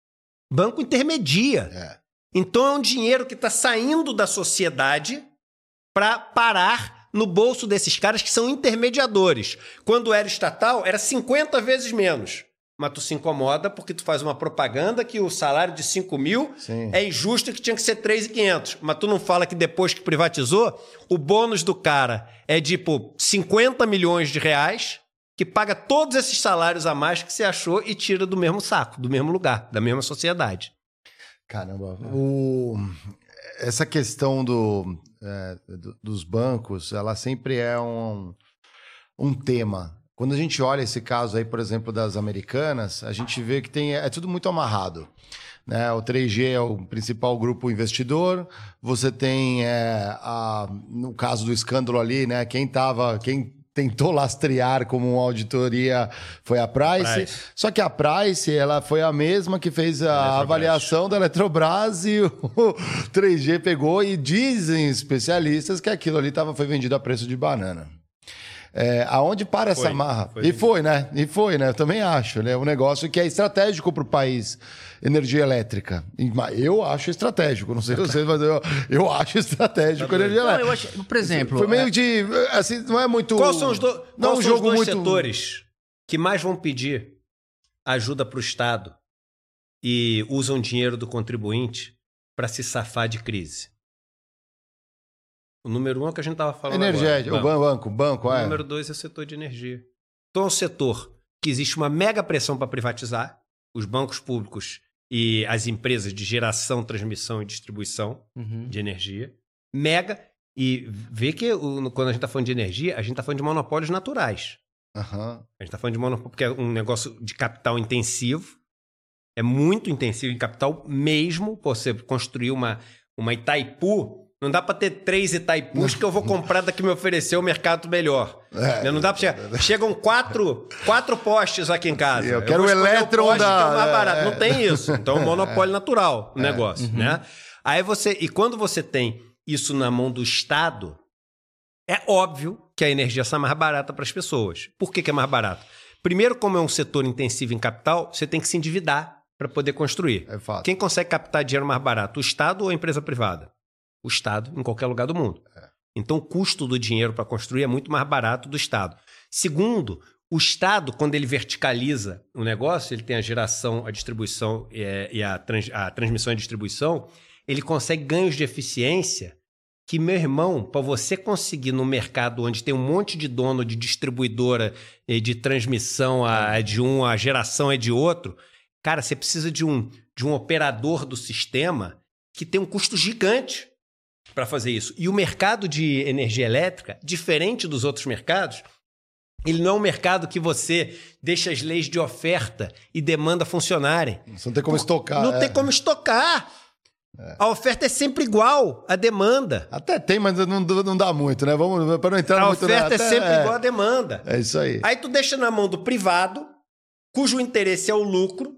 Banco intermedia. É. Então é um dinheiro que está saindo da sociedade para parar no bolso desses caras que são intermediadores. Quando era estatal, era cinquenta vezes menos. mas tu se incomoda porque tu faz uma propaganda que o salário de cinco mil Sim. é injusto e que tinha que ser três mil e quinhentos. Mas tu não fala que depois que privatizou, o bônus do cara é de tipo, cinquenta milhões de reais, que paga todos esses salários a mais que você achou e tira do mesmo saco, do mesmo lugar, da mesma sociedade. Caramba. O... Essa questão do, é, do, dos bancos, ela sempre é um, um tema. Quando a gente olha esse caso aí, por exemplo, das americanas, a gente vê que tem, é tudo muito amarrado. Né? O três G é o principal grupo investidor. Você tem, é, a, no caso do escândalo ali, né? Quem tava, quem tentou lastrear como uma auditoria foi a Price. Price. Só que a Price, ela foi a mesma que fez a avaliação da Eletrobras e o três G pegou e dizem especialistas que aquilo ali tava, foi vendido a preço de banana. É, aonde para foi, essa marra? Foi e foi, né? E foi, né? Eu também acho, né? Um negócio que é estratégico para o país, energia elétrica. Eu acho estratégico, não sei vocês, mas eu, eu acho estratégico tá energia elétrica. Não, eu acho, por exemplo... Foi meio é... de... Assim, não é muito... Quais são os, do... não Qual um são jogo os dois muito... setores que mais vão pedir ajuda para o Estado e usam dinheiro do contribuinte para se safar de crise? O número um é o que a gente estava falando Energético, agora. o banco, banco, o é. O número dois é o setor de energia. Então é um setor que existe uma mega pressão para privatizar, os bancos públicos e as empresas de geração, transmissão e distribuição uhum. de energia. Mega. E vê que o, quando a gente está falando de energia, a gente está falando de monopólios naturais. Uhum. A gente está falando de monopólio porque é um negócio de capital intensivo. É muito intensivo em capital mesmo. Você construir uma, uma Itaipu... Não dá para ter três Itaipus que eu vou comprar da que me ofereceu o mercado melhor. É, não dá para chegar. Chegam quatro, quatro postes aqui em casa. Eu quero o elétron da... que é o mais barato. É. Não tem isso. Então é um monopólio natural o é. negócio, uhum. né? Aí você... E quando você tem isso na mão do Estado, é óbvio que a energia sai mais barata para as pessoas. Por que que é mais barato? Primeiro, como é um setor intensivo em capital, você tem que se endividar para poder construir. É fato. Quem consegue captar dinheiro mais barato? O Estado ou a empresa privada? O Estado em qualquer lugar do mundo. É. Então, o custo do dinheiro para construir é muito mais barato do Estado. Segundo, o Estado, quando ele verticaliza o negócio, ele tem a geração, a distribuição é, e a, trans, a transmissão e a distribuição, ele consegue ganhos de eficiência que, meu irmão, para você conseguir no mercado onde tem um monte de dono de distribuidora, de transmissão é de um, a geração é de outro, cara, você precisa de um, de um operador do sistema que tem um custo gigante para fazer isso. E o mercado de energia elétrica, diferente dos outros mercados, ele não é um mercado que você deixa as leis de oferta e demanda funcionarem. Você não tem como Por, estocar. Não é. tem como estocar. É. A oferta é sempre igual à demanda. Até tem, mas não, não dá muito, né? Vamos para não entrar a muito... A oferta né? é sempre é. igual à demanda. É isso aí. Aí tu deixa na mão do privado, cujo interesse é o lucro,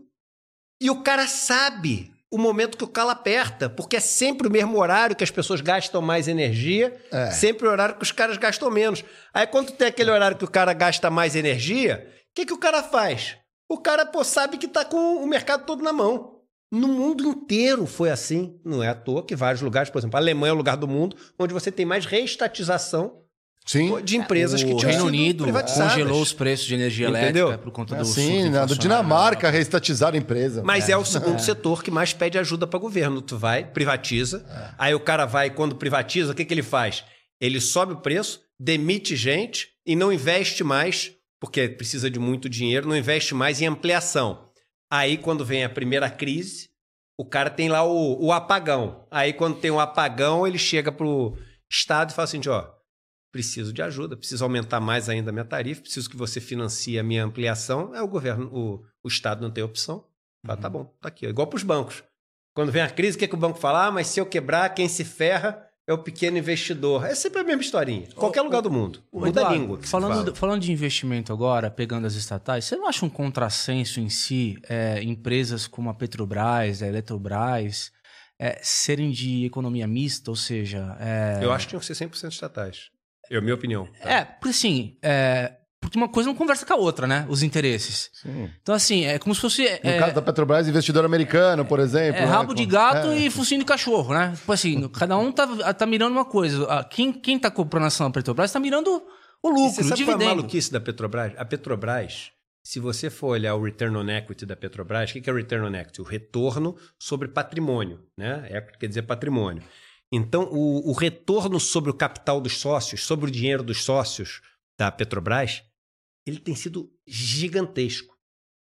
e o cara sabe o momento que o calo aperta, porque é sempre o mesmo horário que as pessoas gastam mais energia, é. sempre o horário que os caras gastam menos. Aí quando tem aquele horário que o cara gasta mais energia, o que, que o cara faz? O cara pô, sabe que está com o mercado todo na mão. No mundo inteiro foi assim. Não é à toa que vários lugares, por exemplo, a Alemanha é o lugar do mundo onde você tem mais reestatização Sim. de empresas o que tinham Reino Unido privatizadas. Congelou os preços de energia Entendeu? elétrica por conta do Sim, na do Dinamarca reestatizaram a empresa. Mas é, é o segundo é. setor que mais pede ajuda para o governo. Tu vai, privatiza, é. aí o cara vai, quando privatiza, o que, que ele faz? Ele sobe o preço, demite gente e não investe mais, porque precisa de muito dinheiro, não investe mais em ampliação. Aí, quando vem a primeira crise, o cara tem lá o, o apagão. Aí, quando tem o apagão, ele chega para o Estado e fala assim, ó, preciso de ajuda, preciso aumentar mais ainda a minha tarifa, preciso que você financie a minha ampliação. É o governo, o, o Estado não tem opção. Fala, uhum. tá bom, tá aqui. Igual para os bancos. Quando vem a crise, o que, é que o banco fala? Ah, mas se eu quebrar, quem se ferra é o pequeno investidor. É sempre a mesma historinha. Qualquer o, lugar do mundo. O, Muda Eduardo, a língua. Que falando, fala. falando de investimento agora, pegando as estatais, você não acha um contrassenso em si é, empresas como a Petrobras, a Eletrobras, é, serem de economia mista, ou seja... É... Eu acho que tinham que ser cem por cento estatais. É a minha opinião. Tá? É, porque assim, é, porque uma coisa não conversa com a outra, né? Os interesses. Sim. Então, assim, é como se fosse... No é, caso da Petrobras, investidor americano, por exemplo. É né? rabo de gato é. e focinho de cachorro, né? Tipo assim, cada um tá, tá mirando uma coisa. Quem, quem tá comprando ação da Petrobras tá mirando o lucro, e você o sabe dividendo. Qual é a maluquice da Petrobras? A Petrobras, se você for olhar o return on equity da Petrobras, o que é o return on equity? O retorno sobre patrimônio, né? Equity quer dizer patrimônio. Então, o, o retorno sobre o capital dos sócios, sobre o dinheiro dos sócios da Petrobras, ele tem sido gigantesco.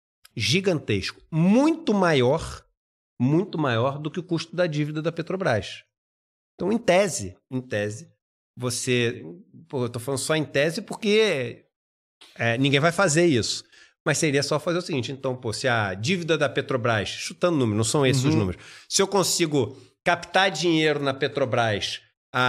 Gigantesco. Muito maior, muito maior do que o custo da dívida da Petrobras. Então, em tese, em tese, você... Pô, eu estou falando só em tese porque é, ninguém vai fazer isso. Mas seria só fazer o seguinte, então, pô, se a dívida da Petrobras, chutando números, não são esses uhum. os números, se eu consigo captar dinheiro na Petrobras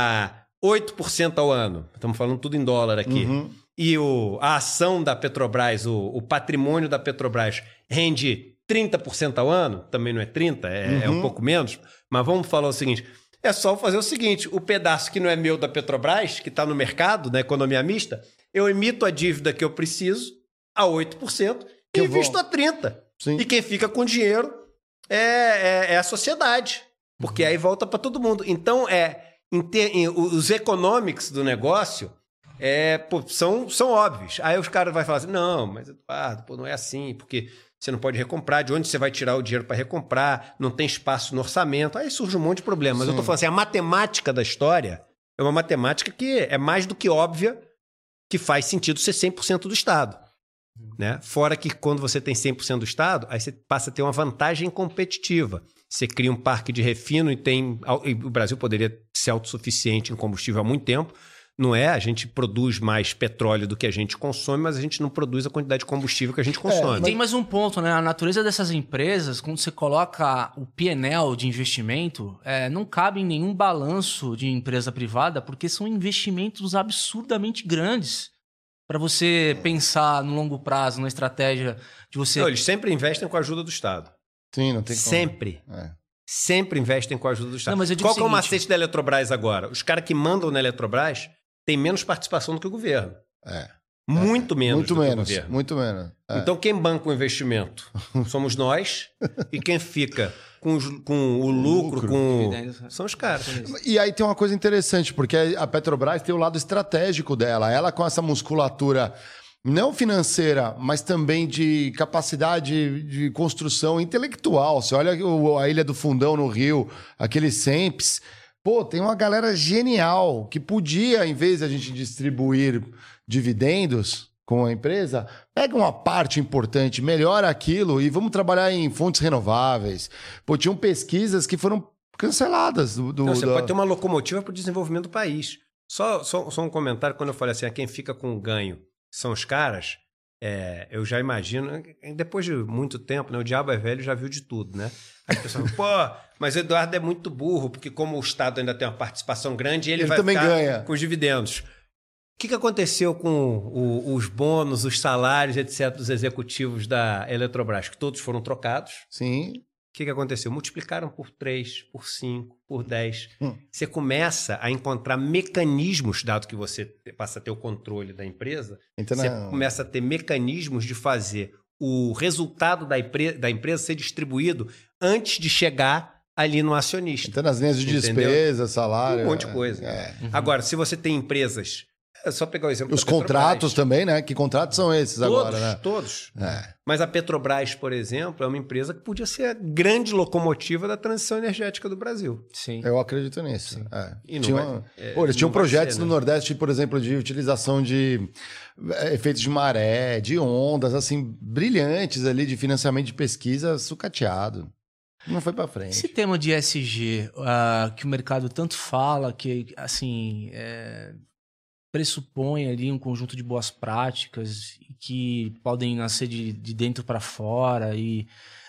a oito por cento ao ano, estamos falando tudo em dólar aqui, uhum. e o, a ação da Petrobras, o, o patrimônio da Petrobras rende trinta por cento ao ano, também não é trinta por cento, é, uhum. é um pouco menos, mas vamos falar o seguinte, é só fazer o seguinte, o pedaço que não é meu da Petrobras, que está no mercado, na economia mista, eu emito a dívida que eu preciso, a oito por cento e invisto a trinta por cento. Sim. E quem fica com dinheiro é, é, é a sociedade, porque uhum. aí volta para todo mundo. Então, é, em ter, em, os economics do negócio é, pô, são, são óbvios. Aí os caras vão falar assim, não, mas Eduardo, pô, não é assim, porque você não pode recomprar, de onde você vai tirar o dinheiro para recomprar, não tem espaço no orçamento. Aí surge um monte de problemas. Mas eu estou falando assim, a matemática da história é uma matemática que é mais do que óbvia que faz sentido ser cem por cento do Estado. Né? Fora que quando você tem cem por cento do Estado, aí você passa a ter uma vantagem competitiva. Você cria um parque de refino e tem... E o Brasil poderia ser autossuficiente em combustível há muito tempo. Não é? A gente produz mais petróleo do que a gente consome, mas a gente não produz a quantidade de combustível que a gente consome. É, mas... Tem mais um ponto, né? A natureza dessas empresas, quando você coloca o P and L de investimento, é, não cabe em nenhum balanço de empresa privada, porque são investimentos absurdamente grandes. Para você pensar no longo prazo, na estratégia de você... Não, eles sempre investem com a ajuda do Estado. Sim, não tem como. Sempre. É. Sempre investem com a ajuda do Estado. Não, mas eu digo Qual o que é o seguinte... macete da Eletrobras agora? Os caras que mandam na Eletrobras têm menos participação do que o governo. É. Muito é. menos muito do menos, que o governo. Muito menos. É. Então, quem banca o investimento somos nós. E quem fica com, os, com o lucro, lucro. Com... são os caras. E aí tem uma coisa interessante, porque a Petrobras tem o lado estratégico dela. Ela com essa musculatura... não financeira, mas também de capacidade de construção intelectual. Você olha a Ilha do Fundão no Rio, aquele SEMPS. Pô, tem uma galera genial que podia, em vez de a gente distribuir dividendos com a empresa, pega uma parte importante, melhora aquilo e vamos trabalhar em fontes renováveis. Pô, tinham pesquisas que foram canceladas. Do, do, Não, você da... pode ter uma locomotiva para o desenvolvimento do país. Só, só, só um comentário, quando eu falei assim, a quem fica com ganho são os caras, é, eu já imagino, depois de muito tempo, né, o diabo é velho, já viu de tudo, né? As pessoas falam, pô, mas o Eduardo é muito burro, porque como o Estado ainda tem uma participação grande, ele, ele vai também ficar ganha com os dividendos. O que, que aconteceu com o, os bônus, os salários, etcétera, dos executivos da Eletrobras? Que todos foram trocados. Sim. O que, que aconteceu? Multiplicaram por três, por cinco, por dez. Hum. Você começa a encontrar mecanismos, dado que você passa a ter o controle da empresa, então, você não... começa a ter mecanismos de fazer o resultado da, empre... da empresa ser distribuído antes de chegar ali no acionista. Então, nas linhas de Entendeu? despesa, salário... Um monte de coisa. É. Uhum. Agora, se você tem empresas... É só pegar o exemplo Os da Petrobras. contratos também, né? Que contratos são esses todos, agora, né? Todos. É. Mas a Petrobras, por exemplo, é uma empresa que podia ser a grande locomotiva da transição energética do Brasil. Sim. Eu acredito nisso. É. E não tinha vai, uma... é, Pô, eles tinham projetos ser, né? no Nordeste, por exemplo, de utilização de efeitos de maré, de ondas, assim, brilhantes ali, de financiamento de pesquisa sucateado. Não foi para frente. Esse tema de E S G, uh, que o mercado tanto fala, que, assim... É... pressupõe ali um conjunto de boas práticas que podem nascer de, de dentro para fora, e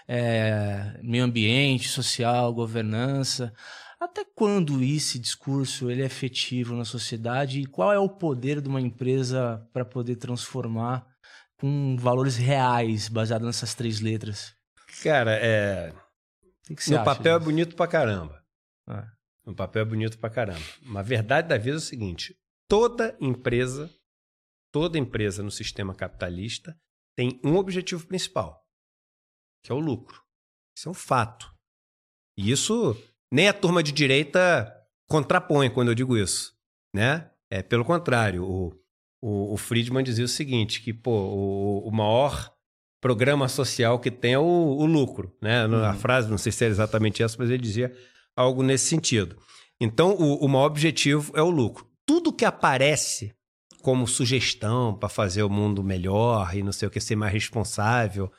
é, meio ambiente, social, governança. Até quando esse discurso ele é efetivo na sociedade e qual é o poder de uma empresa para poder transformar com valores reais baseados nessas três letras? Cara, é... O que que no acha papel disso? é bonito pra caramba. Ah. No papel é bonito pra caramba. Mas a verdade da vida é o seguinte... Toda empresa, toda empresa no sistema capitalista tem um objetivo principal, que é o lucro. Isso é um fato. E isso nem a turma de direita contrapõe quando eu digo isso, né? É, pelo contrário, o, o, o Friedman dizia o seguinte, que pô, o, o maior programa social que tem é o, o lucro, né? Uhum. A frase, não sei se é exatamente essa, mas ele dizia algo nesse sentido. Então, o, o maior objetivo é o lucro. Tudo que aparece como sugestão para fazer o mundo melhor e não sei o que, ser mais responsável,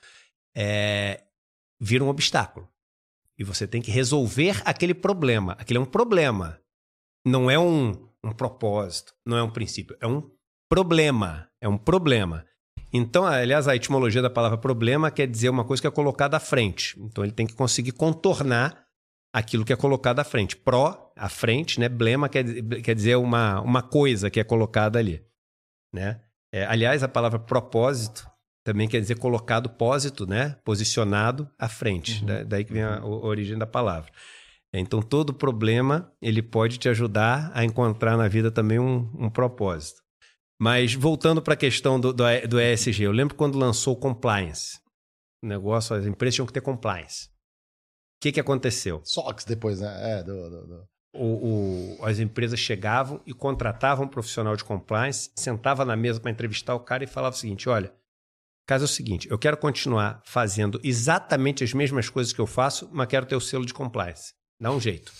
é, vira um obstáculo. E você tem que resolver aquele problema. Aquele é um problema. Não é um, um propósito, não é um princípio. É um problema. É um problema. Então, aliás, a etimologia da palavra problema quer dizer uma coisa que é colocada à frente. Então, ele tem que conseguir contornar aquilo que é colocado à frente. Pró, à frente, né? Blema quer, quer dizer uma, uma coisa que é colocada ali. Né? É, aliás, a palavra propósito também quer dizer colocado pósito, né? Posicionado à frente. Uhum. Da, daí que vem a, a origem da palavra. Então, todo problema ele pode te ajudar a encontrar na vida também um, um propósito. Mas voltando para a questão do, do, do E S G, eu lembro quando lançou o compliance. O negócio, as empresas tinham que ter compliance. O que, que aconteceu? S O X depois, né? É, do, do, do... O, o, as empresas chegavam e contratavam um profissional de compliance, sentava na mesa para entrevistar o cara e falava o seguinte, olha, o caso é o seguinte, eu quero continuar fazendo exatamente as mesmas coisas que eu faço, mas quero ter o selo de compliance. Dá um jeito.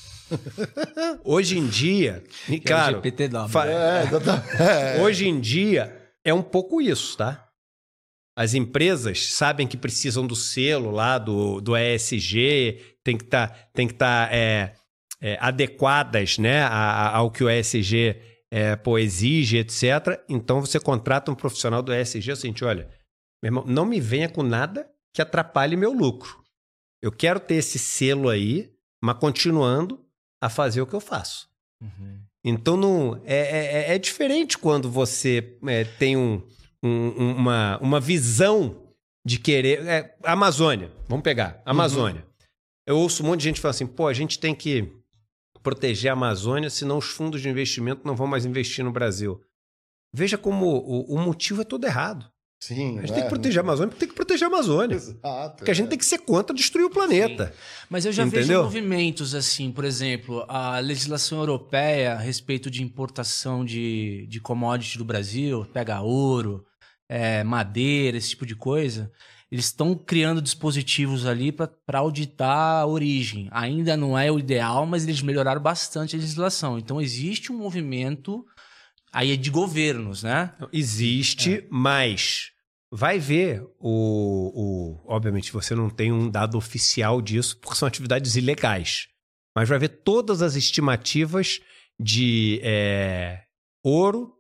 Hoje em dia, e claro, G P T W. fa- É, é. hoje em dia é um pouco isso, tá? As empresas sabem que precisam do selo lá, do, do E S G, tem que tá, tem que estar tá, é, é, adequadas, né, a, a, ao que o E S G é, pô, exige, etcétera. Então você contrata um profissional do E S G e é o seguinte, olha, meu irmão, não me venha com nada que atrapalhe meu lucro. Eu quero ter esse selo aí, mas continuando a fazer o que eu faço. Uhum. Então, não, é, é, é diferente quando você é, tem um, um, uma, uma visão de querer... É, Amazônia, vamos pegar, Amazônia. Uhum. Eu ouço um monte de gente falar assim, pô, a gente tem que proteger a Amazônia, senão os fundos de investimento não vão mais investir no Brasil. Veja como o, o motivo é todo errado. Sim, a gente é, tem que proteger a Amazônia porque tem que proteger a Amazônia. Exato. Porque a gente tem que ser contra destruir o planeta. Sim. Mas eu já Entendeu? vejo movimentos assim, por exemplo, a legislação europeia a respeito de importação de, de commodity do Brasil, pega ouro, é, madeira, esse tipo de coisa. Eles estão criando dispositivos ali para auditar a origem. Ainda não é o ideal, mas eles melhoraram bastante a legislação. Então existe um movimento aí de governos, né? Existe, é. Mas vai ver o, o... Obviamente, você não tem um dado oficial disso, porque são atividades ilegais. Mas vai ver todas as estimativas de é, ouro,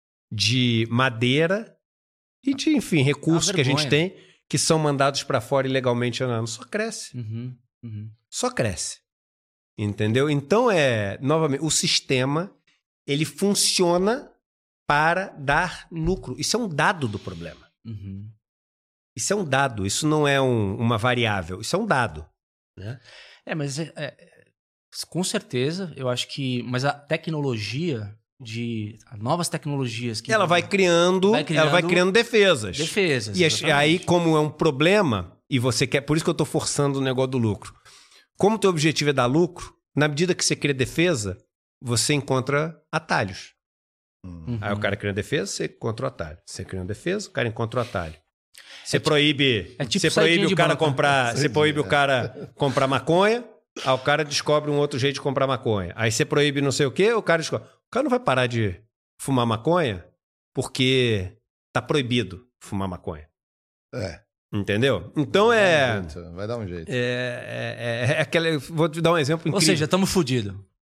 de madeira e de, enfim, recursos que a gente tem que são mandados para fora ilegalmente. Só cresce. Uhum, uhum. Só cresce. Entendeu? Então, é novamente, o sistema... ele funciona para dar lucro. Isso é um dado do problema. Uhum. Isso é um dado, isso não é um, uma variável, isso é um dado. Né? É, mas é, é, com certeza, eu acho que... Mas a tecnologia, de novas tecnologias... que ela vai criando, vai criando, ela vai criando defesas. Defesas, E aí, como é um problema, e você quer... Por isso que eu estou forçando o negócio do lucro. Como o teu objetivo é dar lucro, na medida que você cria defesa... você encontra atalhos. Uhum. Aí o cara cria uma defesa, você encontra o atalho. Você cria uma defesa, o cara encontra o atalho. Você é proíbe, tipo, é tipo você proíbe o cara comprar, você proíbe o cara comprar maconha, aí o cara descobre um outro jeito de comprar maconha. Aí você proíbe não sei o quê, o cara descobre. O cara não vai parar de fumar maconha porque tá proibido fumar maconha. É. Entendeu? Então vai é... Dar um vai dar um jeito. É, é, é, é aquela... Vou te dar um exemplo incrível. Ou seja, estamos fodidos.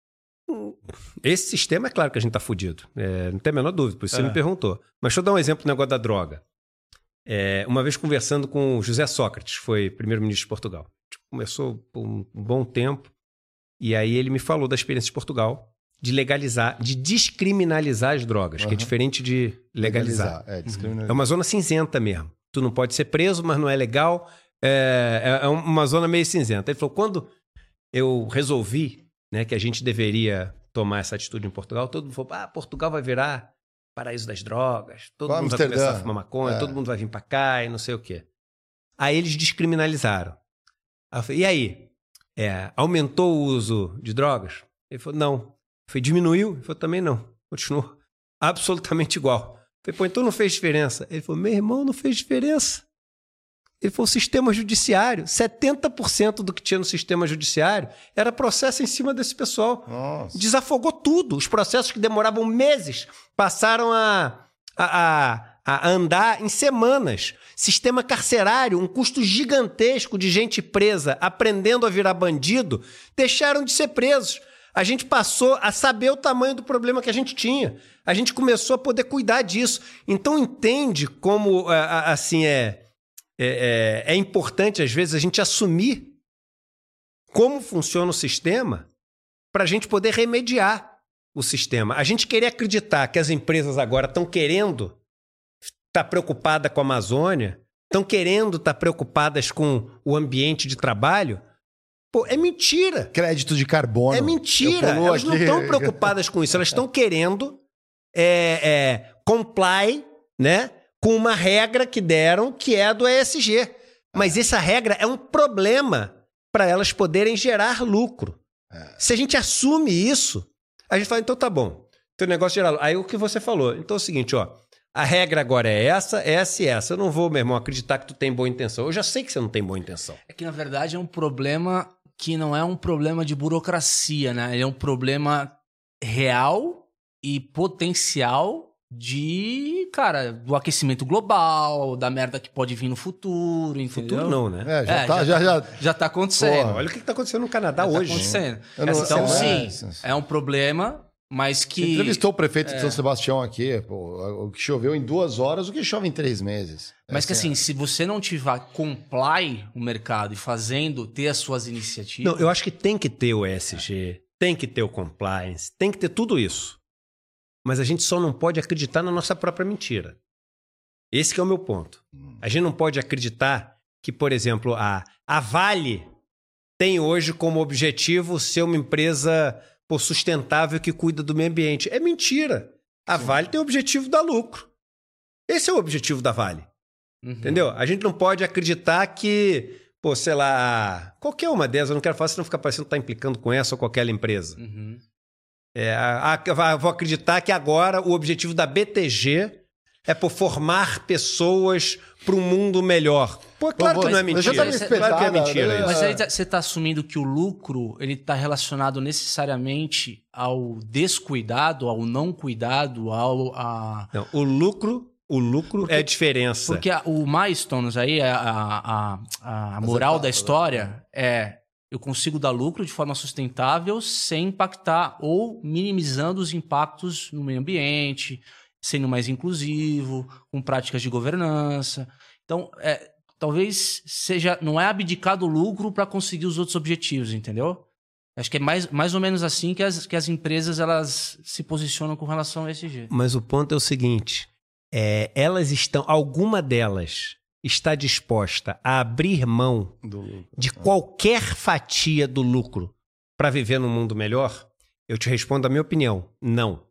Esse sistema, é claro que a gente tá fudido. É, não tem a menor dúvida, por isso é. Você me perguntou. Mas deixa eu dar um exemplo do negócio da droga. É, uma vez conversando com o José Sócrates, foi primeiro-ministro de Portugal. Começou por um bom tempo, e aí ele me falou da experiência de Portugal de legalizar, de descriminalizar as drogas, uhum. que é diferente de legalizar. legalizar. É, descriminalizar. É uma zona cinzenta mesmo. Tu não pode ser preso, mas não é legal. É, é uma zona meio cinzenta. Ele falou, quando eu resolvi, né, que a gente deveria tomar essa atitude em Portugal, todo mundo falou, ah, Portugal vai virar paraíso das drogas, todo Vamos mundo vai começar a fumar maconha, é. todo mundo vai vir para cá e não sei o quê. Aí eles descriminalizaram. Aí eu falei, e aí? É, aumentou o uso de drogas? Ele falou, não. Eu falei, diminuiu? Ele falou, também não. Continuou absolutamente igual. Eu falei, pô, então não fez diferença. Ele falou, meu irmão, não fez diferença. Ele falou, o sistema judiciário, setenta por cento do que tinha no sistema judiciário era processo em cima desse pessoal. Nossa. Desafogou tudo. Os processos que demoravam meses passaram a, a, a, a andar em semanas. Sistema carcerário, um custo gigantesco de gente presa, aprendendo a virar bandido, deixaram de ser presos. A gente passou a saber o tamanho do problema que a gente tinha. A gente começou a poder cuidar disso. Então, entende como, assim, é... É, é, é importante, às vezes, a gente assumir como funciona o sistema para a gente poder remediar o sistema. A gente querer acreditar que as empresas agora estão querendo estar preocupadas com a Amazônia, estão querendo estar preocupadas com o ambiente de trabalho, pô, é mentira. Crédito de carbono. É mentira. Elas aqui. não estão preocupadas com isso. Elas estão querendo é, é, comply, né? Com uma regra que deram, que é a do E S G. Mas essa regra é um problema para elas poderem gerar lucro. É. Se a gente assume isso, a gente fala, então tá bom. Teu negócio gerar lucro. Aí o que você falou. Então é o seguinte, ó. A regra agora é essa, essa e essa. Eu não vou, meu irmão, acreditar que tu tem boa intenção. Eu já sei que você não tem boa intenção. É que, na verdade, é um problema que não é um problema de burocracia, né? Ele é um problema real e potencial de, cara, do aquecimento global, da merda que pode vir no futuro, entendeu? Futuro não, né? É, já, É, tá, já, já, já tá acontecendo. Porra, olha o que tá acontecendo no Canadá já hoje. Tá acontecendo. Eu não- Então, é, sim, é. é um problema, mas que... Você entrevistou o prefeito de São Sebastião aqui, pô, o que choveu em duas horas, o que chove em três meses. Mas que assim, é. se você não tiver comply o mercado e fazendo, ter as suas iniciativas... Não, eu acho que tem que ter o E S G, tem que ter o compliance, tem que ter tudo isso. Mas a gente só não pode acreditar na nossa própria mentira. Esse que é o meu ponto. A gente não pode acreditar que, por exemplo, a, a Vale tem hoje como objetivo ser uma empresa pô, sustentável que cuida do meio ambiente. É mentira. A Sim. Vale tem o objetivo de dar lucro. Esse é o objetivo da Vale. Uhum. Entendeu? A gente não pode acreditar que, pô, sei lá, qualquer uma dessas, eu não quero falar, senão fica parecendo que está implicando com essa ou qualquer empresa. Uhum. É, a, a, vou acreditar que agora o objetivo da B T G é por formar pessoas para um mundo melhor. Pô, claro Pô, que não é mentira. Tá Cê, claro que é mentira. Né? Mas aí você está assumindo que o lucro ele está relacionado necessariamente ao descuidado, ao não cuidado, ao... A... Não, o lucro, o lucro porque, é a diferença. Porque a, o milestones aí, a, a, a, a moral da história é... Eu consigo dar lucro de forma sustentável sem impactar ou minimizando os impactos no meio ambiente, sendo mais inclusivo, com práticas de governança. Então, é, talvez seja, não é abdicar do lucro para conseguir os outros objetivos, entendeu? Acho que é mais, mais ou menos assim que as, que as empresas elas se posicionam com relação ao E S G. Mas o ponto é o seguinte, é, elas estão, alguma delas... está disposta a abrir mão de qualquer fatia do lucro para viver num mundo melhor? Eu te respondo a minha opinião. Não.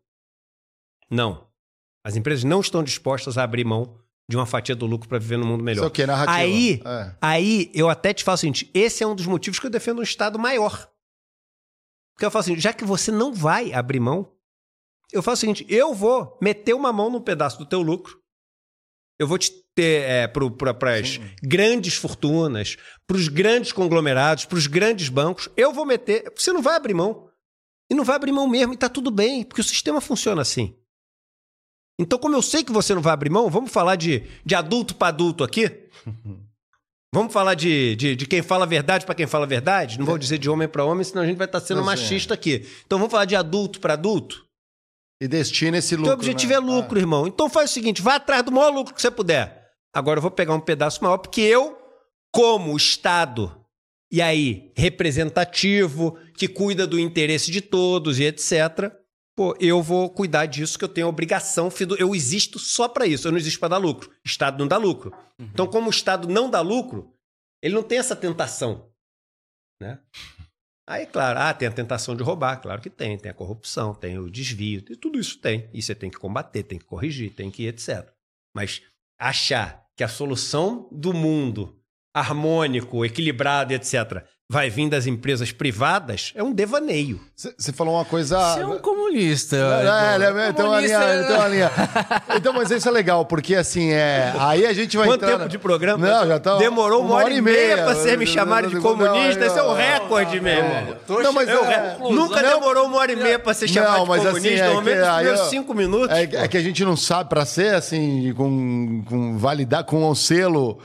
Não. As empresas não estão dispostas a abrir mão de uma fatia do lucro para viver num mundo melhor. Isso é o quê? Narrativa. Aí, é. aí, eu até te falo o seguinte, esse é um dos motivos que eu defendo um Estado maior. Porque eu falo assim, já que você não vai abrir mão, eu falo o seguinte, eu vou meter uma mão num pedaço do teu lucro, eu vou te ter é, para as grandes fortunas, para os grandes conglomerados, para os grandes bancos. Eu vou meter... Você não vai abrir mão. E não vai abrir mão mesmo. E está tudo bem, porque o sistema funciona assim. Então, como eu sei que você não vai abrir mão, vamos falar de, de adulto para adulto aqui? Vamos falar de, de, de quem fala a verdade para quem fala a verdade? Não vou dizer de homem para homem, senão a gente vai estar sendo Mas, machista é. aqui. Então, vamos falar de adulto para adulto? E destina esse lucro. Teu objetivo né? é lucro, ah. irmão. Então faz o seguinte, vai atrás do maior lucro que você puder. Agora eu vou pegar um pedaço maior, porque eu, como Estado, e aí, representativo, que cuida do interesse de todos e etcétera, pô, eu vou cuidar disso, que eu tenho a obrigação, eu existo só para isso, eu não existo para dar lucro. O Estado não dá lucro. Uhum. Então, como o Estado não dá lucro, ele não tem essa tentação, né? Aí, claro, ah, tem a tentação de roubar, claro que tem, tem a corrupção, tem o desvio, tem, tudo isso tem. E você tem que combater, tem que corrigir, tem que etcétera. Mas achar que a solução do mundo harmônico, equilibrado, etcétera, vai vir das empresas privadas, é um devaneio. Você falou uma coisa... Você é um comunista. É, ele é, tem uma linha, Comunista, tem uma linha. Então, mas isso é legal, porque assim, é... aí a gente vai Quanto entrar... tempo na- de programa? Não, já tá... Demorou uma, hora, e meia pra você me chamar de Não, comunista. não, Esse é um não, recorde, meu irmão. Não, mas É um é- recorde. Nunca não, demorou uma hora e meia pra você chamar Não, de mas comunista. assim, é Normalmente que os aí primeiros eu- cinco minutos. É, pô. é que a gente não sabe, pra ser assim, com, com validar, com o selo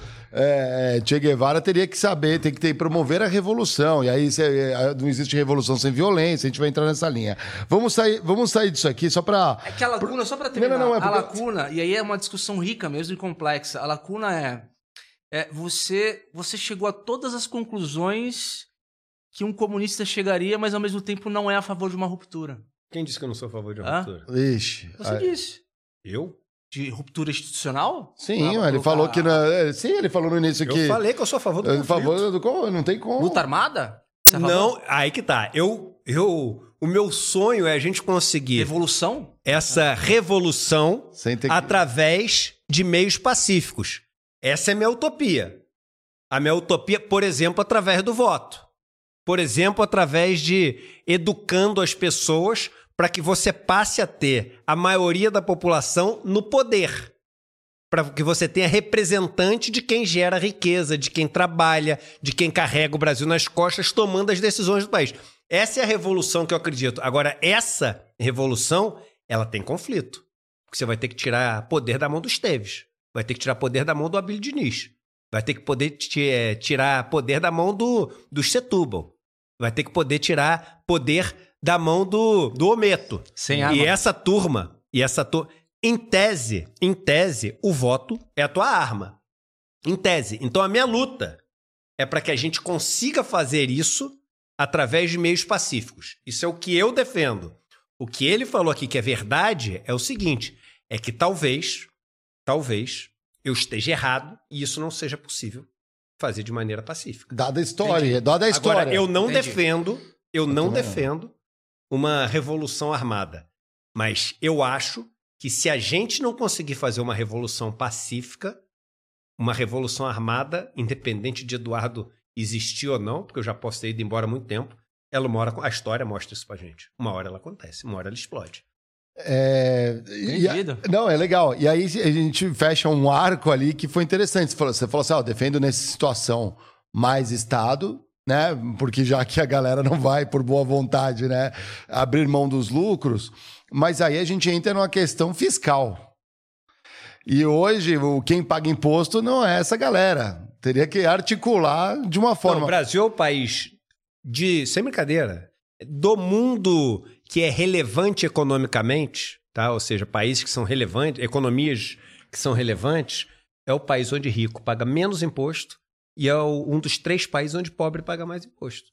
é, Che Guevara, teria que saber, tem que ter, promover a revolução. E aí cê, não existe revolução sem violência, a gente vai entrar nessa linha. Vamos sair, vamos sair disso aqui só pra... É que a lacuna, só pra terminar, Não, não, não, é a porque- lacuna, e aí é uma discussão rica mesmo e complexa. A lacuna é, é você, você chegou a todas as conclusões que um comunista chegaria, mas ao mesmo tempo não é a favor de uma ruptura. Quem disse que eu não sou a favor de uma Hã? ruptura? Ixi. Você aí- disse. Eu? De ruptura institucional? Sim, Pra ele colocar falou que... Na, é, sim, ele falou no início Eu que... falei que eu sou a favor do Em conflito. favor do... como? Não tem como. Luta armada? Você é a favor? Não, aí que tá. Eu, eu, o meu sonho é a gente conseguir Evolução? essa revolução Sem ter que... através de meios pacíficos. Essa é a minha utopia. A minha utopia, por exemplo, através do voto. Por exemplo, através de educando as pessoas para que você passe a ter a maioria da população no poder. Para que você tenha representante de quem gera riqueza, de quem trabalha, de quem carrega o Brasil nas costas, tomando as decisões do país. Essa é a revolução que eu acredito. Agora, essa revolução, ela tem conflito. Porque você vai ter que tirar poder da mão do Esteves. Vai ter que tirar poder da mão do Abílio Diniz. Vai ter que poder t- tirar poder da mão do, do Setúbal. Vai ter que poder tirar poder da mão do, do Ometo. Sem E arma. essa turma, e essa turma, em tese, em tese, o voto é a tua arma. Em tese. Então a minha luta é para que a gente consiga fazer isso através de meios pacíficos. Isso é o que eu defendo. O que ele falou aqui que é verdade é o seguinte, é que talvez, talvez, eu esteja errado e isso não seja possível fazer de maneira pacífica. Dada a história, Entendi. dada a história. Agora, eu não Entendi. defendo, eu não também não. defendo uma revolução armada. Mas eu acho que se a gente não conseguir fazer uma revolução pacífica, uma revolução armada, independente de Eduardo existir ou não, porque eu já posso ter ido embora há muito tempo, ela uma hora, a história mostra isso pra gente. Uma hora ela acontece, uma hora ela explode. É, e- Entendido. não, é legal. E aí a gente fecha um arco ali que foi interessante. Você falou, você falou assim, ó, defendo nessa situação mais Estado, né? Porque já que a galera não vai, por boa vontade, né, abrir mão dos lucros. Mas aí a gente entra numa questão fiscal. E hoje, o quem paga imposto não é essa galera. Teria que articular de uma Não, forma... o Brasil é o país de, sem brincadeira, do mundo que é relevante economicamente, tá? Ou seja, países que são relevantes, economias que são relevantes, é o país onde rico paga menos imposto e é o- um dos três países onde pobre paga mais imposto.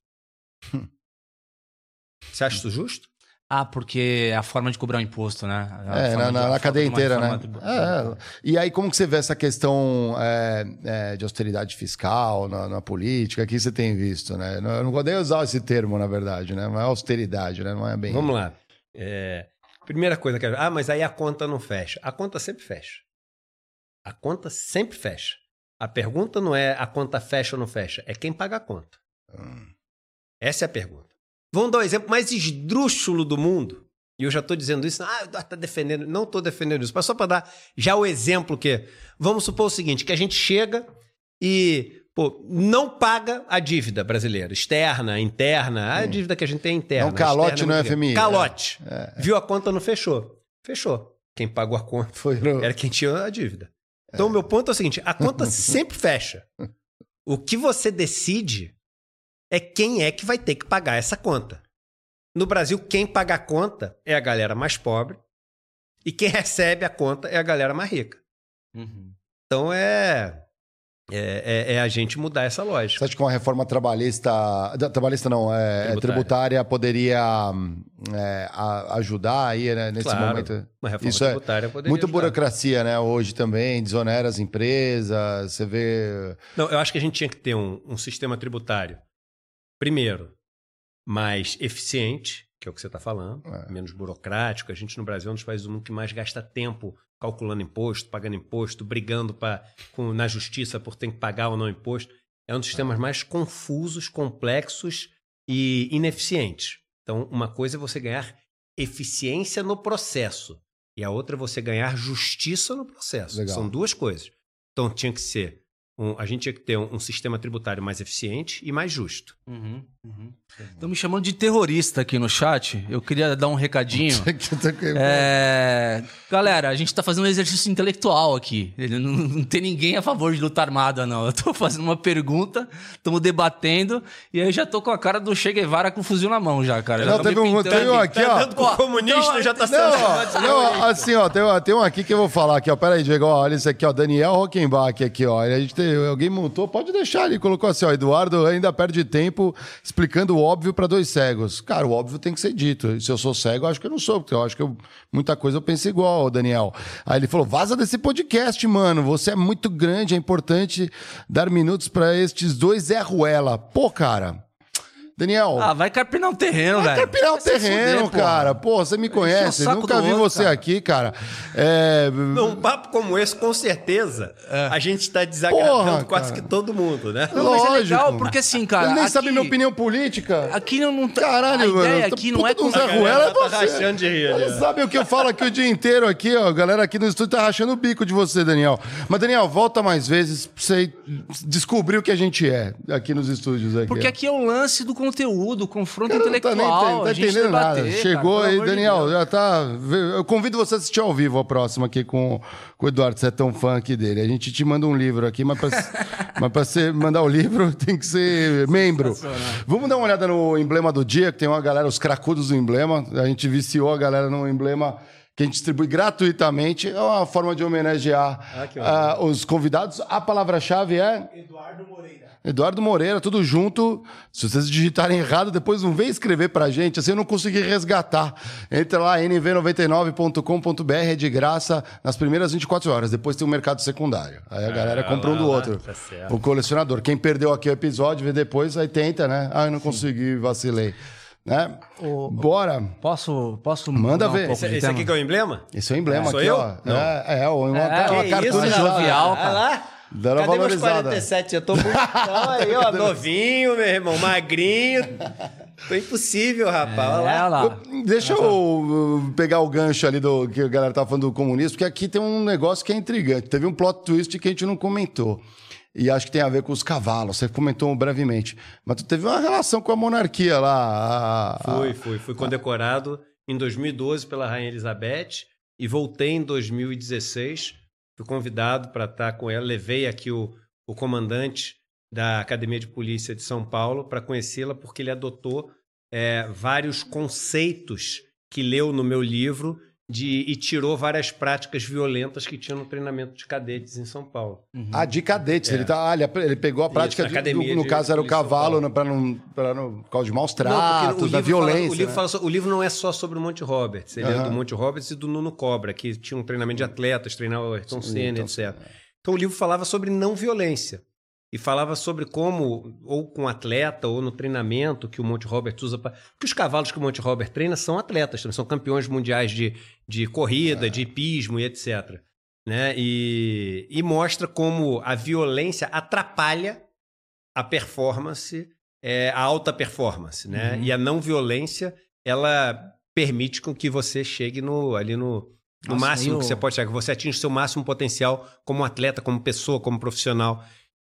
Você acha isso justo? Ah, porque é a forma de cobrar o imposto, né? A É, forma na, de- na- a na cadeia forma de uma inteira, né? reforma tributária. É, e aí, como que você vê essa questão é, é, de austeridade fiscal na, na política? Aqui você tem visto, né? Eu não vou nem usar esse termo, na verdade, né? Não é austeridade, né? Não é bem... Vamos lá. É, primeira coisa que eu... Ah, mas aí a conta não fecha. A conta sempre fecha. A conta sempre fecha. A pergunta não é a conta fecha ou não fecha, é quem paga a conta. Hum. Essa é a pergunta. Vamos dar o exemplo mais esdrúxulo do mundo. E eu já estou dizendo isso. Ah, está defendendo. Não estou defendendo isso. Mas só para dar já o exemplo que... Vamos supor o seguinte, que a gente chega e pô, não paga a dívida brasileira. Externa, interna. A dívida que a gente tem é interna. É um calote externa é no muito F M I. grande. Calote. É. Viu a conta, não fechou. Fechou. Quem pagou a conta Foi no... era quem tinha a dívida. Então, o meu ponto é o seguinte, a conta sempre fecha. O que você decide é quem é que vai ter que pagar essa conta. No Brasil, quem paga a conta é a galera mais pobre e quem recebe a conta é a galera mais rica. Uhum. Então, é, é, é, é a gente mudar essa Você lógica. acha que uma reforma trabalhista... da- Trabalhista não, é, tributária, Tributária. tributária poderia é, a- ajudar aí, né, nesse Claro. momento? Uma reforma Isso é tributária poderia Muita ajudar. burocracia, né? Hoje também, desonera as empresas, você vê... Não, eu acho que a gente tinha que ter um, um sistema tributário, primeiro, mais eficiente, que é o que você está falando, É. menos burocrático. A gente no Brasil é um dos países do mundo que mais gasta tempo calculando imposto, pagando imposto, brigando pra, com, na justiça por ter que pagar ou não imposto. é um dos sistemas mais confusos, complexos e ineficientes. mais confusos, complexos e ineficientes. Então, uma coisa é você ganhar eficiência no processo e a outra é você ganhar justiça no processo. Legal. São duas coisas. Então, tinha que ser um, a gente tinha que ter um, um sistema tributário mais eficiente e mais justo. Uhum, uhum. Estão me chamando de terrorista aqui no chat. Eu queria dar um recadinho. É... Galera, a gente tá fazendo um exercício intelectual aqui. Não, não tem ninguém a favor de luta armada, não. Eu tô fazendo uma pergunta, estamos debatendo, e aí eu já tô com a cara do Che Guevara com o fuzil na mão já, cara. Já não, teve um, teve um aqui, ó. Tanto com o comunista não, já tá não, sendo... Não, não, assim, ó, tem, tem um aqui que eu vou falar aqui, ó. Pera aí, Diego, ó, olha isso aqui, ó. Daniel Rockenbach aqui, ó. A gente tem, alguém montou, pode deixar ali, colocou assim, ó. Eduardo ainda perde tempo explicando o óbvio para dois cegos. Cara, o óbvio tem que ser dito. Se eu sou cego, eu acho que eu não sou, porque eu acho que eu, muita coisa eu penso igual, Daniel. Aí ele falou: vaza desse podcast, mano. Você é muito grande, é importante dar minutos para estes dois Zé Ruela. Pô, cara. Daniel. Ah, vai carpinar um terreno, velho. Vai carpinar um terreno, fuder, cara. Pô, você me conhece. Nunca vi outro, você cara. aqui, cara. É... Num papo como esse, com certeza, é. a gente tá desagradando Porra, quase cara. que todo mundo, né? Não, Lógico. Mas é legal, porque assim, cara... Ele nem aqui... sabe minha opinião política. Aqui não... não... Caralho, a mano. ideia aqui não é... Com Zé Ruela, tá rachando de rir. Você sabe o que eu falo aqui o dia inteiro aqui, ó. A galera aqui no estúdio tá rachando o bico de você, Daniel. Mas, Daniel, volta mais vezes pra você descobrir o que a gente é aqui nos estúdios. Aqui, porque ó. aqui é o lance do conteúdo, confronto cara, intelectual. Não tá, nem, tá entendendo debater, nada. Chegou cara, aí, Daniel, de já tá... Eu convido você a assistir ao vivo a próxima aqui com, com o Eduardo, você é tão fã aqui dele. A gente te manda um livro aqui, mas pra, mas pra você mandar o livro tem que ser membro. Vamos dar uma olhada no emblema do dia, que tem uma galera, os cracudos do emblema. A gente viciou a galera no emblema que a gente distribui gratuitamente. É uma forma de homenagear ah, uh, os convidados. A palavra-chave é... Eduardo Moreira. Eduardo Moreira, tudo junto. Se vocês digitarem errado, depois não vem escrever pra gente, assim eu não consegui resgatar. Entra lá, n v noventa e nove ponto com ponto b r, é de graça nas primeiras vinte e quatro horas. Depois tem o mercado secundário. Aí a galera ah, compra um do lá, outro. Tá o colecionador. Quem perdeu aqui o episódio, vê depois, aí tenta, né? Ah, eu não Sim. consegui, vacilei. Né? O, Bora. Posso, posso Manda ver. Um esse esse aqui que é o emblema? Esse é o emblema é, aqui, sou eu? ó. Não. É, é, uma, é, uma cartuna jovial, cara. lá. Dando Cadê meus valorizada. quarenta e sete? Eu tô bonitão aí, ó. Novinho, meu irmão. Magrinho. Foi impossível, rapaz. Olha é, lá. lá. Deixa eu pegar o gancho ali do que a galera tá falando do comunismo, porque aqui tem um negócio que é intrigante. Teve um plot twist que a gente não comentou. E acho que tem a ver com os cavalos. Você comentou brevemente. Mas tu teve uma relação com a monarquia lá. A... Fui, fui. Fui condecorado em dois mil e doze pela Rainha Elizabeth e voltei em dois mil e dezesseis. Fui convidado para estar com ela. Levei aqui o, o comandante da Academia de Polícia de São Paulo para conhecê-la, porque ele adotou é, vários conceitos que leu no meu livro de, e tirou várias práticas violentas que tinha no treinamento de cadetes em São Paulo. Uhum. Ah, de cadetes. É. Ele, tá, ah, ele pegou a prática, Isso, de, academia do, no de caso era o cavalo, para não, pra não, por causa de maus Não, tratos, da violência. Fala, o, livro né? fala so, o livro não é só sobre o Monte Roberts. Ele uhum. é do Monte Roberts e do Nuno Cobra, que tinha um treinamento de atletas, treinava o Ayrton Senna, etcétera. Então o livro falava sobre não violência. E falava sobre como, ou com atleta, ou no treinamento que o Monte Roberts usa para... Porque os cavalos que o Monte Robert treina são atletas, são campeões mundiais de, de corrida, é. de hipismo e etcétera. Né? E, e mostra como a violência atrapalha a performance, é, a alta performance. Né? Uhum. E a não violência, ela permite com que você chegue no, ali no, no Nossa, máximo eu... que você pode chegar, que você atinja o seu máximo potencial como atleta, como pessoa, como profissional.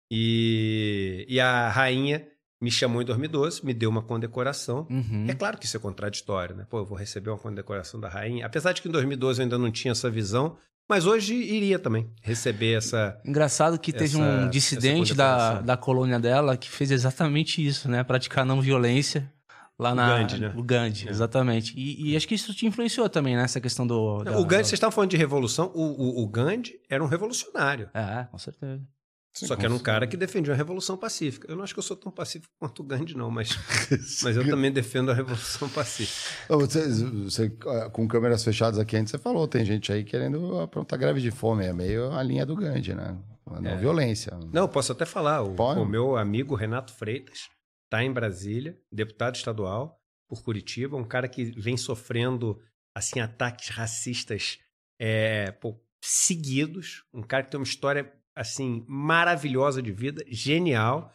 E, e a rainha me chamou em dois mil e doze, me deu uma condecoração. Uhum. É claro que isso é contraditório, né? Pô, eu vou receber uma condecoração da rainha. Apesar de que em dois mil e doze eu ainda não tinha essa visão, mas hoje iria também receber essa... Engraçado que teve essa, um dissidente da, da colônia dela que fez exatamente isso, né? Praticar não violência. Lá o na, Gandhi, né? O Gandhi, é. exatamente. E, e acho que isso te influenciou também, né? Essa questão do... Não, da, o Gandhi, da... vocês estavam falando de revolução, o, o, o Gandhi era um revolucionário. É, com certeza. Sim, Só que era um cara que defendia uma revolução pacífica. Eu não acho que eu sou tão pacífico quanto o Gandhi, não, mas, mas eu também defendo a revolução pacífica. Você, você, com câmeras fechadas aqui antes, você falou, tem gente aí querendo aprontar greve de fome. É meio a linha do Gandhi, né? Não é. violência. Não, posso até falar. O, o meu amigo Renato Freitas está em Brasília, deputado estadual por Curitiba, um cara que vem sofrendo assim, ataques racistas é, pô, seguidos, um cara que tem uma história... assim, maravilhosa de vida, genial,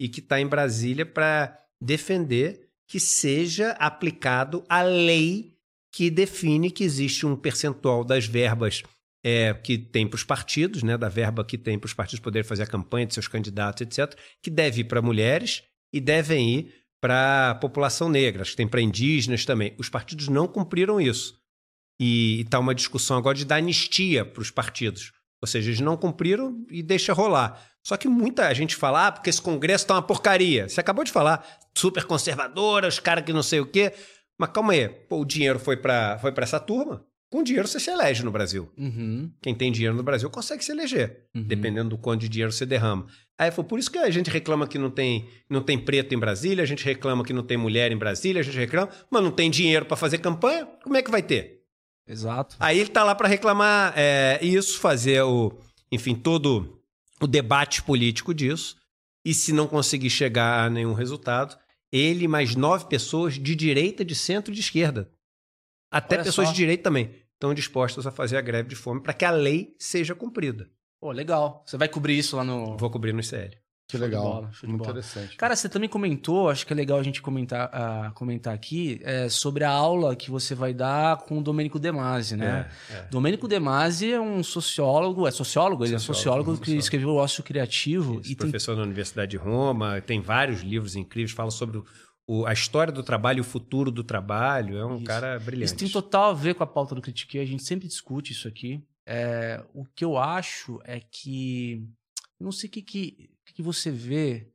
e que está em Brasília para defender que seja aplicado a lei que define que existe um percentual das verbas é, que tem para os partidos, né, da verba que tem para os partidos poderem fazer a campanha de seus candidatos, etcétera, que deve ir para mulheres e devem ir para a população negra, acho que tem para indígenas também. Os partidos não cumpriram isso. E está uma discussão agora de dar anistia para os partidos. Ou seja, eles não cumpriram e deixa rolar. Só que muita gente fala, ah, porque esse Congresso tá uma porcaria. Você acabou de falar, super conservadora, os caras que não sei o quê. Mas calma aí, pô, o dinheiro foi para foi para essa turma. Com dinheiro você se elege no Brasil. Uhum. Quem tem dinheiro no Brasil consegue se eleger, uhum. dependendo do quanto de dinheiro você derrama. Aí foi por isso que a gente reclama que não tem, não tem preto em Brasília, a gente reclama que não tem mulher em Brasília, a gente reclama, mas não tem dinheiro para fazer campanha, como é que vai ter? Exato. Aí ele tá lá para reclamar é, isso, fazer o, enfim, todo o debate político disso. E se não conseguir chegar a nenhum resultado, ele e mais nove pessoas de direita, de centro e de esquerda, até Olha pessoas só. de direita também, estão dispostas a fazer a greve de fome para que a lei seja cumprida. Pô, legal. Você vai cobrir isso lá no... Vou cobrir no I C L. Que Show de legal. bola, show de Muito bola. interessante. Cara, você também comentou, acho que é legal a gente comentar, uh, comentar aqui, é, sobre a aula que você vai dar com o Domênico De Masi, né? É, é. Domênico De Masi é um sociólogo, é sociólogo? Ele é Sociólogo, sociólogo que sociólogo. escreveu o Ócio Criativo. Isso, e tem... professor da Universidade de Roma, tem vários livros incríveis, fala sobre o, o, a história do trabalho e o futuro do trabalho. É um Isso. cara brilhante. Isso tem total a ver com a pauta do Critique, a gente sempre discute isso aqui. É, o que eu acho é que... Eu não sei o que, que, que você vê...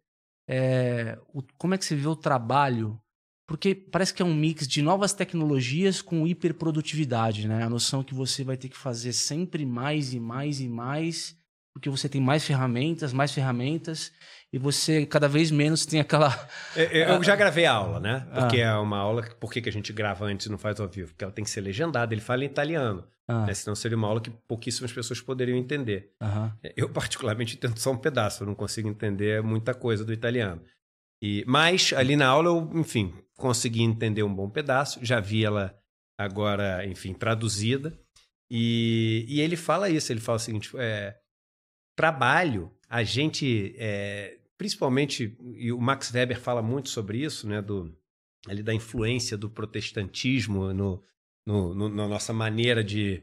É, o, como é que você vê o trabalho? Porque parece que é um mix de novas tecnologias com hiperprodutividade, né? A noção que você vai ter que fazer sempre mais e mais e mais, porque você tem mais ferramentas, mais ferramentas, e você cada vez menos tem aquela... Eu já gravei a aula, né? Porque Ah. é uma aula... Por que que a gente grava antes e não faz ao vivo? Porque ela tem que ser legendada, ele fala em italiano. Ah, Né? Senão seria uma aula que pouquíssimas pessoas poderiam entender. aham. Eu, particularmente, entendo só um pedaço. Eu não consigo entender muita coisa do italiano. E, mas, ali na aula, eu, enfim, consegui entender um bom pedaço. Já vi ela agora, enfim, traduzida. E, e ele fala isso. Ele fala o seguinte, é, trabalho, a gente... É, principalmente, e o Max Weber fala muito sobre isso, né? Do, ali da influência do protestantismo no... No, no, na nossa maneira de,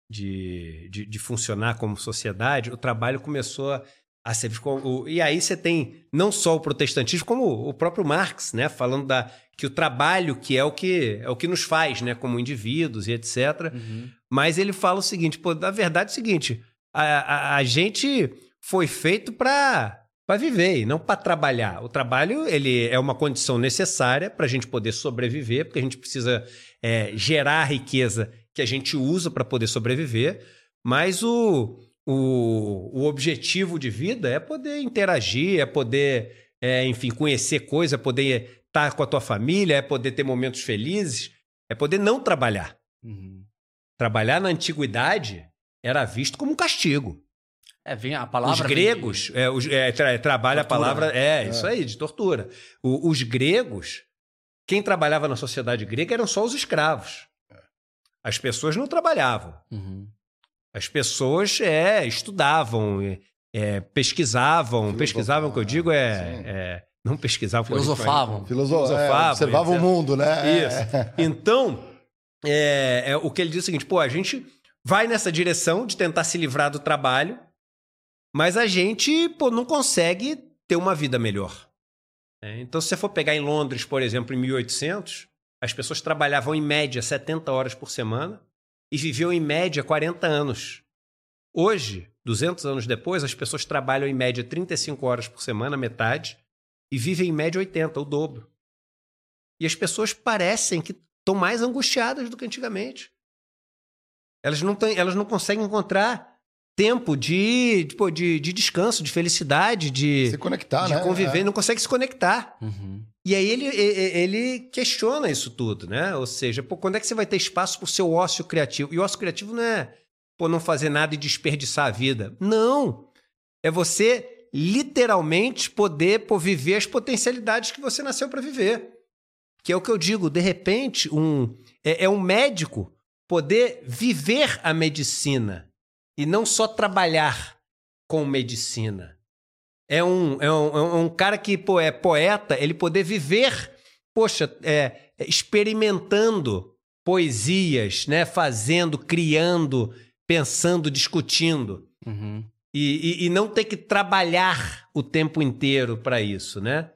de, de, de funcionar como sociedade, o trabalho começou a, a ser... O, e aí você tem não só o protestantismo, como o próprio Marx, né? Falando da, que o trabalho que é o que, é o que nos faz, né? Como indivíduos e etcétera. Uhum. Mas ele fala o seguinte, pô, na verdade é o seguinte, a, a, a gente foi feito para... para viver e não para trabalhar. O trabalho ele é uma condição necessária para a gente poder sobreviver, porque a gente precisa é, gerar a riqueza que a gente usa para poder sobreviver, mas o, o, o objetivo de vida é poder interagir, é poder, é, enfim, conhecer coisas, é poder estar com a tua família, é poder ter momentos felizes, é poder não trabalhar. Uhum. Trabalhar na antiguidade era visto como um castigo. É, vem a palavra... Os gregos, é, os, é, tra, trabalha Tortura. a palavra... É, isso aí, de tortura. O, os gregos, quem trabalhava na sociedade grega eram só os escravos. As pessoas não trabalhavam. Uhum. As pessoas é, estudavam, é, pesquisavam. Pesquisavam, o que eu digo, é... é não pesquisavam. Filosofavam. Filoso... Filosofavam, É, observava o etcétera. mundo, né? Isso. Então, é, é, o que ele diz é o seguinte, pô, a gente vai nessa direção de tentar se livrar do trabalho, mas a gente, pô, não consegue ter uma vida melhor. É, então, se você for pegar em Londres, por exemplo, em mil e oitocentos, as pessoas trabalhavam em média setenta horas por semana e viviam em média quarenta anos. Hoje, duzentos anos depois, as pessoas trabalham em média trinta e cinco horas por semana, metade, e vivem em média oitenta, o dobro. E as pessoas parecem que estão mais angustiadas do que antigamente. Elas não, têm, elas não conseguem encontrar tempo de, de, de, de descanso, de felicidade, de, Se conectar, de né? conviver, É. não consegue se conectar. Uhum. E aí ele, ele questiona isso tudo, né? Ou seja, pô, quando é que você vai ter espaço para o seu ócio criativo? E o ócio criativo não é pô, não fazer nada e desperdiçar a vida. Não! É você literalmente poder pô, viver as potencialidades que você nasceu para viver. Que é o que eu digo, de repente, um, é, é um médico poder viver a medicina e não só trabalhar com medicina. é um, é um, é um cara que, pô, é poeta, ele poder viver, poxa, é, experimentando poesias, né? Fazendo, criando, pensando, discutindo. Uhum. E, e, e não ter que trabalhar o tempo inteiro para isso, né?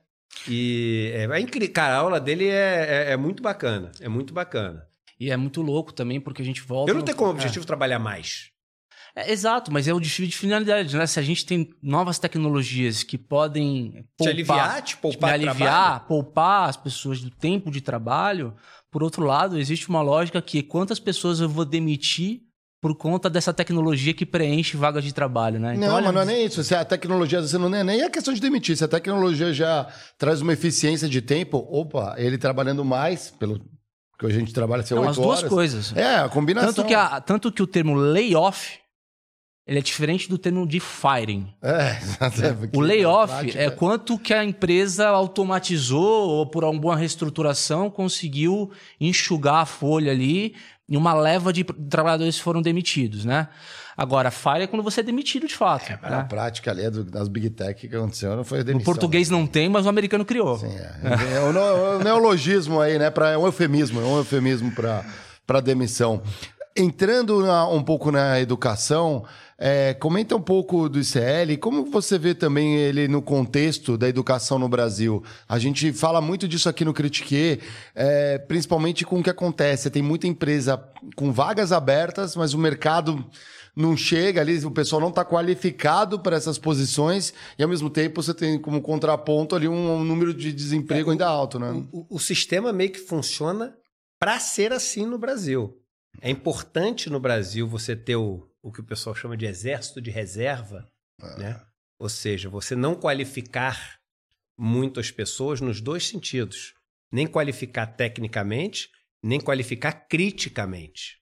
E é, é incrível. Cara, a aula dele é, é, é muito bacana. É muito bacana. E é muito louco também, porque a gente volta... Eu não no... tenho como objetivo é. trabalhar mais. É, exato, mas é o desvio de finalidade, né? Se a gente tem novas tecnologias que podem poupar, te aliviar, te poupar te aliviar, poupar as pessoas do tempo de trabalho, por outro lado, existe uma lógica que quantas pessoas eu vou demitir por conta dessa tecnologia que preenche vagas de trabalho, né? Então, não, olha... mas não é nem isso. Se a tecnologia, você não é nem a questão de demitir. Se a tecnologia já traz uma eficiência de tempo, opa, ele trabalhando mais, pelo que a gente trabalha ser oito horas. As duas coisas. É, a combinação. Tanto que, a, tanto que o termo layoff, ele é diferente do termo de firing. É, é. O layoff prática... é quanto que a empresa automatizou ou por uma boa reestruturação conseguiu enxugar a folha ali e uma leva de trabalhadores que foram demitidos, né? Agora, fire é quando você é demitido de fato. É, né? A prática ali é do, das Big Tech que aconteceu, não foi a demissão. No português não tem, mas o americano criou. Sim, é. É o neologismo aí, né? Pra, é um eufemismo, é um eufemismo para demissão. Entrando na, um pouco na educação, é, comenta um pouco do I C L, como você vê também ele no contexto da educação no Brasil? A gente fala muito disso aqui no Critique, é, principalmente com o que acontece. Tem muita empresa com vagas abertas, mas o mercado não chega ali, o pessoal não está qualificado para essas posições e, ao mesmo tempo, você tem como contraponto ali um, um número de desemprego é, ainda alto, né? O, o, o sistema meio que funciona para ser assim no Brasil. É importante no Brasil você ter o, o que o pessoal chama de exército de reserva, ah. né? Ou seja, você não qualificar muito as pessoas nos dois sentidos. Nem qualificar tecnicamente, nem qualificar criticamente.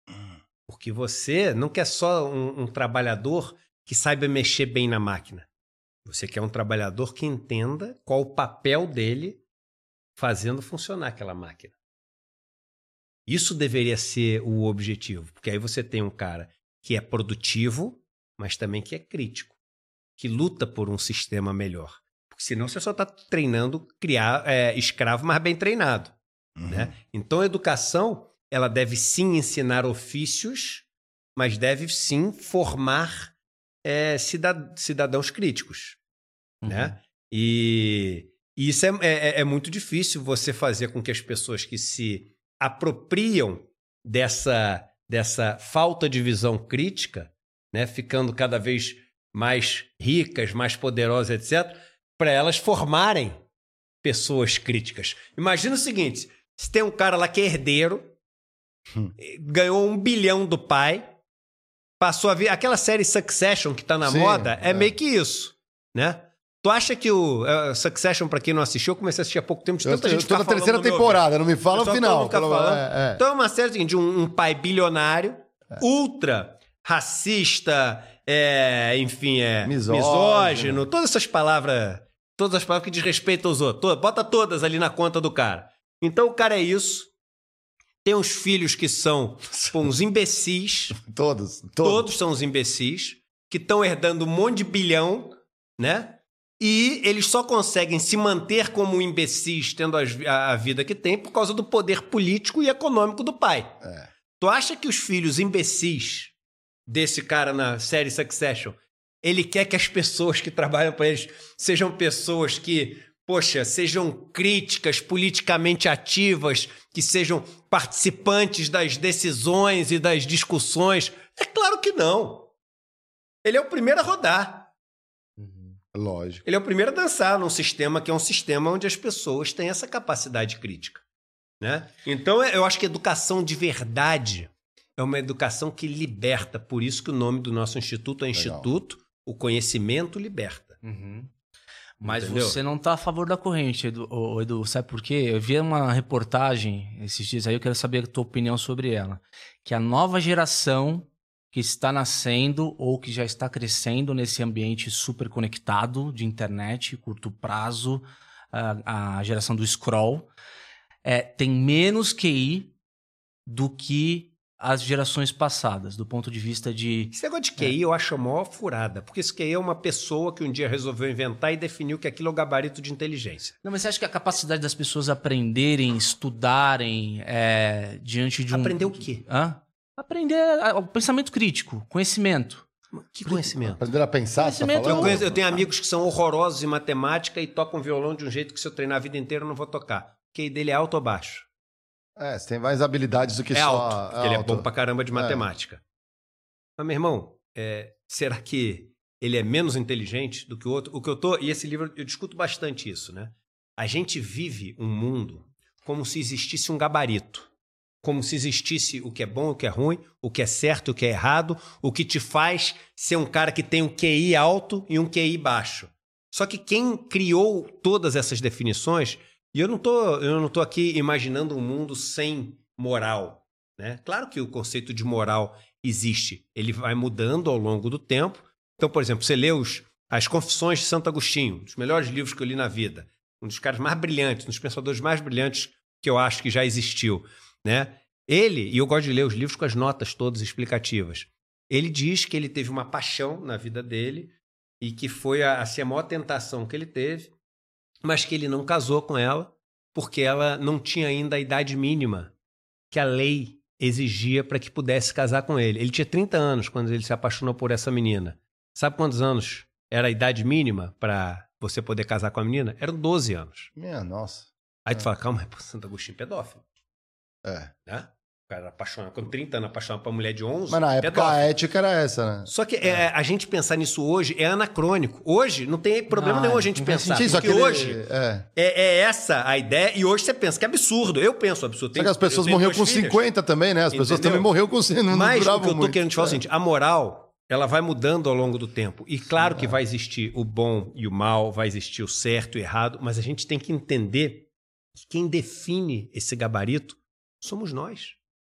Porque você não quer só um, um trabalhador que saiba mexer bem na máquina. Você quer um trabalhador que entenda qual o papel dele fazendo funcionar aquela máquina. Isso deveria ser o objetivo, porque aí você tem um cara que é produtivo, mas também que é crítico, que luta por um sistema melhor. Porque senão você só está treinando criar é, escravo mais bem treinado. Uhum. Né? Então a educação ela deve sim ensinar ofícios, mas deve sim formar é, cidad- cidadãos críticos. Uhum. Né? E, e isso é, é, é muito difícil você fazer com que as pessoas que se apropriam dessa, dessa falta de visão crítica, né, ficando cada vez mais ricas, mais poderosas, etcétera, para elas formarem pessoas críticas. Imagina o seguinte, se tem um cara lá que é herdeiro, hum. ganhou um bilhão do pai, passou a ver... Aquela série Succession que está na Sim, moda, é, é meio que isso, né? Tu acha que o uh, Succession, pra quem não assistiu, eu comecei a assistir há pouco tempo, de tanta eu, gente eu tô na terceira temporada, não me fala o final. Pelo... É, é. Então é uma série de um, um pai bilionário, é. ultra racista, é, enfim, é misógino. misógino, todas essas palavras, todas as palavras que desrespeitam os outros, todas, bota todas ali na conta do cara. Então o cara é isso, tem uns filhos que são pô, uns imbecis. todos, todos. Todos são uns imbecis, que estão herdando um monte de bilhão, né? E eles só conseguem se manter como imbecis, tendo a vida que tem, por causa do poder político e econômico do pai. É. Tu acha que os filhos imbecis desse cara na série Succession, ele quer que as pessoas que trabalham para eles sejam pessoas que, poxa, sejam críticas, politicamente ativas, que sejam participantes das decisões e das discussões? É claro que não. Ele é o primeiro a rodar. Lógico. Ele é o primeiro a dançar num sistema que é um sistema onde as pessoas têm essa capacidade crítica. Né? Então, eu acho que educação de verdade é uma educação que liberta. Por isso que o nome do nosso instituto é Legal. Instituto O Conhecimento Liberta. Uhum. Mas Entendeu? Você não está a favor da corrente, Edu, Edu. Sabe por quê? Eu vi uma reportagem esses dias aí, eu quero saber a tua opinião sobre ela. Que a nova geração que está nascendo ou que já está crescendo nesse ambiente super conectado de internet, curto prazo, a, a geração do scroll, é, tem menos Q I do que as gerações passadas, do ponto de vista de... Esse negócio de Q I é. eu acho a maior furada, porque esse Q I é uma pessoa que um dia resolveu inventar e definiu que aquilo é o gabarito de inteligência. Não, mas você acha que a capacidade das pessoas aprenderem, estudarem é, diante de um... Aprender o quê? Hã? Aprender o pensamento crítico, conhecimento. Que conhecimento? Aprender a pensar, você tá Eu, falando? conheço, eu tenho amigos que são horrorosos em matemática e tocam violão de um jeito que se eu treinar a vida inteira eu não vou tocar. O Q I dele é alto ou baixo? É, você tem mais habilidades do que é só... Alto, porque ele é bom pra caramba de matemática. É. Mas, meu irmão, é, será que ele é menos inteligente do que o outro? O que eu tô... E esse livro, eu discuto bastante isso, né? A gente vive um mundo como se existisse um gabarito. Como se existisse o que é bom, o que é ruim, o que é certo, o que é errado, o que te faz ser um cara que tem um Q I alto e um Q I baixo. Só que quem criou todas essas definições... E eu não tô, eu não tô aqui imaginando um mundo sem moral, né? Claro que o conceito de moral existe. Ele vai mudando ao longo do tempo. Então, por exemplo, você lê os, as Confissões de Santo Agostinho, um dos melhores livros que eu li na vida. Um dos caras mais brilhantes, um dos pensadores mais brilhantes que eu acho que já existiu, né? Ele, e eu gosto de ler os livros com as notas todas explicativas, ele diz que ele teve uma paixão na vida dele e que foi a, assim, a maior tentação que ele teve, mas que ele não casou com ela porque ela não tinha ainda a idade mínima que a lei exigia para que pudesse casar com ele. Ele tinha trinta anos quando ele se apaixonou por essa menina. Sabe quantos anos era a idade mínima para você poder casar com a menina? Eram doze anos. Minha nossa. Aí tu fala, calma, é Santo Agostinho pedófilo. É. Né? O cara apaixonado, com trinta anos, apaixonado por uma mulher de onze. Mas na época pedófilo. a ética era essa, né? Só que é. É, a gente pensar nisso hoje é anacrônico. Hoje não tem problema Não, nenhum a gente não faz pensar. Sim, só que porque ele- hoje é. é. É essa a ideia e hoje você pensa que é absurdo. Eu penso absurdo. Só que as pessoas morreram com cinquenta também, né? As pessoas Entendeu? também morreram com cinquenta, não Mas o duravam que eu tô muito. querendo te falar é o seguinte, a moral, ela vai mudando ao longo do tempo. E claro É. que vai existir o bom e o mal, vai existir o certo e o errado, mas a gente tem que entender que quem define esse gabarito somos nós.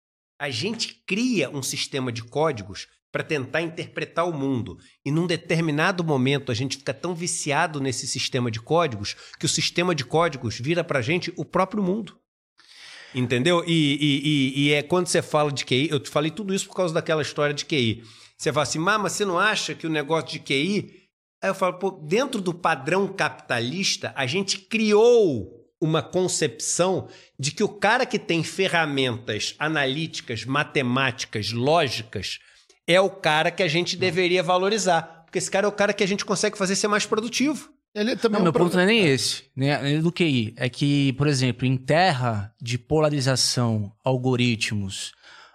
A gente cria um sistema de códigos para tentar interpretar o mundo. E num determinado momento a gente fica tão viciado nesse sistema de códigos que o sistema de códigos vira para a gente o próprio mundo. Entendeu? E, e, e, e é quando você fala de Q I, eu te falei tudo isso por causa daquela história de Q I. Você fala assim, mas você não acha que o negócio de Q I... Aí eu falo, pô, dentro do padrão capitalista, a gente criou uma concepção de que o cara que tem ferramentas analíticas, matemáticas, lógicas, é o cara que a gente deveria valorizar. Porque esse cara é o cara que a gente consegue fazer ser mais produtivo. Ele também Não, é um meu pro- ponto não é nem esse, né? Do Q I. É que, por exemplo, em terra de polarização, algoritmos,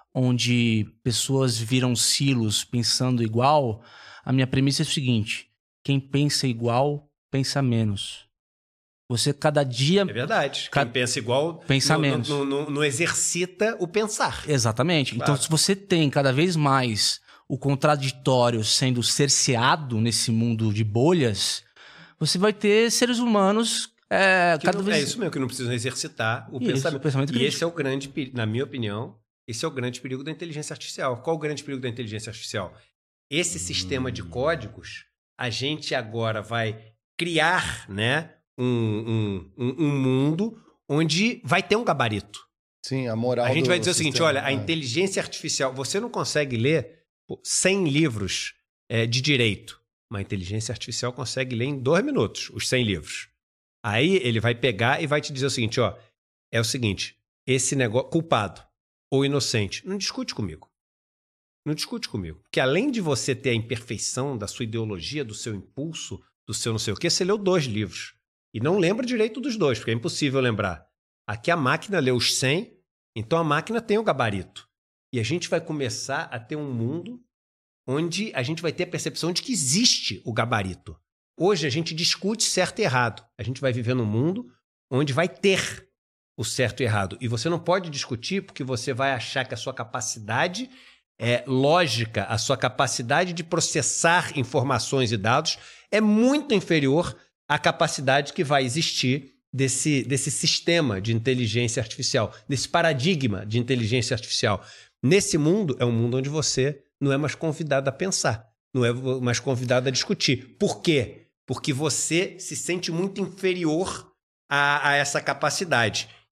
onde pessoas viram silos pensando igual, a minha premissa é o seguinte: quem pensa igual, pensa menos. Você cada dia... É verdade. Quem Cada- pensa igual pensa não, menos. Não, não- não exercita o pensar. Exatamente. Claro. Então, se você tem cada vez mais o contraditório sendo cerceado nesse mundo de bolhas, você vai ter seres humanos é, Que cada não- vez... É isso mesmo, que não precisam exercitar o Isso, pensamento. o pensamento E crítico. esse é o grande, peri- na minha opinião, esse é o grande perigo da inteligência artificial. Qual o grande perigo da inteligência artificial? Esse sistema de códigos, a gente agora vai criar, né, um, um, um, um mundo onde vai ter um gabarito. Sim, a moral A gente do vai dizer o seguinte, sistema. olha, a É. inteligência artificial, você não consegue ler pô, cem livros é, de direito, mas a inteligência artificial consegue ler em dois minutos os cem livros. Aí ele vai pegar e vai te dizer o seguinte, ó, é o seguinte, esse negócio, culpado ou inocente, não discute comigo. Não discute comigo. Porque além de você ter a imperfeição da sua ideologia, do seu impulso, do seu não sei o quê, você leu dois livros. E não lembra direito dos dois, porque é impossível lembrar. Aqui a máquina leu os cem, então a máquina tem o gabarito. E a gente vai começar a ter um mundo onde a gente vai ter a percepção de que existe o gabarito. Hoje a gente discute certo e errado. A gente vai viver num mundo onde vai ter o certo e errado. E você não pode discutir porque você vai achar que a sua capacidade é lógica, a sua capacidade de processar informações e dados é muito inferior à capacidade que vai existir desse, desse sistema de inteligência artificial, desse paradigma de inteligência artificial. Nesse mundo, é um mundo onde você não é mais convidado a pensar, não é mais convidado a discutir. Por quê? Porque você se sente muito inferior a, a essa capacidade.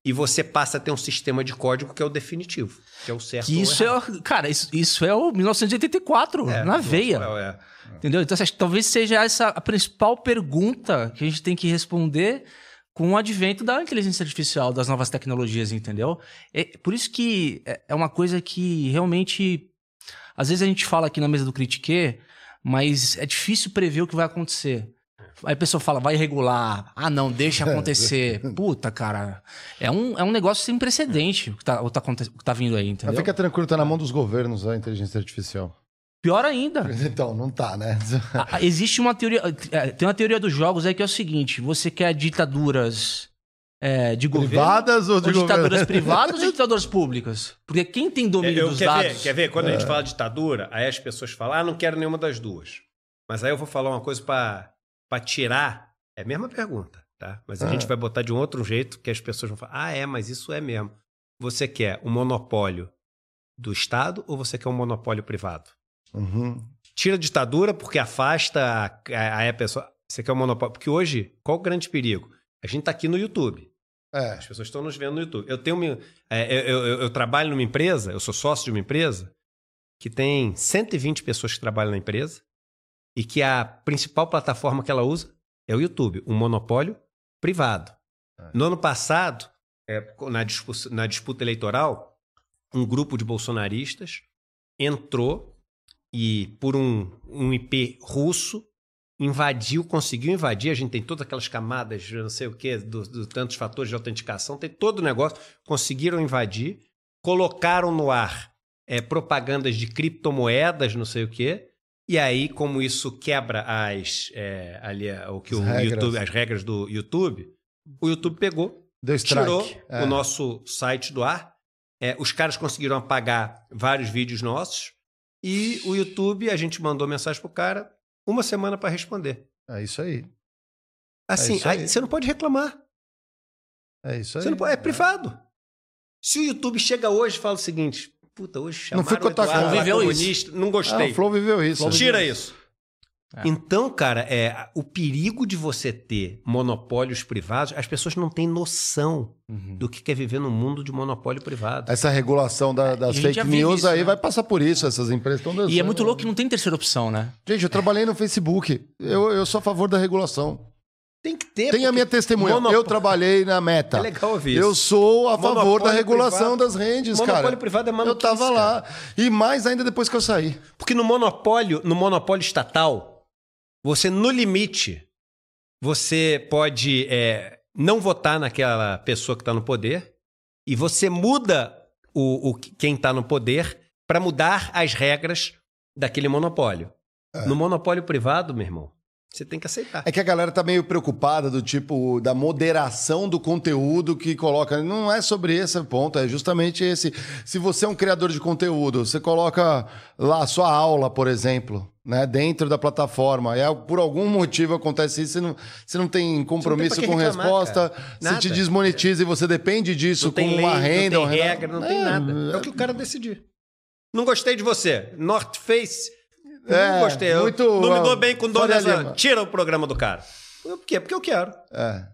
e você passa a ter um sistema de código que é o definitivo, que é o certo. Que isso é, cara, isso, isso é o mil novecentos e oitenta e quatro, é, na veia. É. Entendeu? Então, acho que talvez seja essa a principal pergunta que a gente tem que responder com o advento da inteligência artificial, das novas tecnologias, entendeu? É por isso que é uma coisa que realmente... Às vezes a gente fala aqui na mesa do Critique, mas é difícil prever o que vai acontecer. Aí a pessoa fala, vai regular. Ah, não, deixa acontecer. Puta, cara. É um, é um negócio sem precedente o que tá, o tá, o que tá vindo aí, entendeu? Mas fica tranquilo, tá na mão dos governos a inteligência artificial. Pior ainda. Então, não tá, né? Ah, existe uma teoria... Tem uma teoria dos jogos aí que é o seguinte. Você quer ditaduras é, de privadas governo, ou de ou ditaduras governo? privadas ou ditaduras públicas? Porque quem tem domínio eu, dos quer dados... Ver, quer ver? Quando é. a gente fala de ditadura, aí as pessoas falam, ah, não quero nenhuma das duas. Mas aí eu vou falar uma coisa pra, pra tirar... É a mesma pergunta, tá? Mas a ah. gente vai botar de um outro jeito que as pessoas vão falar, ah, é, mas isso é mesmo. Você quer um monopólio do Estado ou você quer um monopólio privado? Uhum. Tira a ditadura porque afasta a, a pessoa. Você quer um monopólio? Porque hoje, qual o grande perigo? A gente tá aqui no YouTube. É. As pessoas estão nos vendo no YouTube. Eu tenho é, eu, eu, eu trabalho numa empresa, eu sou sócio de uma empresa que tem cento e vinte pessoas que trabalham na empresa e que a principal plataforma que ela usa é o YouTube, um monopólio privado. É. No ano passado, é, na, disputa, na disputa eleitoral, um grupo de bolsonaristas entrou e, por um, um I P russo, invadiu, conseguiu invadir. A gente tem todas aquelas camadas, não sei o quê, dos do, tantos fatores de autenticação, tem todo o negócio. Conseguiram invadir, colocaram no ar é, propagandas de criptomoedas, não sei o quê. E aí, como isso quebra as, é, ali, o que as, o regras. YouTube, as regras do YouTube, o YouTube pegou, Deu tirou é. o nosso site do ar. É, os caras conseguiram apagar vários vídeos nossos. E o YouTube, a gente mandou mensagem pro cara, uma semana para responder. É isso aí. Assim, é isso aí. Aí, você não pode reclamar. É isso aí. Você não pode, é privado. Se o YouTube chega hoje e fala o seguinte, puta, hoje chamaram não ficou o Eduardo, Flow viveu comunista, isso. não gostei. Ah, o Flow viveu isso. Flow Tira viveu isso. É. Então, cara, é, o perigo de você ter monopólios privados, as pessoas não têm noção uhum. do que é viver num mundo de monopólio privado. Essa regulação da, das fake news isso, aí né? vai passar por isso, essas empresas estão dançando. E é muito louco que não tem terceira opção, né? Gente, eu trabalhei no Facebook, eu, eu sou a favor da regulação. Tem que ter. Tem a minha testemunha. Monop... Eu trabalhei na Meta. É legal ouvir isso. Eu sou a monopólio favor da regulação privado. das redes, monopólio cara. Monopólio privado é maluquice. Eu tava lá. Cara. E mais ainda depois que eu saí. Porque no monopólio, no monopólio estatal, você, no limite, você pode é, não votar naquela pessoa que está no poder e você muda o, o, quem está no poder para mudar as regras daquele monopólio. É. No monopólio privado, meu irmão, você tem que aceitar. É que a galera tá meio preocupada do tipo da moderação do conteúdo que coloca. Não é sobre esse ponto, é justamente esse. Se você é um criador de conteúdo, você coloca lá a sua aula, por exemplo, né, dentro da plataforma. E por algum motivo acontece isso, você não, você não tem compromisso não tem com reclamar, resposta, você te desmonetiza é. e você depende disso como lei, uma renda. Não tem uma regra, não é, tem nada. É o que o cara decidir. Não gostei de você. North Face. É, não gostei. Muito, eu não me dou bem com dono dessa... Lima. Tira o programa do cara. Por quê? Porque eu quero. É.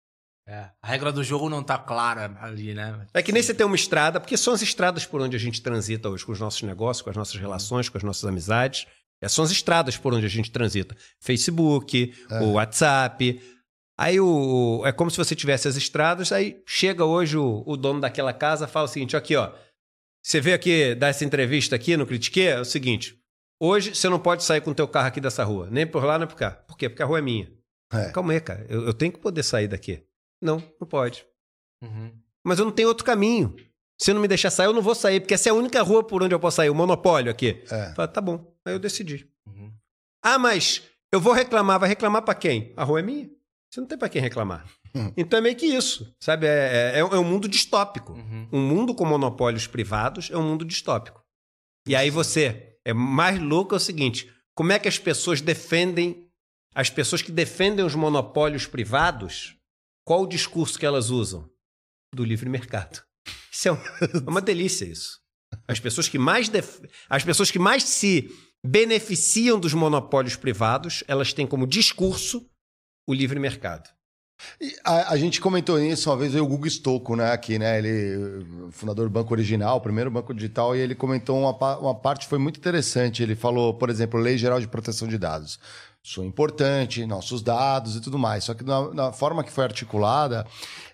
É. A regra do jogo não tá clara ali, né? É que nem você tem uma estrada, porque são as estradas por onde a gente transita hoje, com os nossos negócios, com as nossas relações, com as nossas amizades. É, são as estradas por onde a gente transita. Facebook, é. o WhatsApp. Aí o, é como se você tivesse as estradas, aí chega hoje o, o dono daquela casa, fala o seguinte, aqui ó, você veio aqui dar essa entrevista aqui no Critique, é o seguinte... Hoje, você não pode sair com o teu carro aqui dessa rua. Nem por lá, nem por cá. Por quê? Porque a rua é minha. É. Calma aí, cara. Eu, eu tenho que poder sair daqui. Não, não pode. Uhum. Mas eu não tenho outro caminho. Se não me deixar sair, eu não vou sair. Porque essa é a única rua por onde eu posso sair. O monopólio aqui. É. Fala, tá bom. Aí eu decidi. Uhum. Ah, mas eu vou reclamar. Vai reclamar pra quem? A rua é minha. Você não tem pra quem reclamar. Uhum. Então é meio que isso. Sabe? É, é, é um mundo distópico. Uhum. Um mundo com monopólios privados é um mundo distópico. E aí você... É mais louco é o seguinte, como é que as pessoas defendem, as pessoas que defendem os monopólios privados, qual o discurso que elas usam? Do livre mercado. Isso é uma, é uma delícia isso. As pessoas que mais def... as pessoas que mais se beneficiam dos monopólios privados, elas têm como discurso o livre mercado. E a, a gente comentou isso uma vez, veio o Guga Stocco, né, aqui, né, ele, fundador do Banco Original, primeiro banco digital, e ele comentou uma, uma parte que foi muito interessante. Ele falou, por exemplo, Lei Geral de Proteção de Dados. Isso é importante, nossos dados e tudo mais. Só que na, na forma que foi articulada,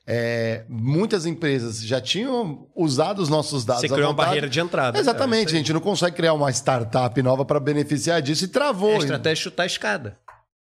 é, muitas empresas já tinham usado os nossos dados. Você criou uma barreira de entrada. Exatamente, é, a gente não consegue criar uma startup nova para beneficiar disso e travou. É a estratégia de chutar a escada.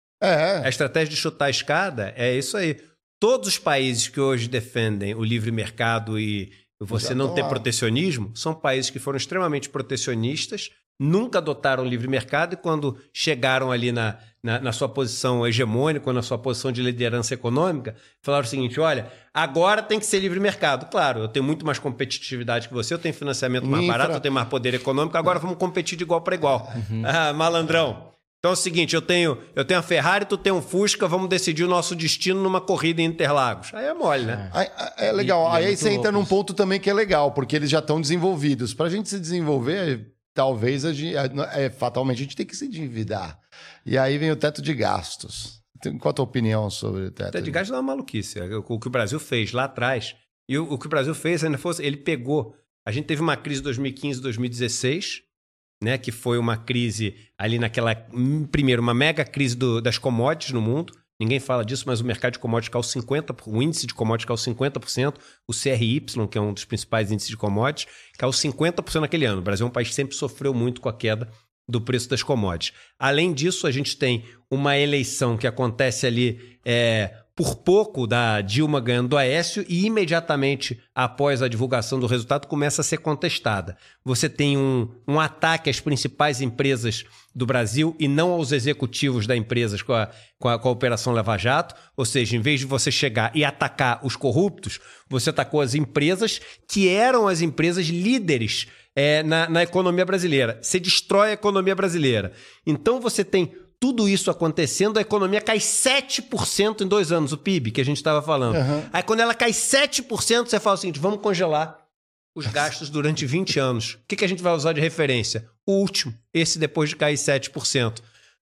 É. A estratégia de chutar a escada é isso aí. Todos os países que hoje defendem o livre mercado e você não ter protecionismo são países que foram extremamente protecionistas, nunca adotaram o livre mercado e quando chegaram ali na, na, na sua posição hegemônica, na sua posição de liderança econômica, falaram o seguinte, olha, agora tem que ser livre mercado. Claro, eu tenho muito mais competitividade que você, eu tenho financiamento mais Infra... barato, eu tenho mais poder econômico, agora vamos competir de igual para igual. Uhum. Ah, malandrão. Então é o seguinte, eu tenho, eu tenho a Ferrari, tu tem um Fusca, vamos decidir o nosso destino numa corrida em Interlagos. Aí é mole, né? É, é legal. E, e é aí você entra num isso. ponto também que é legal, porque eles já estão desenvolvidos. Para a gente se desenvolver, talvez a gente, é, fatalmente a gente tem que se endividar. E aí vem o teto de gastos. Qual a tua opinião sobre o teto? O teto de gastos é uma maluquice. O que o Brasil fez lá atrás, e o, o que o Brasil fez ainda fosse, ele pegou. A gente teve uma crise em dois mil e quinze, dois mil e dezesseis, né, que foi uma crise ali naquela... Primeiro, uma mega crise do, das commodities no mundo. Ninguém fala disso, mas o mercado de commodities caiu cinquenta por cento, o índice de commodities caiu cinquenta por cento, o C R Y, que é um dos principais índices de commodities, caiu cinquenta por cento naquele ano. O Brasil é um país que sempre sofreu muito com a queda do preço das commodities. Além disso, a gente tem uma eleição que acontece ali... É, por pouco da Dilma ganhando do Aécio e imediatamente após a divulgação do resultado começa a ser contestada. Você tem um, um ataque às principais empresas do Brasil e não aos executivos das empresas com a, com, a, com a Operação Lava Jato, ou seja, em vez de você chegar e atacar os corruptos, você atacou as empresas que eram as empresas líderes é, na, na economia brasileira. Você destrói a economia brasileira. Então você tem... Tudo isso acontecendo, a economia cai sete por cento em dois anos, o P I B que a gente estava falando. Uhum. Aí quando ela cai sete por cento, você fala o seguinte, vamos congelar os gastos durante vinte anos. O que, que a gente vai usar de referência? O último, esse depois de cair sete por cento.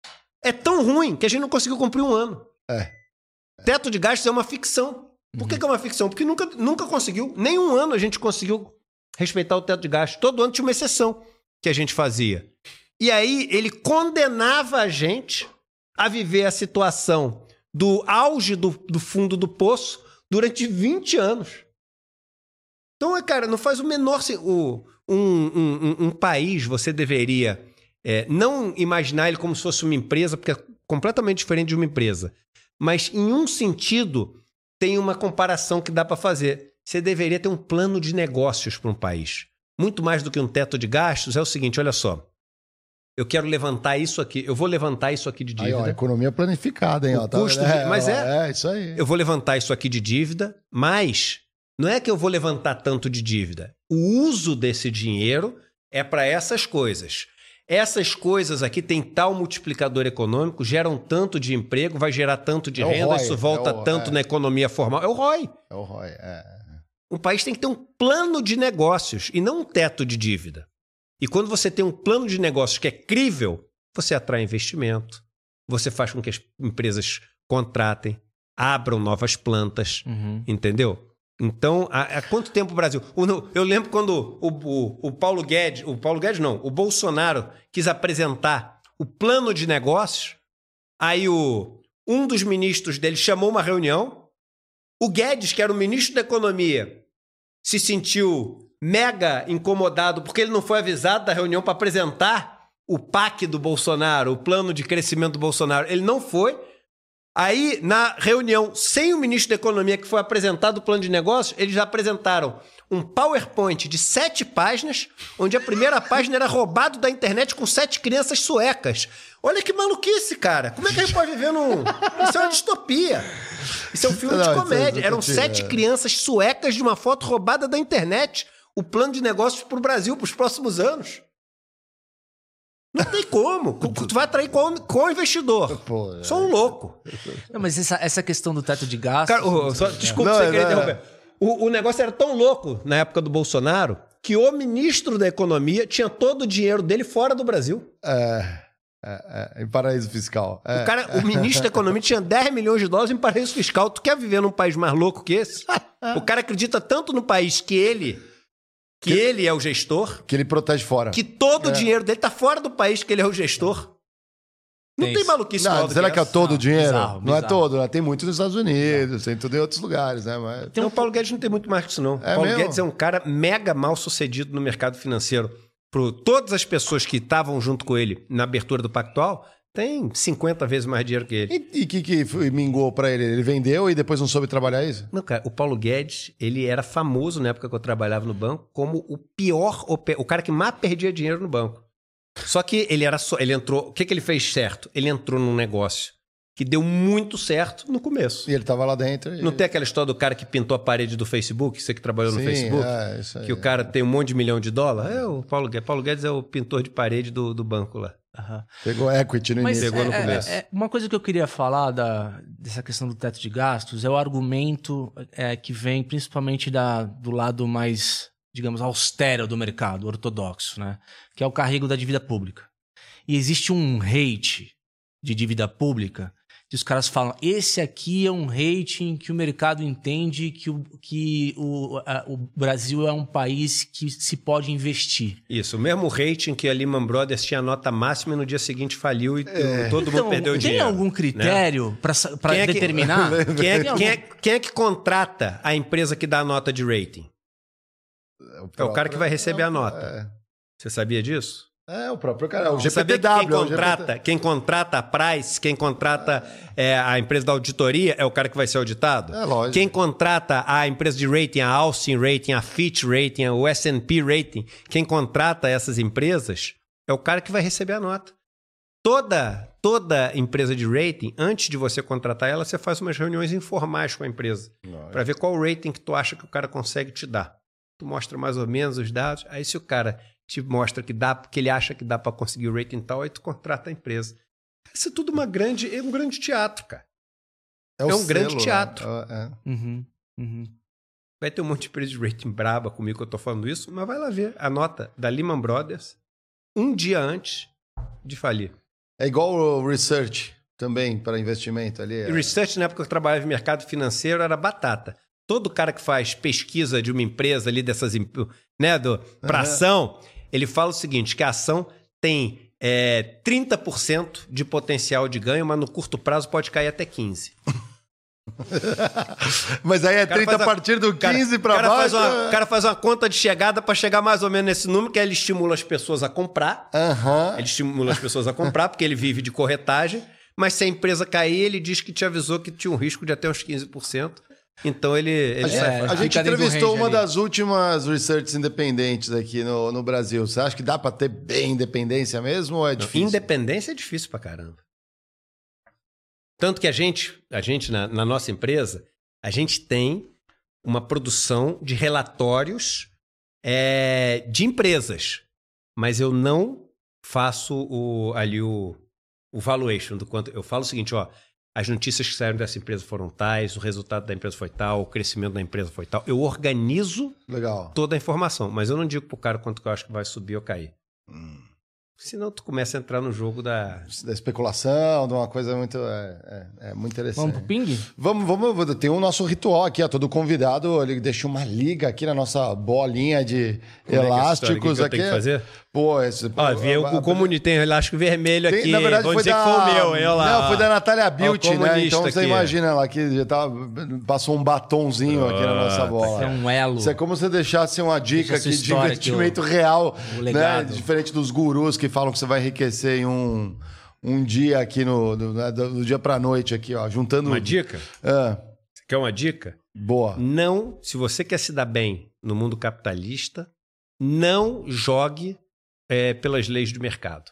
É tão ruim que a gente não conseguiu cumprir um ano. É. Teto de gastos é uma ficção. Por que, uhum. que é uma ficção? Porque nunca, nunca conseguiu, nem um ano a gente conseguiu respeitar o teto de gastos. Todo ano tinha uma exceção que a gente fazia. E aí ele condenava a gente a viver a situação do auge do, do fundo do poço durante vinte anos. Então, cara, não faz o menor... O, um, um, um, um país, você deveria é, não imaginar ele como se fosse uma empresa, porque é completamente diferente de uma empresa. Mas, em um sentido, tem uma comparação que dá para fazer. Você deveria ter um plano de negócios para um país. Muito mais do que um teto de gastos, é o seguinte, olha só. Eu quero levantar isso aqui, eu vou levantar isso aqui de dívida. Aí, ó, economia planificada, hein? O ó, custo tá... de... Mas é, é, isso aí. Eu vou levantar isso aqui de dívida, mas não é que eu vou levantar tanto de dívida. O uso desse dinheiro é para essas coisas. Essas coisas aqui têm tal multiplicador econômico, geram tanto de emprego, vai gerar tanto de é renda, R O I, isso volta é o, tanto é. na economia formal. É o R O I. É o R O I, é. Um país tem que ter um plano de negócios e não um teto de dívida. E quando você tem um plano de negócios que é crível, você atrai investimento, você faz com que as empresas contratem, abram novas plantas, uhum. entendeu? Então, há, há quanto tempo o Brasil... Eu lembro quando o, o, o Paulo Guedes... O Paulo Guedes não, o Bolsonaro quis apresentar o plano de negócios, aí o, um dos ministros dele chamou uma reunião, o Guedes, que era o ministro da Economia, se sentiu mega incomodado porque ele não foi avisado da reunião para apresentar o P A C do Bolsonaro, o plano de crescimento do Bolsonaro. Ele não foi. Aí, na reunião, sem o ministro da Economia que foi apresentado o plano de negócios, eles já apresentaram um PowerPoint de sete páginas, onde a primeira página era roubado da internet com sete crianças suecas. Olha que maluquice, cara. Como é que a gente pode viver num... Isso é uma distopia. Isso é um filme não, de comédia. Eram sete crianças suecas de uma foto roubada da internet. O plano de negócios para o Brasil, para os próximos anos. Não tem como. Tu vai atrair qual, qual investidor? Pô, é. Só um louco. Não, mas essa, essa questão do teto de gastos... Cara, oh, só, desculpa você querer interromper. O, o negócio era tão louco na época do Bolsonaro que o ministro da Economia tinha todo o dinheiro dele fora do Brasil. É... É, é, em paraíso fiscal. É. O, cara, o ministro da Economia tinha dez milhões de dólares em paraíso fiscal. Tu quer viver num país mais louco que esse? O cara acredita tanto no país que ele... Que, que ele é o gestor. Que ele protege fora. Que todo é. o dinheiro dele tá fora do país que ele é o gestor. Não tem, tem maluquice não, maior será que que é todo o dinheiro? Bizarro, não bizarro. é todo, né? Tem muito nos Estados Unidos, tem tudo em outros lugares, né? Mas... Então, o Paulo Guedes não tem muito mais que isso, não. É o Paulo mesmo? Guedes é um cara mega mal sucedido no mercado financeiro. Por todas as pessoas que estavam junto com ele na abertura do Pactual, tem cinquenta vezes mais dinheiro que ele. E o que, que foi- mingou pra ele? Ele vendeu e depois não soube trabalhar isso? Não, cara, o Paulo Guedes, ele era famoso na época que eu trabalhava no banco como o pior, ope- o cara que mais perdia dinheiro no banco. Só que ele era só, ele entrou, o que que ele fez certo? Ele entrou num negócio que deu muito certo no começo. E ele tava lá dentro e... Não tem aquela história do cara que pintou a parede do Facebook, você que trabalhou no Sim, Facebook? é, isso aí. Que o cara tem um monte de milhão de dólar? É o Paulo Guedes. Paulo Guedes é o pintor de parede do, do banco lá. Aham. Pegou equity no Mas início. Pegou no é, começo. é, é, uma coisa que eu queria falar da, dessa questão do teto de gastos é o argumento é, que vem principalmente da, do lado mais, digamos, austero do mercado, ortodoxo, né? Que é o carrego da dívida pública. E existe um hate de dívida pública que os caras falam, esse aqui é um rating que o mercado entende que o, que o, a- o Brasil é um país que se pode investir. Isso, o mesmo rating que a Lehman Brothers tinha nota máxima e no dia seguinte faliu e todo mundo perdeu tem dinheiro. algum critério para Quem é que- determinar? Quem é, Tem quem, é, quem é que contrata a empresa que dá a nota de rating? É o cara que vai receber a nota. Você sabia disso? É, é o próprio cara. O Você sabia G P T W. que quem é o G P T contrata, quem contrata a Price, quem contrata é, a empresa da auditoria é o cara que vai ser auditado? É lógico. Quem contrata a empresa de rating, a Austin Rating, a Fitch Rating, o S and P Rating, quem contrata essas empresas é o cara que vai receber a nota. Toda, toda empresa de rating, antes de você contratar ela, você faz umas reuniões informais com a empresa para ver qual o rating que tu acha que o cara consegue te dar. Tu mostra mais ou menos os dados, aí se o cara te mostra que dá, que ele acha que dá para conseguir o rating tal, aí tu contrata a empresa. Isso é tudo uma grande, é um grande teatro, cara. É, o É um grande selo, teatro. né? É, é. Uhum, uhum. Vai ter um monte de empresa de rating braba comigo que eu tô falando isso, mas vai lá ver a nota da Lehman Brothers um dia antes de falir. É igual o research também para investimento ali. E research, na época que eu trabalhava em mercado financeiro, era batata. Todo cara que faz pesquisa de uma empresa ali, dessas, né, do, pra ação, ele fala o seguinte, que a ação tem é, trinta por cento de potencial de ganho, mas no curto prazo pode cair até quinze por cento. Mas aí é O cara trinta a faz a- partir do cara- quinze para cara baixo. Faz uma, o cara faz uma conta de chegada para chegar mais ou menos nesse número, que aí ele estimula as pessoas a comprar. Aham. Ele estimula as pessoas a comprar, porque ele vive de corretagem. Mas se a empresa cair, ele diz que te avisou que tinha um risco de até uns quinze por cento. Então ele, ele A gente, sai É, a fora. gente fica dentro do entrevistou range uma ali. das últimas research independentes aqui no, no Brasil. Você acha que dá para ter bem independência mesmo ou é difícil? Independência é difícil pra caramba. Tanto que a gente, a gente na, na nossa empresa, a gente tem uma produção de relatórios é, de empresas. Mas eu não faço o, ali o, o valuation do quanto. Eu falo o seguinte, ó. As notícias que saíram dessa empresa foram tais, o resultado da empresa foi tal, o crescimento da empresa foi tal. Eu organizo Legal. toda a informação, mas eu não digo pro cara quanto que eu acho que vai subir ou cair. Hum. Senão tu começa a entrar no jogo da... Da especulação, de uma coisa muito, é, é, é muito interessante. Vamos pro ping? Vamos, vamos, tem o nosso ritual aqui, ó. Todo convidado, ele deixa uma liga aqui na nossa bolinha de Como é que é essa história? O que elásticos que eu aqui. tenho que fazer? Pô, esse. Ó, vi o, o comuni tem um elástico vermelho Tem- aqui. na verdade, Vou foi dizer da... que foi o meu, hein? Olha lá. Não, foi da Natália Ó, o Beauty, né? comunista Então você aqui. imagina lá que já tá, passou um batonzinho aqui na nossa bola. É um elo. Isso é como se deixasse uma dica Deixa essa aqui de história investimento aqui, real, o né? legado. Diferente dos gurus que falam que você vai enriquecer em um, um dia aqui no, no, né, do, do dia pra noite aqui, ó, juntando... Uma dica? Ah, Você quer uma dica? boa. Não, se você quer se dar bem no mundo capitalista, não jogue é, pelas leis do mercado.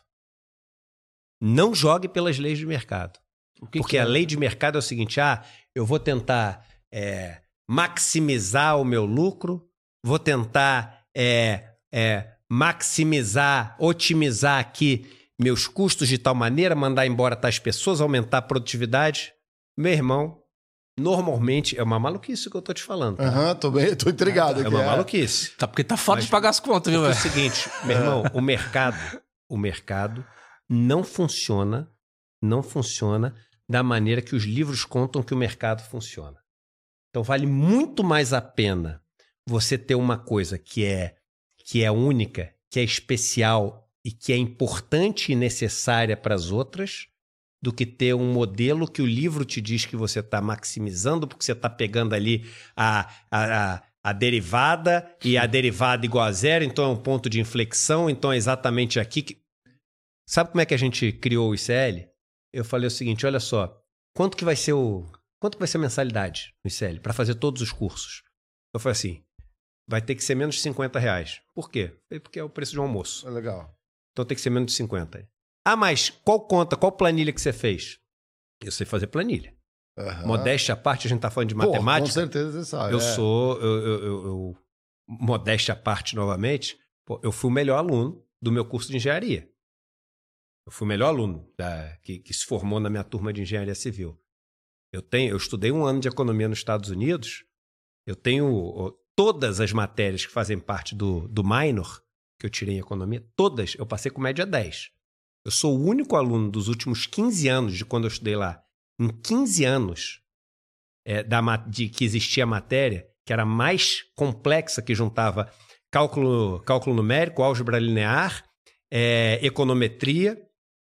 Não jogue pelas leis do mercado. O que Porque que é? a lei de mercado é o seguinte, ah, eu vou tentar é, maximizar o meu lucro, vou tentar é, é, maximizar, otimizar aqui meus custos de tal maneira, mandar embora tais pessoas, aumentar a produtividade. Meu irmão, normalmente é uma maluquice que eu tô te falando. Tá? Aham, tô bem, tô intrigado É aqui. uma maluquice. Tá, porque tá foda Mas- de pagar as contas, viu, É o velho? seguinte, meu irmão, o mercado, o mercado não funciona, não funciona da maneira que os livros contam que o mercado funciona. Então vale muito mais a pena você ter uma coisa que é, que é única, que é especial e que é importante e necessária para as outras, do que ter um modelo que o livro te diz que você está maximizando, porque você está pegando ali a, a, a, a derivada, e a derivada igual a zero, então é um ponto de inflexão, então é exatamente aqui que... Sabe como é que a gente criou o I C L? Eu falei o seguinte, olha só, quanto que vai ser o quanto que vai ser a mensalidade no I C L para fazer todos os cursos? Eu falei assim, vai ter que ser menos de cinquenta reais. Por quê? Porque é o preço de um almoço. É legal. Então tem que ser menos de cinquenta. Ah, mas qual conta, qual planilha que você fez? Eu sei fazer planilha. Uhum. Modéstia à parte, a gente está falando de matemática. Pô, com certeza você sabe. Eu é. sou, eu, eu, eu, eu, modéstia à parte novamente, pô, eu fui o melhor aluno do meu curso de engenharia. Eu fui o melhor aluno da, que, que se formou na minha turma de engenharia civil. Eu, tenho, eu estudei um ano de economia nos Estados Unidos. Eu tenho todas as matérias que fazem parte do, do minor que eu tirei em economia, todas eu passei com média dez. Eu sou o único aluno dos últimos quinze anos de quando eu estudei lá, em quinze anos é, da, de que existia a matéria, que era mais complexa, que juntava cálculo, cálculo numérico, álgebra linear, é, econometria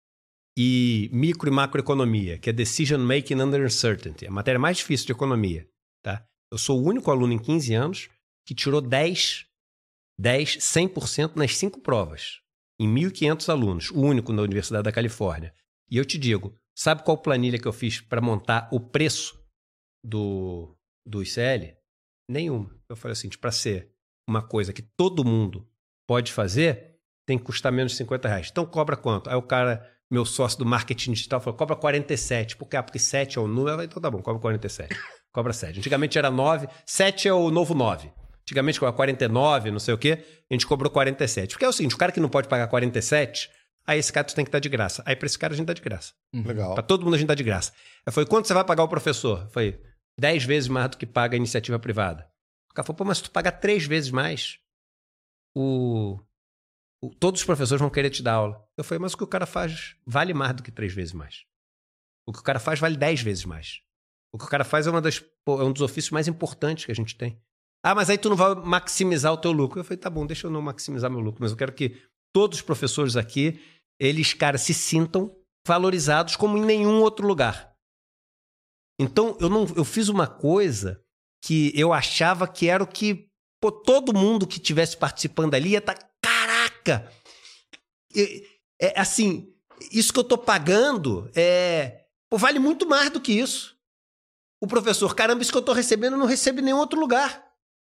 e micro e macroeconomia, que é Decision Making Under Uncertainty, a matéria mais difícil de economia. Tá? Eu sou o único aluno em quinze anos que tirou dez, dez, cem por cento nas cinco provas. Em mil e quinhentos alunos, o único na Universidade da Califórnia. E eu te digo, sabe qual planilha que eu fiz para montar o preço do, do I C L? Nenhuma. Eu falei assim, para ser uma coisa que todo mundo pode fazer, tem que custar menos de cinquenta reais. Então cobra quanto? Aí o cara, meu sócio do marketing digital, falou, cobra quarenta e sete. Por quê? Ah, porque sete é o número. Então tá bom, cobra quarenta e sete. Cobra sete. Antigamente era nove, sete é o novo nove. Antigamente cobrava quarenta e nove, não sei o quê, a gente cobrou quarenta e sete. Porque é o seguinte, o cara que não pode pagar quarenta e sete, aí esse cara tu tem que dar de graça. Aí pra esse cara a gente dá de graça. Legal. Pra todo mundo a gente dá de graça. Eu falei, quanto você vai pagar o professor? Eu falei, dez vezes mais do que paga a iniciativa privada. O cara falou, pô, mas se tu pagar três vezes mais, o... o... todos os professores vão querer te dar aula. Eu falei, mas o que o cara faz vale mais do que três vezes mais. O que o cara faz vale dez vezes mais. O que o cara faz é, uma das... pô, é um dos ofícios mais importantes que a gente tem. Ah, mas aí tu não vai maximizar o teu lucro. Eu falei, tá bom, deixa eu não maximizar meu lucro, mas eu quero que todos os professores aqui, eles, cara, se sintam valorizados como em nenhum outro lugar. Então, eu, não, eu fiz uma coisa que eu achava que era o que pô, todo mundo que estivesse participando ali ia estar, tá, caraca! É, é, assim, isso que eu tô pagando é, pô, vale muito mais do que isso. O professor, caramba, isso que eu tô recebendo eu não recebo em nenhum outro lugar.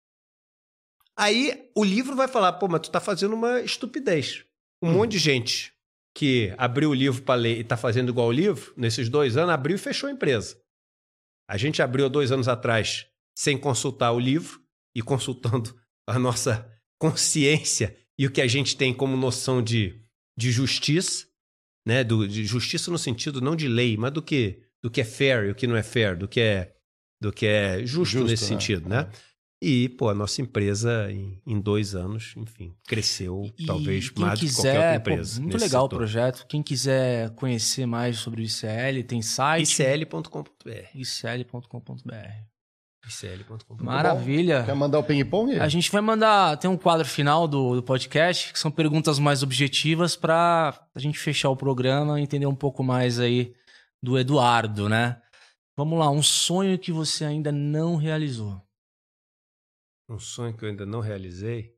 Aí o livro vai falar, pô, mas tu tá fazendo uma estupidez. Um hum. monte de gente que abriu o livro para ler e tá fazendo igual o livro, nesses dois anos, abriu e fechou a empresa. A gente abriu há dois anos atrás sem consultar o livro e consultando a nossa consciência e o que a gente tem como noção de, de justiça, né? Do, de justiça no sentido não de lei, mas do que, do que é fair e o que não é fair, do que é, do que é justo, justo nesse né? sentido, né? É. E, pô, a nossa empresa, em, em dois anos, enfim, cresceu e talvez mais quiser, do que qualquer outra empresa. Pô, muito legal setor. O projeto. Quem quiser conhecer mais sobre o I C L, tem site. I C L ponto com ponto b r I C L ponto com ponto b r I C L ponto com ponto b r Maravilha. Quer mandar o ping-pong? A gente vai mandar... Tem um quadro final do, do podcast, que são perguntas mais objetivas para a gente fechar o programa e entender um pouco mais aí do Eduardo, né? Vamos lá, um sonho que você ainda não realizou. Um sonho que eu ainda não realizei?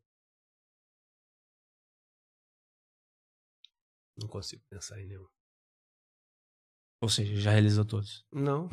Não consigo pensar em nenhum. Ou seja, já realizou todos? Não.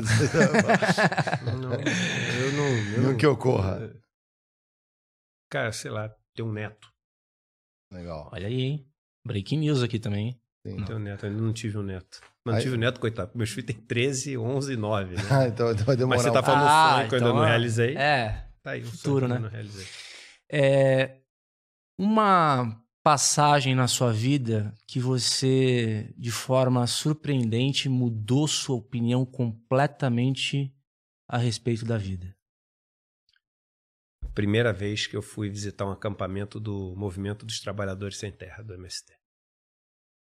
não, eu não... Eu não não que ocorra. Cara, sei lá, ter um neto. Legal. Olha aí, hein? Breaking news aqui também. Sim. Não. Ter um neto, ainda não tive um neto. Mas não tive um neto, coitado. Meus filhos têm treze, onze e nove, né? Ah, então vai demorar. Mas você tá falando ah, sonho que eu então, ainda não realizei. É. Tá aí, um futuro, né? Não realizei. É, uma passagem na sua vida que você, de forma surpreendente, mudou sua opinião completamente a respeito da vida. Primeira vez que eu fui visitar um acampamento do Movimento dos Trabalhadores Sem Terra, do M S T.